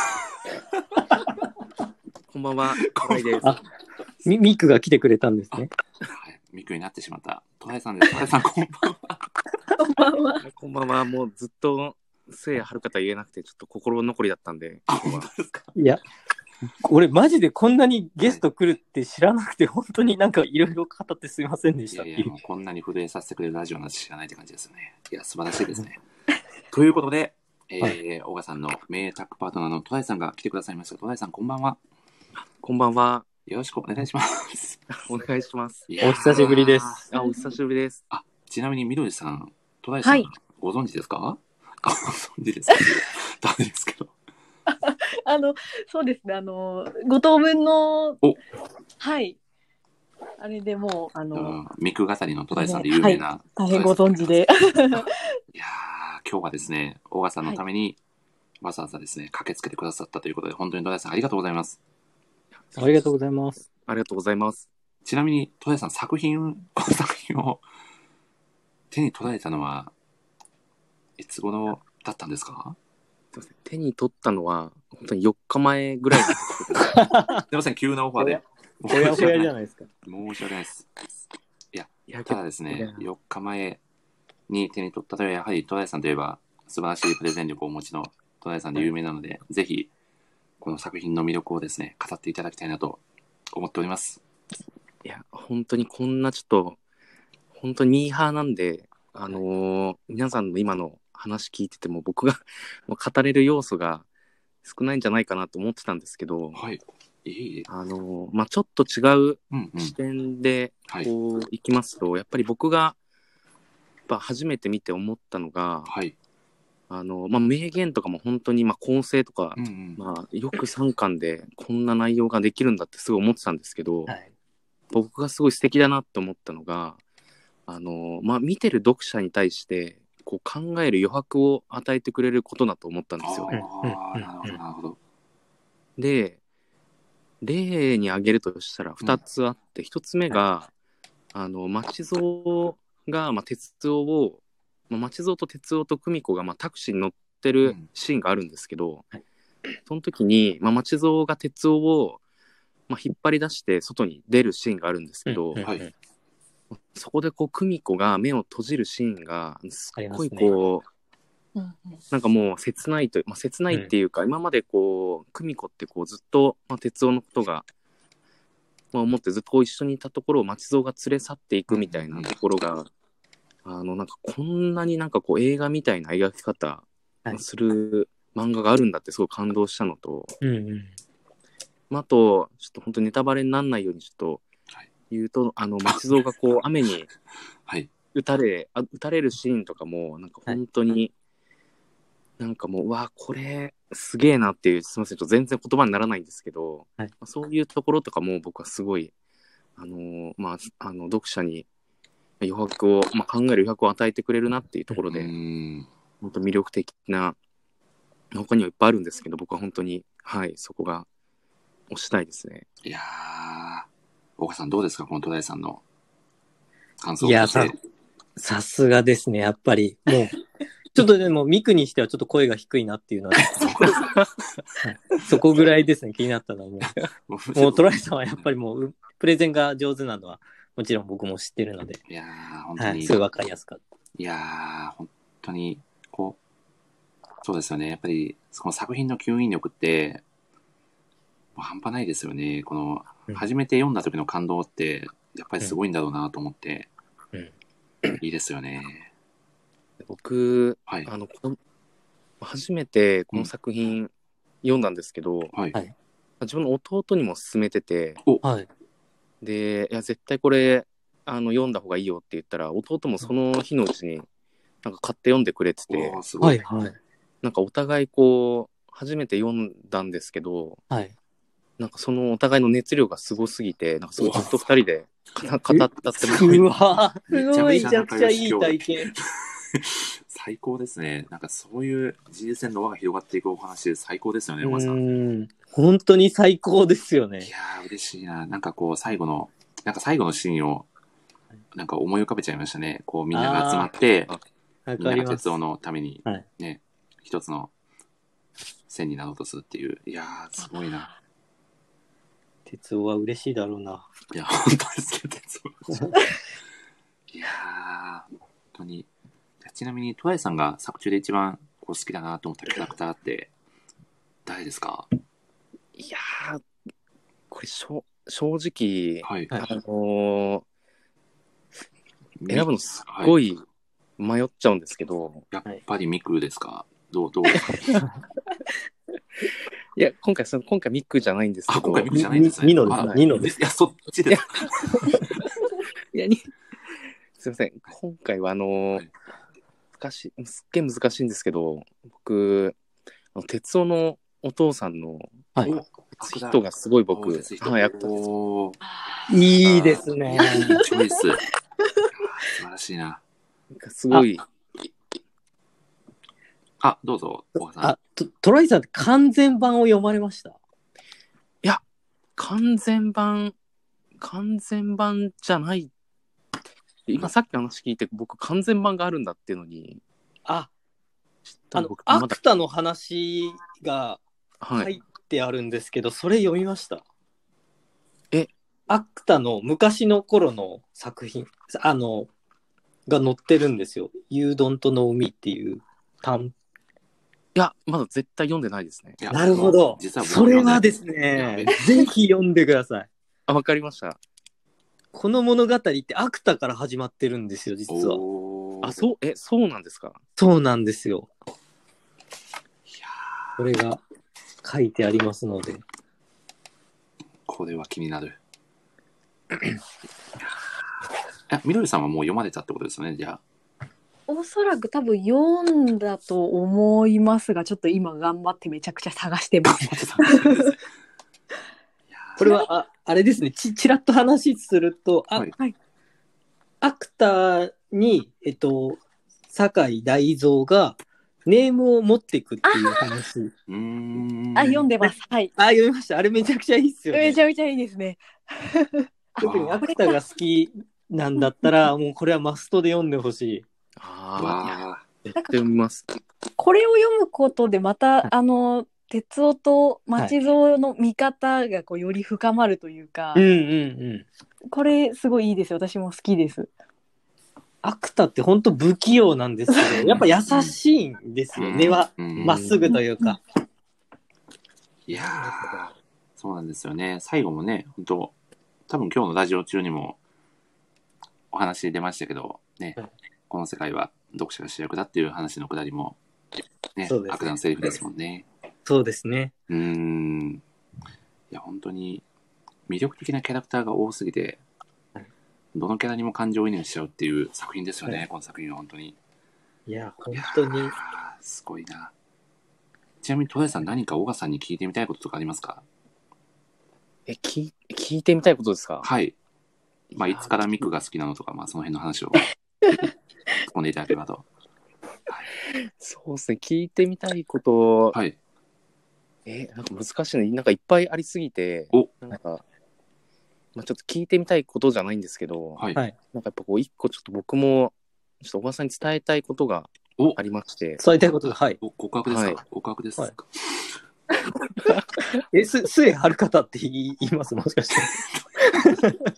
[SPEAKER 4] こんばんは、トライです。
[SPEAKER 2] ミクが来てくれたんですね。
[SPEAKER 1] ミクになってしまった。トライさんです。トライさん、こんばんは。
[SPEAKER 3] こんばんは。
[SPEAKER 4] こんばんは。もうずっと末春方言えなくて、ちょっと心残りだったんで。
[SPEAKER 1] 本当ですか。
[SPEAKER 2] いや、俺マジでこんなにゲスト来るって知らなくて、本当になんかいろいろ語ってすみませんでした。
[SPEAKER 1] いやもうこんなに震えさせてくれるラジオなんて知らないって感じですよね。いや、素晴らしいですね。ということで、小川さんの名卓パートナーのトライさんが来てくださいました。トライさん、こんばんは。
[SPEAKER 4] こんばんは。
[SPEAKER 1] よろしくお願いします。
[SPEAKER 4] お願いします。
[SPEAKER 2] お久しぶりです。
[SPEAKER 4] お久しぶりです。
[SPEAKER 1] ちなみにみどりさん、トライさん、ご存知ですか？ご存知ですか？ダメですけど。
[SPEAKER 3] そうですね、五等分の、あれでもう、
[SPEAKER 1] ミク語りのトライさんで有名な。
[SPEAKER 3] 大変ご存知で。
[SPEAKER 1] いやー、 今日はですね、大川さんのために、わざわざですね、駆けつけてくださったということで、本当に戸田さんありがとうございます。
[SPEAKER 2] ありがとうございます。
[SPEAKER 4] ありがとうございます。
[SPEAKER 1] ちなみに、戸田さん、この作品を手に取られたのは、いつ頃だったんですか？
[SPEAKER 4] すいません。手に取ったのは、本当に4日前ぐらいなんですけど。
[SPEAKER 1] すいません、急なオファーで。
[SPEAKER 2] ほやほやじゃないですか。
[SPEAKER 1] 申し訳ないです。いや、ただですね、4日前に手に取ったというやはり戸田さんといえば、素晴らしいプレゼン力をお持ちの戸田さんで有名なので、ぜひ、この作品の魅力をですね、語っていただきたいなと思っております。
[SPEAKER 4] いや、本当にこんなちょっと、本当にミーハーなんで、皆さんの今の話聞いてても僕がもう語れる要素が少ないんじゃないかなと思ってたんですけど、
[SPEAKER 1] はい。ち
[SPEAKER 4] ょっと違う視点でこういきますと、やっぱり僕がやっぱ初めて見て思ったのが、
[SPEAKER 1] はい。
[SPEAKER 4] 名言とかも本当に構成とか、よく3巻でこんな内容ができるんだってすごい思ってたんですけど、僕がすごい素敵だなって思ったのが、見てる読者に対してこう考える余白を与えてくれることだと思ったんですよね。
[SPEAKER 1] なるほど。
[SPEAKER 4] で、例に挙げるとしたら2つあって、1つ目が、町蔵が、鉄夫を、町蔵と鉄夫と久美子が、タクシーに乗ってるシーンがあるんですけど、その時に、町蔵が鉄夫を、引っ張り出して外に出るシーンがあるんですけど、そこでこう久美子が目を閉じるシーンがすっごいこう、なんかもう切ないと、切ないっていうか、今までこう久美子ってこうずっと、鉄夫のことが、思ってずっと一緒にいたところを町蔵が連れ去っていくみたいなところが、なんかこんなになんかこう映画みたいな描き方する漫画があるんだってすごい感動したのと、あとちょっと本当ネタバレにならないようにちょっと言うと、町蔵がこう雨に打たれるシーンとかもなんか本当に、なんかもうこれすげえなっていう、すみませんちょっと全然言葉にならないんですけど、そういうところとかも僕はすごい読者に余白を、考える余白を与えてくれるなっていうところで、本当魅力的な、他にはいっぱいあるんですけど、僕は本当にそこが推したいですね。
[SPEAKER 1] いやー、大川さんどうですか、この戸田さんの感想を聞いて。
[SPEAKER 2] いや、さすがですね、やっぱり。もう、ちょっとでも、ミクにしてはちょっと声が低いなっていうのは、そこぐらいですね、気になったのはもうトライさんはやっぱりもう、プレゼンが上手なのは、もちろん僕も知ってるので、
[SPEAKER 1] いやー、本当に。
[SPEAKER 2] すごいわかりやすかった。
[SPEAKER 1] いやー、本当に、そうですよね。やっぱり、この作品の吸引力って、半端ないですよね。この、初めて読んだ時の感動って、やっぱりすごいんだろうなと思って、いいですよね。
[SPEAKER 4] 僕、初めてこの作品読んだんですけど、自分の弟にも勧めてて、で、いや、絶対これ、読んだ方がいいよって言ったら、弟もその日のうちに、なんか買って読んでくれてて、なんかお互いこう、初めて読んだんですけど、なんかそのお互いの熱量がすごすぎて、なんかすごいずっと二人で語ったってます。
[SPEAKER 2] うわすごい、めちゃくちゃいい体験。
[SPEAKER 1] 最高ですね。なんかそういう人生の輪が広がっていくお話で最高ですよね、小川さん。
[SPEAKER 2] 本当に最高ですよね。
[SPEAKER 1] いやー、嬉しいな。なんかこう、最後のシーンを、なんか思い浮かべちゃいましたね。こう、みんなが集まって、みんなが鉄夫のために、ね、一つの線になろうとするっていう。いやー、すごいな。
[SPEAKER 2] 鉄夫は嬉しいだろうな。
[SPEAKER 1] いや、本当ですけど、鉄夫。いやー、本当に。ちなみに、トワイさんが作中で一番好きだなと思ったキャラクターって誰ですか？
[SPEAKER 4] いやー、これ正直、選ぶのすっごい迷っちゃうんですけど、
[SPEAKER 1] やっぱりミクですか？どうですか？
[SPEAKER 4] いや、今回ミックじゃないんですけど。
[SPEAKER 1] 今回ミックじゃないんですね。
[SPEAKER 2] ニノです。
[SPEAKER 1] いや、そっちです。
[SPEAKER 4] いや、すいません。今回はすっげえ難しいんですけど、僕、鉄夫のお父さんの人がすごい僕、やったんですよ。
[SPEAKER 2] いいですね。
[SPEAKER 1] チョイス。素晴らしいな。
[SPEAKER 4] すごい。
[SPEAKER 1] あ、どうぞ、小川さん。
[SPEAKER 2] トライさんって完全版を読まれました？
[SPEAKER 4] いや、完全版じゃない。今さっきの話聞いて、僕完全版があるんだっていうのに。
[SPEAKER 2] アクタの話が入ってあるんですけど、それ読みました？アクタの昔の頃の作品、が載ってるんですよ。You Don't Know Me っていう
[SPEAKER 4] いや、まだ絶対読んでないですね。
[SPEAKER 2] なるほど。それはですね、ぜひ読んでください。
[SPEAKER 4] わかりました。
[SPEAKER 2] この物語ってアクタから始まってるんですよ、実は。
[SPEAKER 4] そうなんですか？
[SPEAKER 2] そうなんですよ。これが書いてありますので。
[SPEAKER 1] これは気になる。みどりさんはもう読まれたってことですよね、じゃあ。
[SPEAKER 3] おそらく多分読んだと思いますが、ちょっと今頑張ってめちゃくちゃ探してます。
[SPEAKER 2] これはあれですね、ちらっと話すると、
[SPEAKER 3] はい、
[SPEAKER 2] アクタに、酒井大蔵がネームを持っていくっていう話。
[SPEAKER 3] 読んでます。はい。
[SPEAKER 2] 読みました。あれめちゃくちゃいいっすよね。
[SPEAKER 3] めちゃめちゃいいですね。
[SPEAKER 2] 特にアクタが好きなんだったら、もうこれはマストで読んでほしい。
[SPEAKER 4] 読みます。
[SPEAKER 3] これを読むことでまた、哲夫と町蔵の見方がこうより深まるというか、これすごいいいですよ。私も好きです。
[SPEAKER 2] アクタって本当不器用なんですけど、やっぱ優しいんですよ。根はまっすぐというか。
[SPEAKER 1] いやー、そうなんですよね。最後もね、本当多分今日のラジオ中にもお話出ましたけど、ね、この世界は読者が主役だっていう話のくだりも、ね、アクタのセリフですもんね。
[SPEAKER 2] そうですね。
[SPEAKER 1] いや、本当に魅力的なキャラクターが多すぎて、どのキャラにも感情移入しちゃうっていう作品ですよね、この作品は本当に。
[SPEAKER 2] いや、本当に。
[SPEAKER 1] すごいな。ちなみに、戸田さん、何か小川さんに聞いてみたいこととかありますか？
[SPEAKER 4] 聞いてみたいことですか？
[SPEAKER 1] はい。まあ、いつからミクが好きなのとか、まあ、その辺の話を突っ込んでいただければと。
[SPEAKER 4] そうですね、聞いてみたいこと、
[SPEAKER 1] はい。
[SPEAKER 4] なんか難しいね。なんかいっぱいありすぎて、なんか、まあ、ちょっと聞いてみたいことじゃないんですけど、
[SPEAKER 1] はい。
[SPEAKER 4] なんかやっぱこう一個ちょっと僕も、ちょっと小川さんに伝えたいことがありまして。
[SPEAKER 2] 伝えたいことが、はい。
[SPEAKER 1] 告白ですか？告白ですか？
[SPEAKER 2] 末はるかたって言いますもしかして。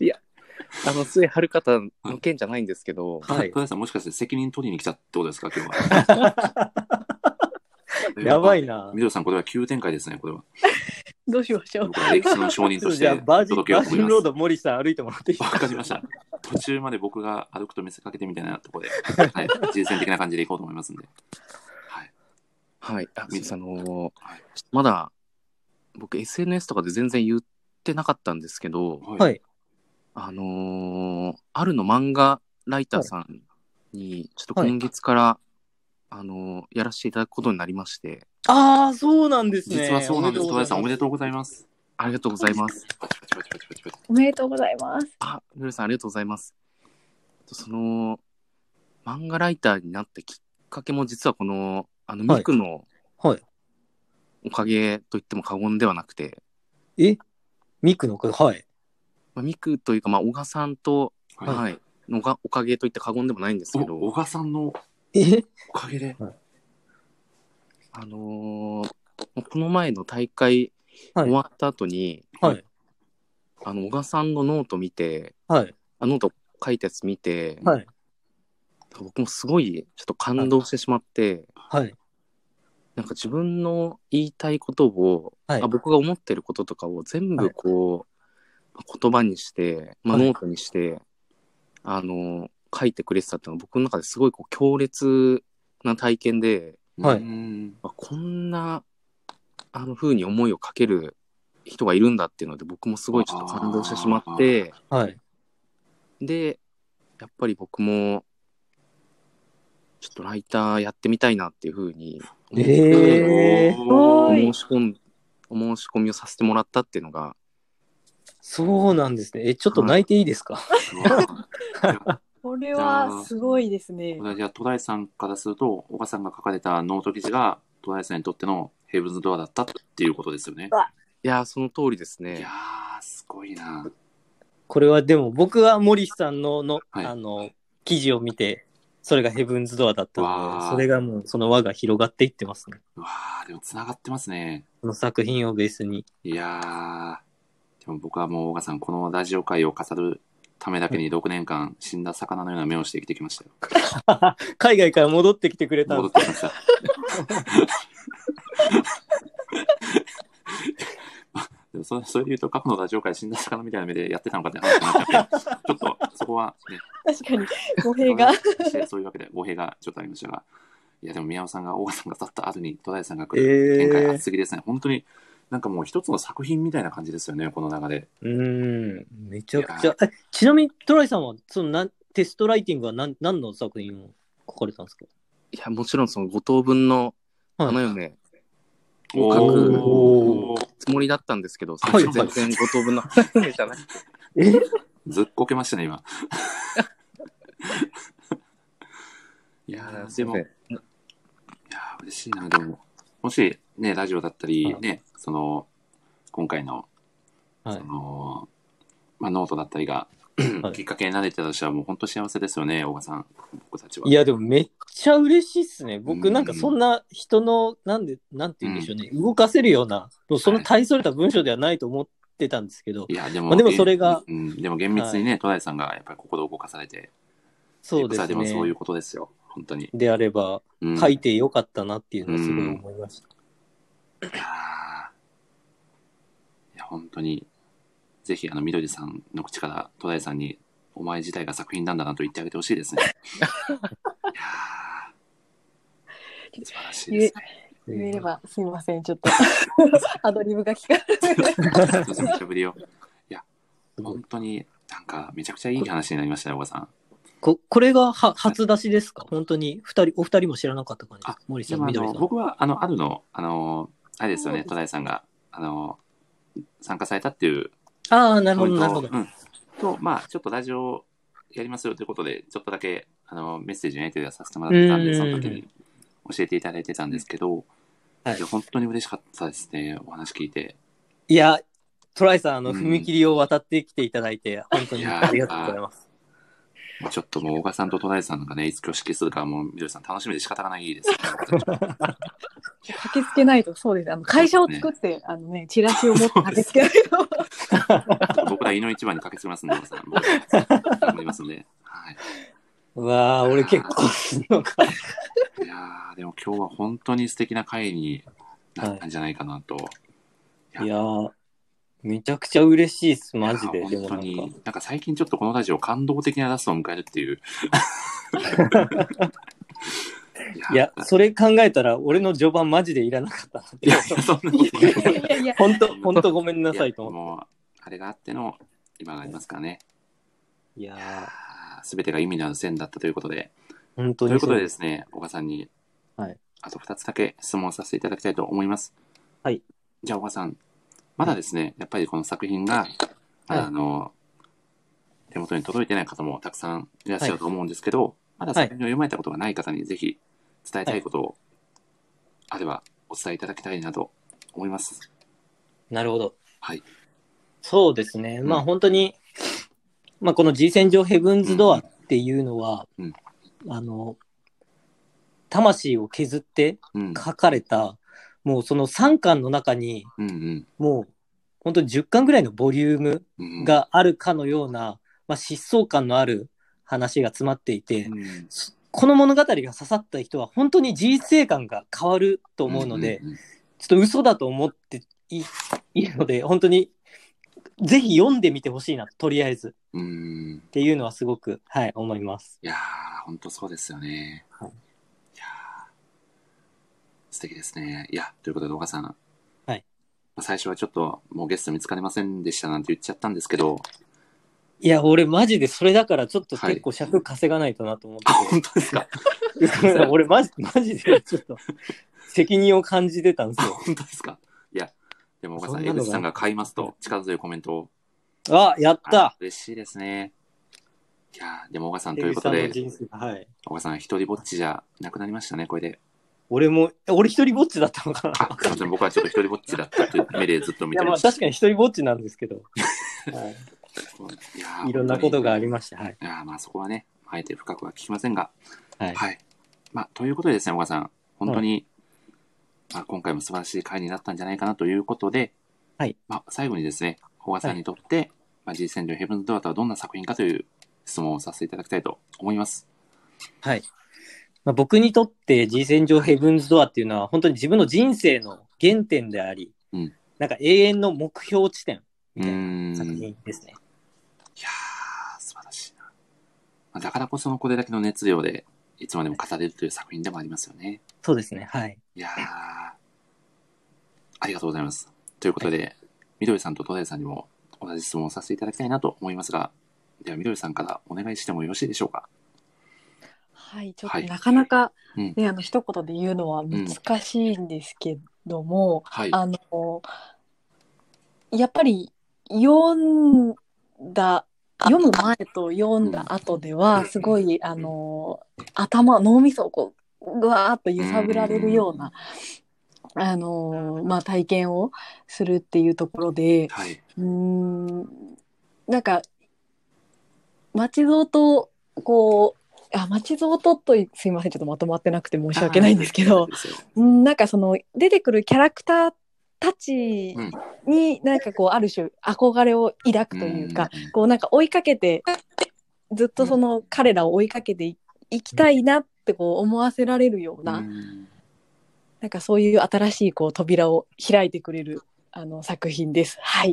[SPEAKER 4] いや、末はるかたの件じゃないんですけど。
[SPEAKER 1] 戸田さん、もしかして責任取りに来たってことですか、今日は。
[SPEAKER 2] やばいな。
[SPEAKER 1] みどりさん、これは急展開ですね、これは。
[SPEAKER 3] どうしましょう。
[SPEAKER 1] 歴史の証人として
[SPEAKER 2] じゃあバージンロード森さん歩いてもらっていいですか？
[SPEAKER 1] わかりました。途中まで僕が歩くと見せかけてみたいなところで、はい、実践的な感じでいこうと思いますんで。はい。
[SPEAKER 4] はい。まだ僕 SNS とかで全然言ってなかったんですけど、
[SPEAKER 2] はい。
[SPEAKER 4] あるの漫画ライターさんにちょっと今月から、やらせていただくことになりまして。
[SPEAKER 2] ああ、そうなんですね。
[SPEAKER 1] 実はそうなんです。戸田さん、おめでとうございます。
[SPEAKER 4] ありがとうございます。
[SPEAKER 3] おめでとうございます。
[SPEAKER 4] みどりさん、ありがとうございます。その、漫画ライターになったきっかけも実はこの、ミクのおかげと言っても過言ではなくて。
[SPEAKER 2] ミクのおかげ、はい。
[SPEAKER 4] ミクというか、小賀さんと、のがおかげと言って過言でもないんですけど。
[SPEAKER 1] 小賀さんのおかげで。
[SPEAKER 4] この前の大会終わった後に、小賀さんのノート見て、ノート書いたやつ見て、僕もすごいちょっと感動してしまって、なんか自分の言いたいことを、僕が思ってることとかを全部こう、言葉にして、ノートにして、書いてくれてたっていうのが僕の中ですごいこう強烈な体験で、こんな風に思いをかける人がいるんだっていうので僕もすごいちょっと感動してしまって、でやっぱり僕もちょっとライターやってみたいなっていう風に思ってお申し込みをさせてもらったっていうのが。
[SPEAKER 2] そうなんですね。ちょっと泣いていいですか？
[SPEAKER 3] これはすごいですね。
[SPEAKER 1] これはじゃあ、戸田井さんからすると、岡さんが書かれたノート記事が、戸田井さんにとってのヘブンズドアだったっていうことですよね。
[SPEAKER 4] いやー、その通りですね。
[SPEAKER 1] いやー、すごいな。
[SPEAKER 2] これはでも僕は森さんの
[SPEAKER 1] はい、
[SPEAKER 2] 記事を見て、それがヘブンズドアだったので、それがもうその輪が広がっていってますね。
[SPEAKER 1] うわー、でも繋がってますね。
[SPEAKER 2] この作品をベースに。
[SPEAKER 1] いやー、でも僕はもう岡さん、このラジオ会を語るためだけに6年間死んだ魚のような目をして生きてきましたよ。
[SPEAKER 2] 海外から戻ってきてくれたんです
[SPEAKER 1] 戻ってきました。でもそれで言うと過去のラジオ界死んだ魚みたいな目でやってたのかって話になっちゃって、ちょっとそこはね、
[SPEAKER 3] 確かに語弊が
[SPEAKER 1] そういうわけで語弊がちょっとありましたが、いやでも宮尾さんが大川さんが去った後に戸田井さんが来る展開熱すぎですね。本当になんかもう一つの作品みたいな感じですよね、この流れ。
[SPEAKER 2] めちゃくちゃ。ちなみにトライさんはテストライティングは何の作品を書かれたんですか？
[SPEAKER 4] いや、もちろんその5等分の花嫁を書くつもりだったんですけど、全然5等分の花嫁じゃない。
[SPEAKER 1] ずっこけましたね、今。いやでも、いや嬉しいな、でも、もしね、ラジオだったり、ね、その、今回の、その、まあ、ノートだったりが、きっかけになれてたとしたら、もう本当幸せですよね、大賀さん、僕たちは。
[SPEAKER 2] いや、でもめっちゃ嬉しいっすね。僕なんかそんな人の、なんて言うんでしょうね、動かせるような、その大それた文章ではないと思ってたんですけど、
[SPEAKER 1] いや、でも、
[SPEAKER 2] まあ、でもそれが、
[SPEAKER 1] でも厳密にね、戸田さんがやっぱり心を動かされて、
[SPEAKER 2] そうですね。
[SPEAKER 1] でもそういうことですよ、本当に。
[SPEAKER 2] であれば、書いてよかったなっていうのはすごい思いました。
[SPEAKER 1] いや、本当に、ぜひ、みどりさんの口から、戸田さんに、お前自体が作品なんだなと言ってあげてほしいですね。いや素晴らしいですね。
[SPEAKER 3] 言えればすみません、ちょっとアドリブが聞か
[SPEAKER 1] れる。いや、本当になんかめちゃくちゃいい話になりましたよ、小川さん。
[SPEAKER 2] これが初出しですか？本当にお二人も知らなかった感じですか？森さん、みどりさん。
[SPEAKER 1] 僕はあれですよね、戸田さんが参加されたっていう。
[SPEAKER 2] ああ、なるほど、なるほど。
[SPEAKER 1] と、まあちょっとラジオやりますよということで、ちょっとだけメッセージのやり取りをさせてもらってたんで、その時に教えていただいてたんですけど、いや本当に嬉しかったですね、お話聞いて。
[SPEAKER 2] いや、トライさん、踏切を渡ってきていただいて、本当にありがとうございます。
[SPEAKER 1] ちょっともう、小川さんとトライさんがね、いつ挙式するか、もう、みどりさん楽しみで仕方がないですね。
[SPEAKER 3] 駆けつけないと、そうです。会社を作って、チラシを持って駆けつけないと。
[SPEAKER 1] 僕ら、井の一番に駆けつけますんで、小川さん。頑張りますんで。はい。
[SPEAKER 2] うわー、俺結構するのか。い
[SPEAKER 1] やー、でも今日は本当に素敵な回になったんじゃないかなと。
[SPEAKER 2] いやー、めちゃくちゃ嬉しいっす、マジで。
[SPEAKER 1] 本当に、なんか最近ちょっとこのラジオ感動的なラストを迎えるっていう。
[SPEAKER 2] いや、それ考えたら、俺の序盤マジでいらなかった。
[SPEAKER 1] いや、そんなことない。
[SPEAKER 2] 本当ごめんなさいと思って。
[SPEAKER 1] もう、あれがあっての今がありますからね。
[SPEAKER 2] いや
[SPEAKER 1] ー、すべてが意味のある線だったということで。
[SPEAKER 2] 本当に。
[SPEAKER 1] ということでですね、小川さんに、
[SPEAKER 2] はい。
[SPEAKER 1] あと2つだけ質問させていただきたいと思います。
[SPEAKER 2] はい。
[SPEAKER 1] じゃあ、小川さん、まだですね、やっぱりこの作品が、手元に届いてない方もたくさんいらっしゃると思うんですけど、まだ作品を読まれたことがない方にぜひ伝えたいことをあればお伝えいただきたいなと思います。
[SPEAKER 2] なるほど。
[SPEAKER 1] はい。
[SPEAKER 2] そうですね。まあ本当に、まあこの G 戦場ヘブンズドアっていうのは、魂を削って書かれた、もうその3巻の中に、もう本当に10巻ぐらいのボリュームがあるかのような、まあ、疾走感のある話が詰まっていて、この物語が刺さった人は本当に人生観が変わると思うので、ちょっと嘘だと思っているので、本当にぜひ読んでみてほしいな、とりあえず。っていうのはすごく、はい、思います。
[SPEAKER 1] いやー、本当そうですよね。はい、いや素敵ですね。いや、ということで、小川さん。
[SPEAKER 2] はい。
[SPEAKER 1] 最初はちょっと、もうゲスト見つかりませんでしたなんて言っちゃったんですけど。
[SPEAKER 2] いや、俺マジでそれだからちょっと結構尺稼がないとなと思って。
[SPEAKER 1] 本当ですか
[SPEAKER 2] 俺マジでちょっと責任を感じてたんですよ。
[SPEAKER 1] 本当ですか。いや、でも小川さん、江口さんが買いますと力強いコメントを。
[SPEAKER 2] あ、やった。
[SPEAKER 1] 嬉しいですね。 いやでも小川さんということで、
[SPEAKER 2] はい、
[SPEAKER 1] 小川さん一人ぼっちじゃなくなりましたね、これで。
[SPEAKER 2] 俺一人ぼっちだったのかな。
[SPEAKER 1] すみません、僕はちょっと一人ぼっちだったという目でずっと見てました。
[SPEAKER 2] いや、まあ確かに一人ぼっちなんですけど、はい、いろんなことがありました。はい。
[SPEAKER 1] いやまあそこはね、あえて深くは聞きませんが、
[SPEAKER 2] はい。
[SPEAKER 1] はい。まあということでですね、小川さん、本当に、まあ、今回も素晴らしい回になったんじゃないかなということで、
[SPEAKER 2] はい。
[SPEAKER 1] まあ最後にですね、小川さんにとって、まあ、G戦場ヘブンズドアとはどんな作品かという質問をさせていただきたいと思います。
[SPEAKER 2] はい。まあ、僕にとって G 戦場ヘブンズドアっていうのは本当に自分の人生の原点であり、なんか永遠の目標地点みたいな作品ですね。
[SPEAKER 1] いやー、素晴らしいな。まあ、だからこそのこれだけの熱量でいつまでも語れるという作品でもありますよね。
[SPEAKER 2] そうですね。はい。
[SPEAKER 1] いやー、ありがとうございます。ということで、みどりさんと戸田さんにも同じ質問をさせていただきたいなと思いますが、ではみどりさんからお願いしてもよろしいでしょうか。
[SPEAKER 3] はい、ちょっとなかなか、ね、一言で言うのは難しいんですけども、やっぱり読む前と読んだ後では、すごい、脳みそをこう、ぐわーっと揺さぶられるような、まあ、体験をするっていうところで、なんか、町蔵と、こう、町蔵とすいません、ちょっとまとまってなくて申し訳ないんですけど、なんかその、出てくるキャラクターたちになんかこうある種憧れを抱くというか、こうなんか追いかけてずっとその彼らを追いかけていきたいなってこう思わせられるような、なんかそういう新しいこう扉を開いてくれる作品です。はい。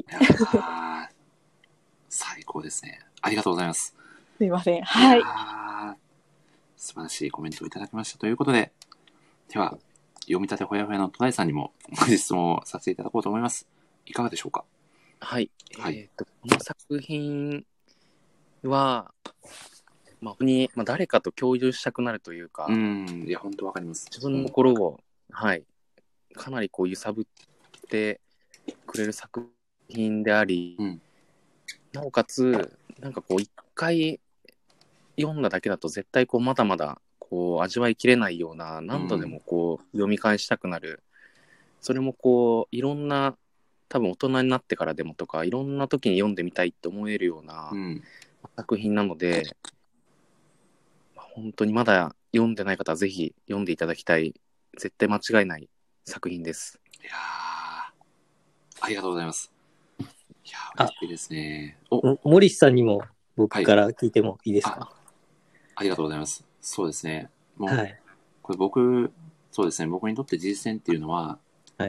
[SPEAKER 1] 最高ですね。ありがとうございます。
[SPEAKER 3] すいません。はい。
[SPEAKER 1] 素晴らしいコメントをいただきましたということで、では読み立てほやほやの戸田さんにもご質問をさせていただこうと思います。いかがでしょうか。
[SPEAKER 4] はい。この作品は、まあ、本当に、誰かと共有したくなるというか、
[SPEAKER 1] いや、本当わかります。
[SPEAKER 4] 自分の心を、はい、かなりこう揺さぶってくれる作品であり、なおかつ、なんかこう、一回読んだだけだと絶対こう、まだまだ、こう味わいきれないような、何度でもこう読み返したくなる、それもこういろんな多分大人になってからでもとかいろんな時に読んでみたいって思えるような作品なので、本当にまだ読んでない方はぜひ読んでいただきたい、絶対間違いない作品です。
[SPEAKER 1] いやありがとうございます。いや嬉しいですね。
[SPEAKER 2] 森さんにも僕から聞いてもいいですか。
[SPEAKER 1] ありがとうございます。そうですね。もう、これ僕にとって人生っていうのは、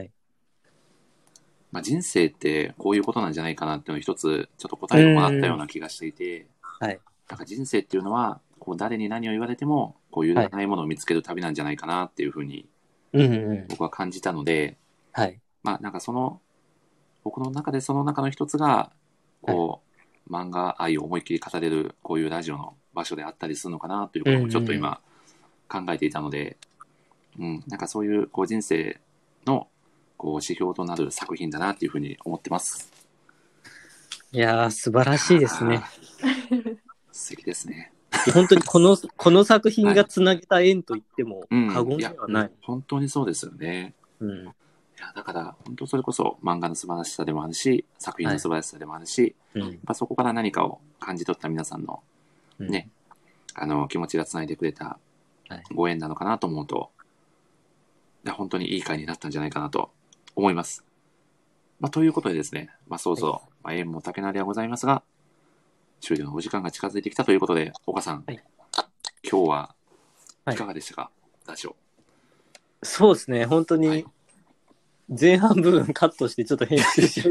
[SPEAKER 1] まあ、人生ってこういうことなんじゃないかなっていうのを一つちょっと答えをもらったような気がしていて、なんか人生っていうのはこう誰に何を言われてもこう揺るがないものを見つける旅なんじゃないかなっていうふうに僕は感じたので、まあなんか僕の中でその中の一つがこう、漫画愛を思いっきり語れるこういうラジオの場所であったりするのかなということをちょっと今考えていたので、なんかそういうこう人生のこう指標となる作品だなっていうふうに思ってます。
[SPEAKER 2] いやー素晴らしいですね。
[SPEAKER 1] 素敵ですね。
[SPEAKER 2] 本当にこの作品がつなげた縁と言っても過言ではない。
[SPEAKER 1] 本当にそうですよね。いやだから本当それこそ漫画の素晴らしさでもあるし、作品の素晴らしさでもあるし、やっぱそこから何かを感じ取った皆さんのね、気持ちがつないでくれたご縁なのかなと思うと、本当にいい回になったんじゃないかなと思います。ということでですね、そうそう、縁も竹なりはございますが、終了のお時間が近づいてきたということで、岡さん、今日はいかがでしたか、ラジオ。
[SPEAKER 2] そうですね、本当に前半部分カットしてちょっと編集して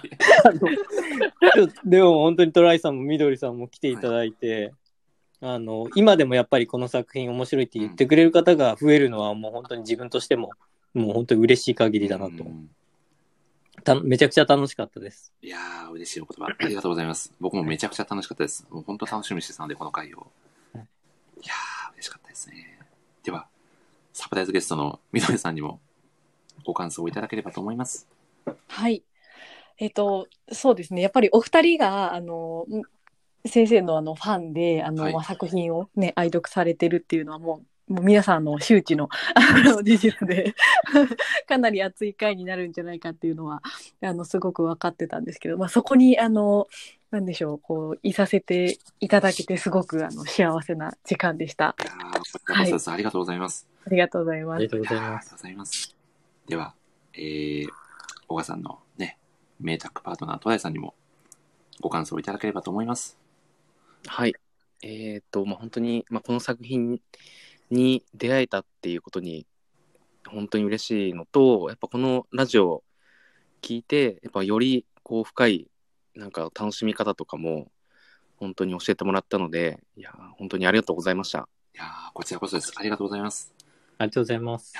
[SPEAKER 2] でも本当にトライさんもみどりさんも来ていただいて、今でもやっぱりこの作品面白いって言ってくれる方が増えるのはもう本当に自分としてももう本当に嬉しい限りだなと。めちゃくちゃ楽しかったです。
[SPEAKER 1] いやー嬉しいお言葉ありがとうございます。僕もめちゃくちゃ楽しかったです。もう本当楽しみにしてたのでこの回を。いやー嬉しかったですね。ではサプライズゲストのみどりさんにもご感想をいただければと思います。
[SPEAKER 3] はい。そうですね。やっぱりお二人が先生のファンで
[SPEAKER 1] はい
[SPEAKER 3] 作品をね愛読されてるっていうのはもう皆さん周知の事実でかなり熱い回になるんじゃないかっていうのはすごく分かってたんですけど、そこになんでしょう、こういさせていただけてすごく幸せな時間でした。
[SPEAKER 1] いやー、こちらこそです。ありがとうございます。
[SPEAKER 3] ありがとうございます。
[SPEAKER 2] ありがとうございます。
[SPEAKER 1] ありがとうございます。では、小川さんのね、名作パートナー、戸田さんにもご感想いただければと思います。
[SPEAKER 4] はい。本当に、この作品に出会えたっていうことに本当に嬉しいのと、やっぱこのラジオを聞いて、やっぱよりこう深いなんか楽しみ方とかも本当に教えてもらったので、いや本当にありがとうございました。
[SPEAKER 1] いやこちらこそです。ありがとうございます。
[SPEAKER 2] ありがとうございます。
[SPEAKER 1] いや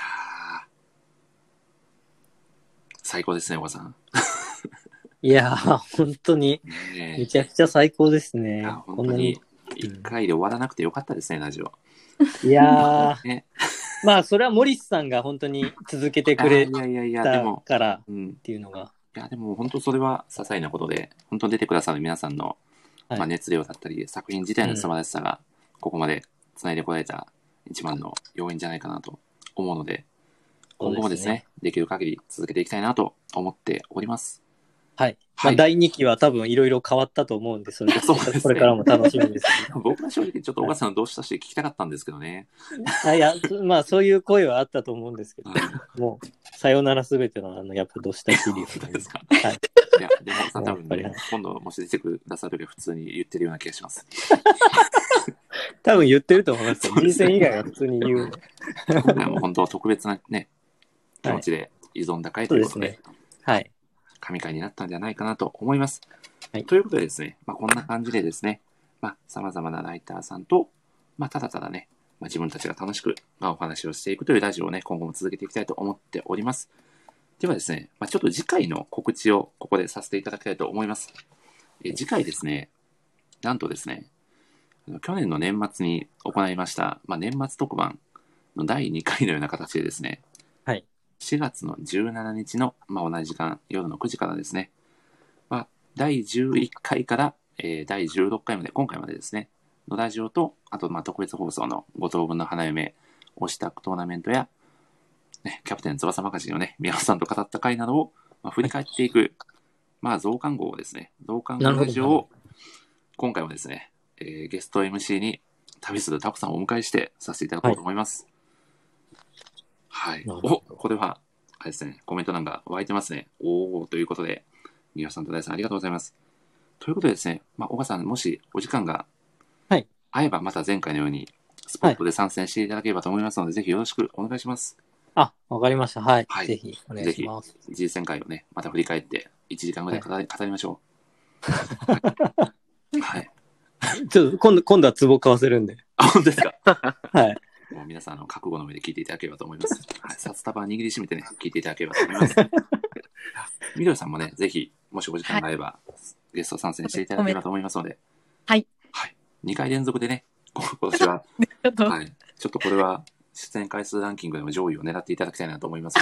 [SPEAKER 1] 最高ですね、小川さん。
[SPEAKER 2] いや本当にめちゃくちゃ最高ですね。
[SPEAKER 1] 本当に1回で終わらなくてよかったですね、ラジオ。
[SPEAKER 2] いやね、それはモリスさんが本当に続けてくれたからっていうのが。
[SPEAKER 1] いやでも本当それは些細なことで、本当出てくださる皆さんの、熱量だったり作品自体の素晴らしさがここまで繋いでこられた一番の要因じゃないかなと思うので、今後もですね、できる限り続けていきたいなと思っております。
[SPEAKER 2] はい。第2期は多分いろいろ変わったと思うんで、それこれからも楽しみです、ね。
[SPEAKER 1] 僕は正直ちょっと小川さんのどうしたし聞きたかったんですけどね。
[SPEAKER 2] いや、そういう声はあったと思うんですけど、もう、さよならすべてのやっぱどうしたシリーズですか。はい。
[SPEAKER 1] いや、でもさん多分ね、今度もし出てくださるより普通に言ってるような気がします。
[SPEAKER 2] 多分言ってると思いますよ。人選以外は普通に言う。
[SPEAKER 1] 今回はもう本当特別なね、気持ちで挑んだ回ということで、
[SPEAKER 2] はい。
[SPEAKER 1] 神回になったんじゃないかなと思います。はい、ということでですね、こんな感じでですね、様々なライターさんと、ただただね、自分たちが楽しく、お話をしていくというラジオをね、今後も続けていきたいと思っております。ではですね、ちょっと次回の告知をここでさせていただきたいと思います。次回ですね、なんとですね、去年の年末に行いました、年末特番の第2回のような形でですね、
[SPEAKER 2] はい。
[SPEAKER 1] 4月の17日の、同じ時間、夜の9時からですね、第11回から、第16回まで、今回までですね、のラジオと、あと、特別放送の5等分の花嫁、推しタクトーナメントや、ね、キャプテン翼マガジンをね、宮尾さんと語った回などを、振り返っていく、増刊号をですね、増刊号ラジオを、今回もですね、ゲスト MC に旅するタコさんをお迎えしてさせていただこうと思います。はい。これは、あれですね、コメント欄が湧いてますね。おー、ということで、宮尾さんと大さんありがとうございます。ということでですね、小川さん、もしお時間が合えば、また前回のように、スポットで参戦していただければと思いますので、ぜひよろしくお願いします。
[SPEAKER 2] わかりました。はい。ぜひ、お願いします。
[SPEAKER 1] ぜひ、一次戦会をね、また振り返って、1時間ぐらい語りましょう。はい。
[SPEAKER 2] ちょっと、今度は壺買わせるんで。
[SPEAKER 1] 本当ですか？
[SPEAKER 2] はい。
[SPEAKER 1] もう皆さん、覚悟の上で聞いていただければと思います。はい。札束握りしめてね、聞いていただければと思います。みどりさんもね、ぜひ、もしお時間があれば、ゲスト参戦していただければと思いますので。
[SPEAKER 3] はい。
[SPEAKER 1] はい。2回連続でね、今年は、はい。ちょっとこれは、出演回数ランキングでも上位を狙っていただきたいなと思います。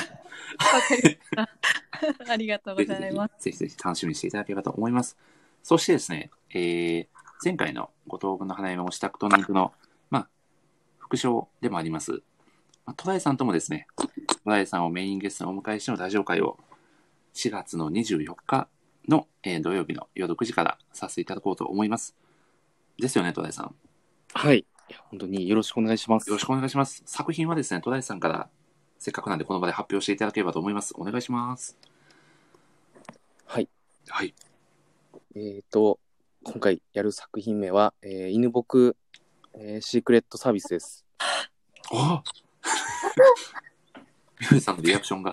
[SPEAKER 3] ありがとうございます。
[SPEAKER 1] ぜひぜひ楽しみにしていただければと思います。そしてですね、前回の5等分の花嫁推しタクトーナメントの、副賞でもあります、戸田さんともですね、戸田さんをメインゲストにお迎えしてのラジオ会を4月の24日の、土曜日の夜9時からさせていただこうと思います。ですよね、戸田さん。
[SPEAKER 4] はい。本当によろしくお願いします。
[SPEAKER 1] よろしくお願いします。作品はですね、戸田さんからせっかくなんでこの場で発表していただければと思います。お願いします。
[SPEAKER 4] はい。
[SPEAKER 1] はい。
[SPEAKER 4] 今回やる作品名は、犬僕、シークレットサービスです。
[SPEAKER 1] あみどりさんのリアクションが。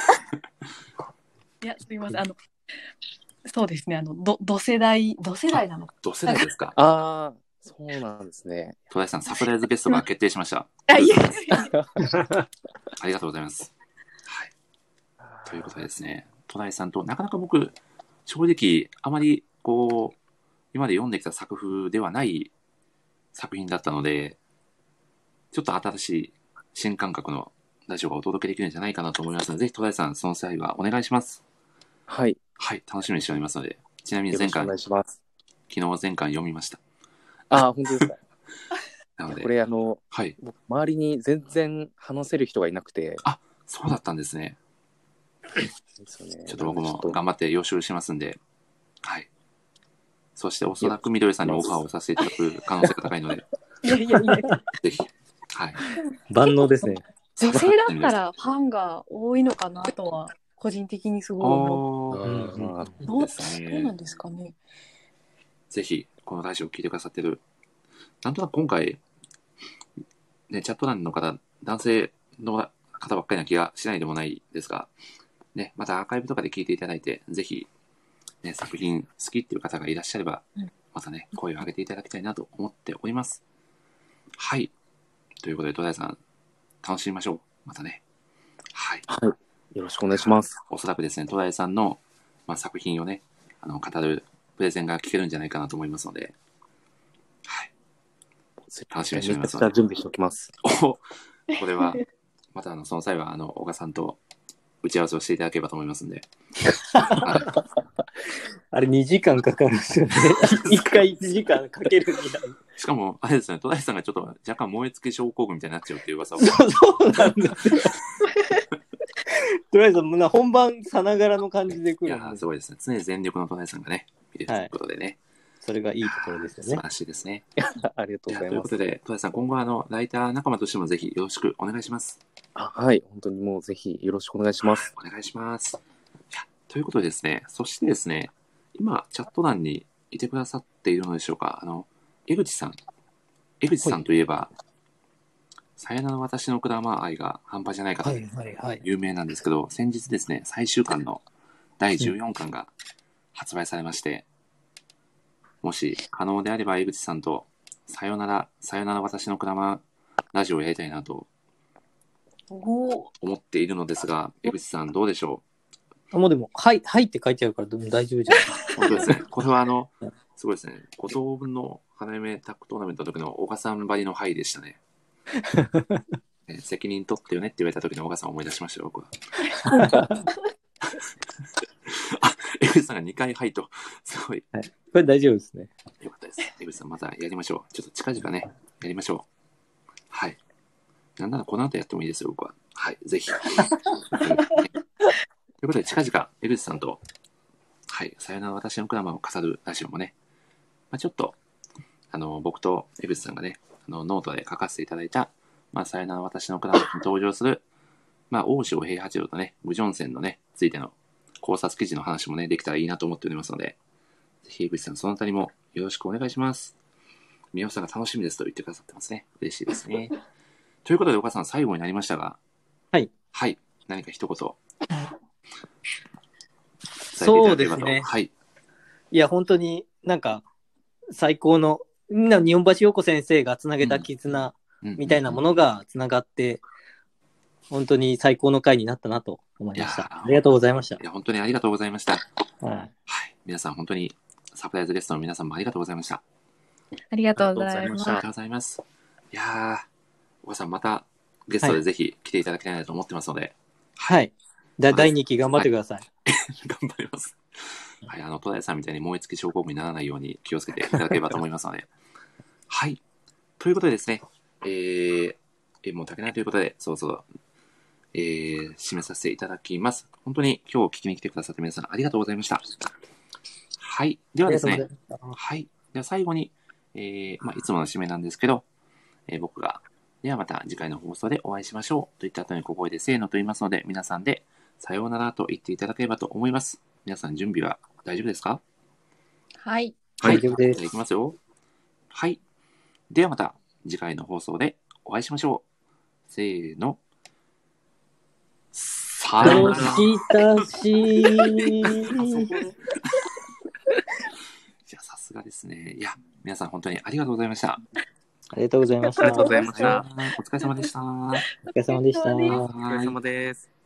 [SPEAKER 3] いや、すみません。そうですね。同世代なのか。
[SPEAKER 1] 同世代ですか？
[SPEAKER 4] ああ、そうなんですね。
[SPEAKER 1] 戸田さん、サプライズゲストが決定しました。
[SPEAKER 3] あり
[SPEAKER 1] がとうございます。はい。ということでですね、戸田さんとなかなか僕、正直、あまりこう、今まで読んできた作風ではない作品だったので、ちょっと新しい新感覚のラジオがお届けできるんじゃないかなと思いますので、ぜひ戸田さん、その際はお願いします。
[SPEAKER 4] はい。
[SPEAKER 1] はい、楽しみにしておりますので、ちなみに前回、
[SPEAKER 4] お願いします。
[SPEAKER 1] 昨日全巻読みました。
[SPEAKER 4] あ、本当ですか。
[SPEAKER 1] なので、
[SPEAKER 4] これ
[SPEAKER 1] はい。
[SPEAKER 4] 僕周りに全然話せる人がいなくて。
[SPEAKER 1] あ、そうだったんですね。
[SPEAKER 4] ですよね。
[SPEAKER 1] ちょっと僕も頑張って予習しますんで、はい。そしておそらくみどりさんにオファーをさせていただく可能性が高いので、
[SPEAKER 3] いやいやいや。
[SPEAKER 1] ぜひ、はい。
[SPEAKER 2] 万能ですね。
[SPEAKER 3] 女性だったらファンが多いのかなとは、個人的にすごい思う。どうなんですかね。
[SPEAKER 1] ぜひ、このラジオを聞いてくださってる、なんとなく今回、ね、チャット欄の方、男性の方ばっかりな気がしないでもないですが、ね、またアーカイブとかで聞いていただいて、ぜひ、ね、作品好きっていう方がいらっしゃれば、またね、声を上げていただきたいなと思っております。はい。ということで、戸田さん、楽しみましょう。またね。はい。
[SPEAKER 4] はい。よろしくお願いします。
[SPEAKER 1] おそらくですね、戸田さんの、作品をね、語るプレゼンが聞けるんじゃないかなと思いますので、はい。楽しみにしておりますので。
[SPEAKER 4] めちゃくちゃ準備しておきます。
[SPEAKER 1] これは、またその際は、小川さんと打ち合わせをしていただければと思いますんで。はい、
[SPEAKER 2] あれ2時間かかるんですよね。1回1時間かけるになる。
[SPEAKER 1] しかも、あれですね、戸田さんがちょっと若干燃え尽き症候群みたいになっちゃうっていう噂を。
[SPEAKER 2] そうなんですよ。とりあえず、本番さながらの感じで来る。
[SPEAKER 1] いやすごいですね。常に全力の戸田さんがね、見れるということでね。
[SPEAKER 2] それがいいところですよね。
[SPEAKER 1] 素晴らしいですね。
[SPEAKER 4] ありがとうございます。
[SPEAKER 1] ということで、戸田さん、今後ライター仲間としてもぜひよろしくお願いします。
[SPEAKER 4] はい、本当にもうぜひよろしくお願いします。
[SPEAKER 1] お願いします。ということでですね、そしてですね、今、チャット欄にいてくださっているのでしょうか。江口さんといえば、さよなら私のクラマー愛が半端じゃないかと有名なんですけど、先日ですね、最終巻の第14巻が発売されまして、もし可能であれば江口さんとさよなら私のクラマーラジオをやりたいなと思っているのですが、江口さんどうでしょ
[SPEAKER 2] う？もうでも、はいって書いてあるから大丈夫じゃないですか。
[SPEAKER 1] 本当ですね。これはすごいですね。5等分の花嫁タッグトーナメントの時の小川さんばりのはいでしたね。責任取ってよねって言われた時の小川さんを思い出しましたよ、僕は。あ、江口さんが2回はいと、すごい。
[SPEAKER 2] はい、これ大丈夫ですね。
[SPEAKER 1] よかったです。江口さんまたやりましょう。ちょっと近々ね、やりましょう。はい。なんならこの後やってもいいですよ、僕は。はい、ぜひ。ということで、近々江口さんと、はい、さよなら私のクラマーを飾るラジオもね、ちょっと、僕と江口さんがね、ノートで書かせていただいた、さよなら私のクラマーに登場する、大塩平八郎とね、無ジョン線のね、ついての考察記事の話もね、できたらいいなと思っておりますので、ぜひ江口さん、そのあたりもよろしくお願いします。宮尾さんが楽しみですと言ってくださってますね。嬉しいですね。ということで、岡さん、最後になりましたが、
[SPEAKER 2] はい。
[SPEAKER 1] はい。何か一言。
[SPEAKER 2] そうですね。
[SPEAKER 1] はい。
[SPEAKER 2] いや、本当になんか、最高の、みんな日本橋陽子先生がつなげた絆みたいなものがつながって、本当に最高の回になったなと思いました。ありがとうございました。
[SPEAKER 1] いや、本当にありがとうございました。
[SPEAKER 2] はい。
[SPEAKER 1] はい。皆さん、本当に、サプライズゲストの皆さんもありがとうございました。
[SPEAKER 3] ありがとうございました。
[SPEAKER 1] ありがとうございます。いやー、岡さん、またゲストでぜひ来ていただきたいなと思ってますので。
[SPEAKER 2] はい。第2期頑張ってください。
[SPEAKER 1] 頑張ります。はい、戸田さんみたいに燃え尽き症候群にならないように気をつけていただければと思いますので。はい。ということでですね、もう足りないということで、そろそろ、締めさせていただきます。本当に今日聞きに来てくださった皆さんありがとうございました。はい。ではですね、はい。では最後に、いつもの締めなんですけど、僕が、ではまた次回の放送でお会いしましょうといった後に小声でせーのと言いますので、皆さんでさようならと言っていただければと思います。皆さん準備は大丈夫ですか？
[SPEAKER 3] はい。
[SPEAKER 2] はい。大丈夫です。
[SPEAKER 1] じゃあいきますよ。はい。ではまた次回の放送でお会いしましょう。せーの。さよなら。いや、さすがですね。いや、皆さん本当にありがとうございました。
[SPEAKER 2] ありがとうございました。
[SPEAKER 4] ありがとうございました。
[SPEAKER 1] お疲れ様でした。
[SPEAKER 2] お疲れ様でした。
[SPEAKER 4] お疲れ様です。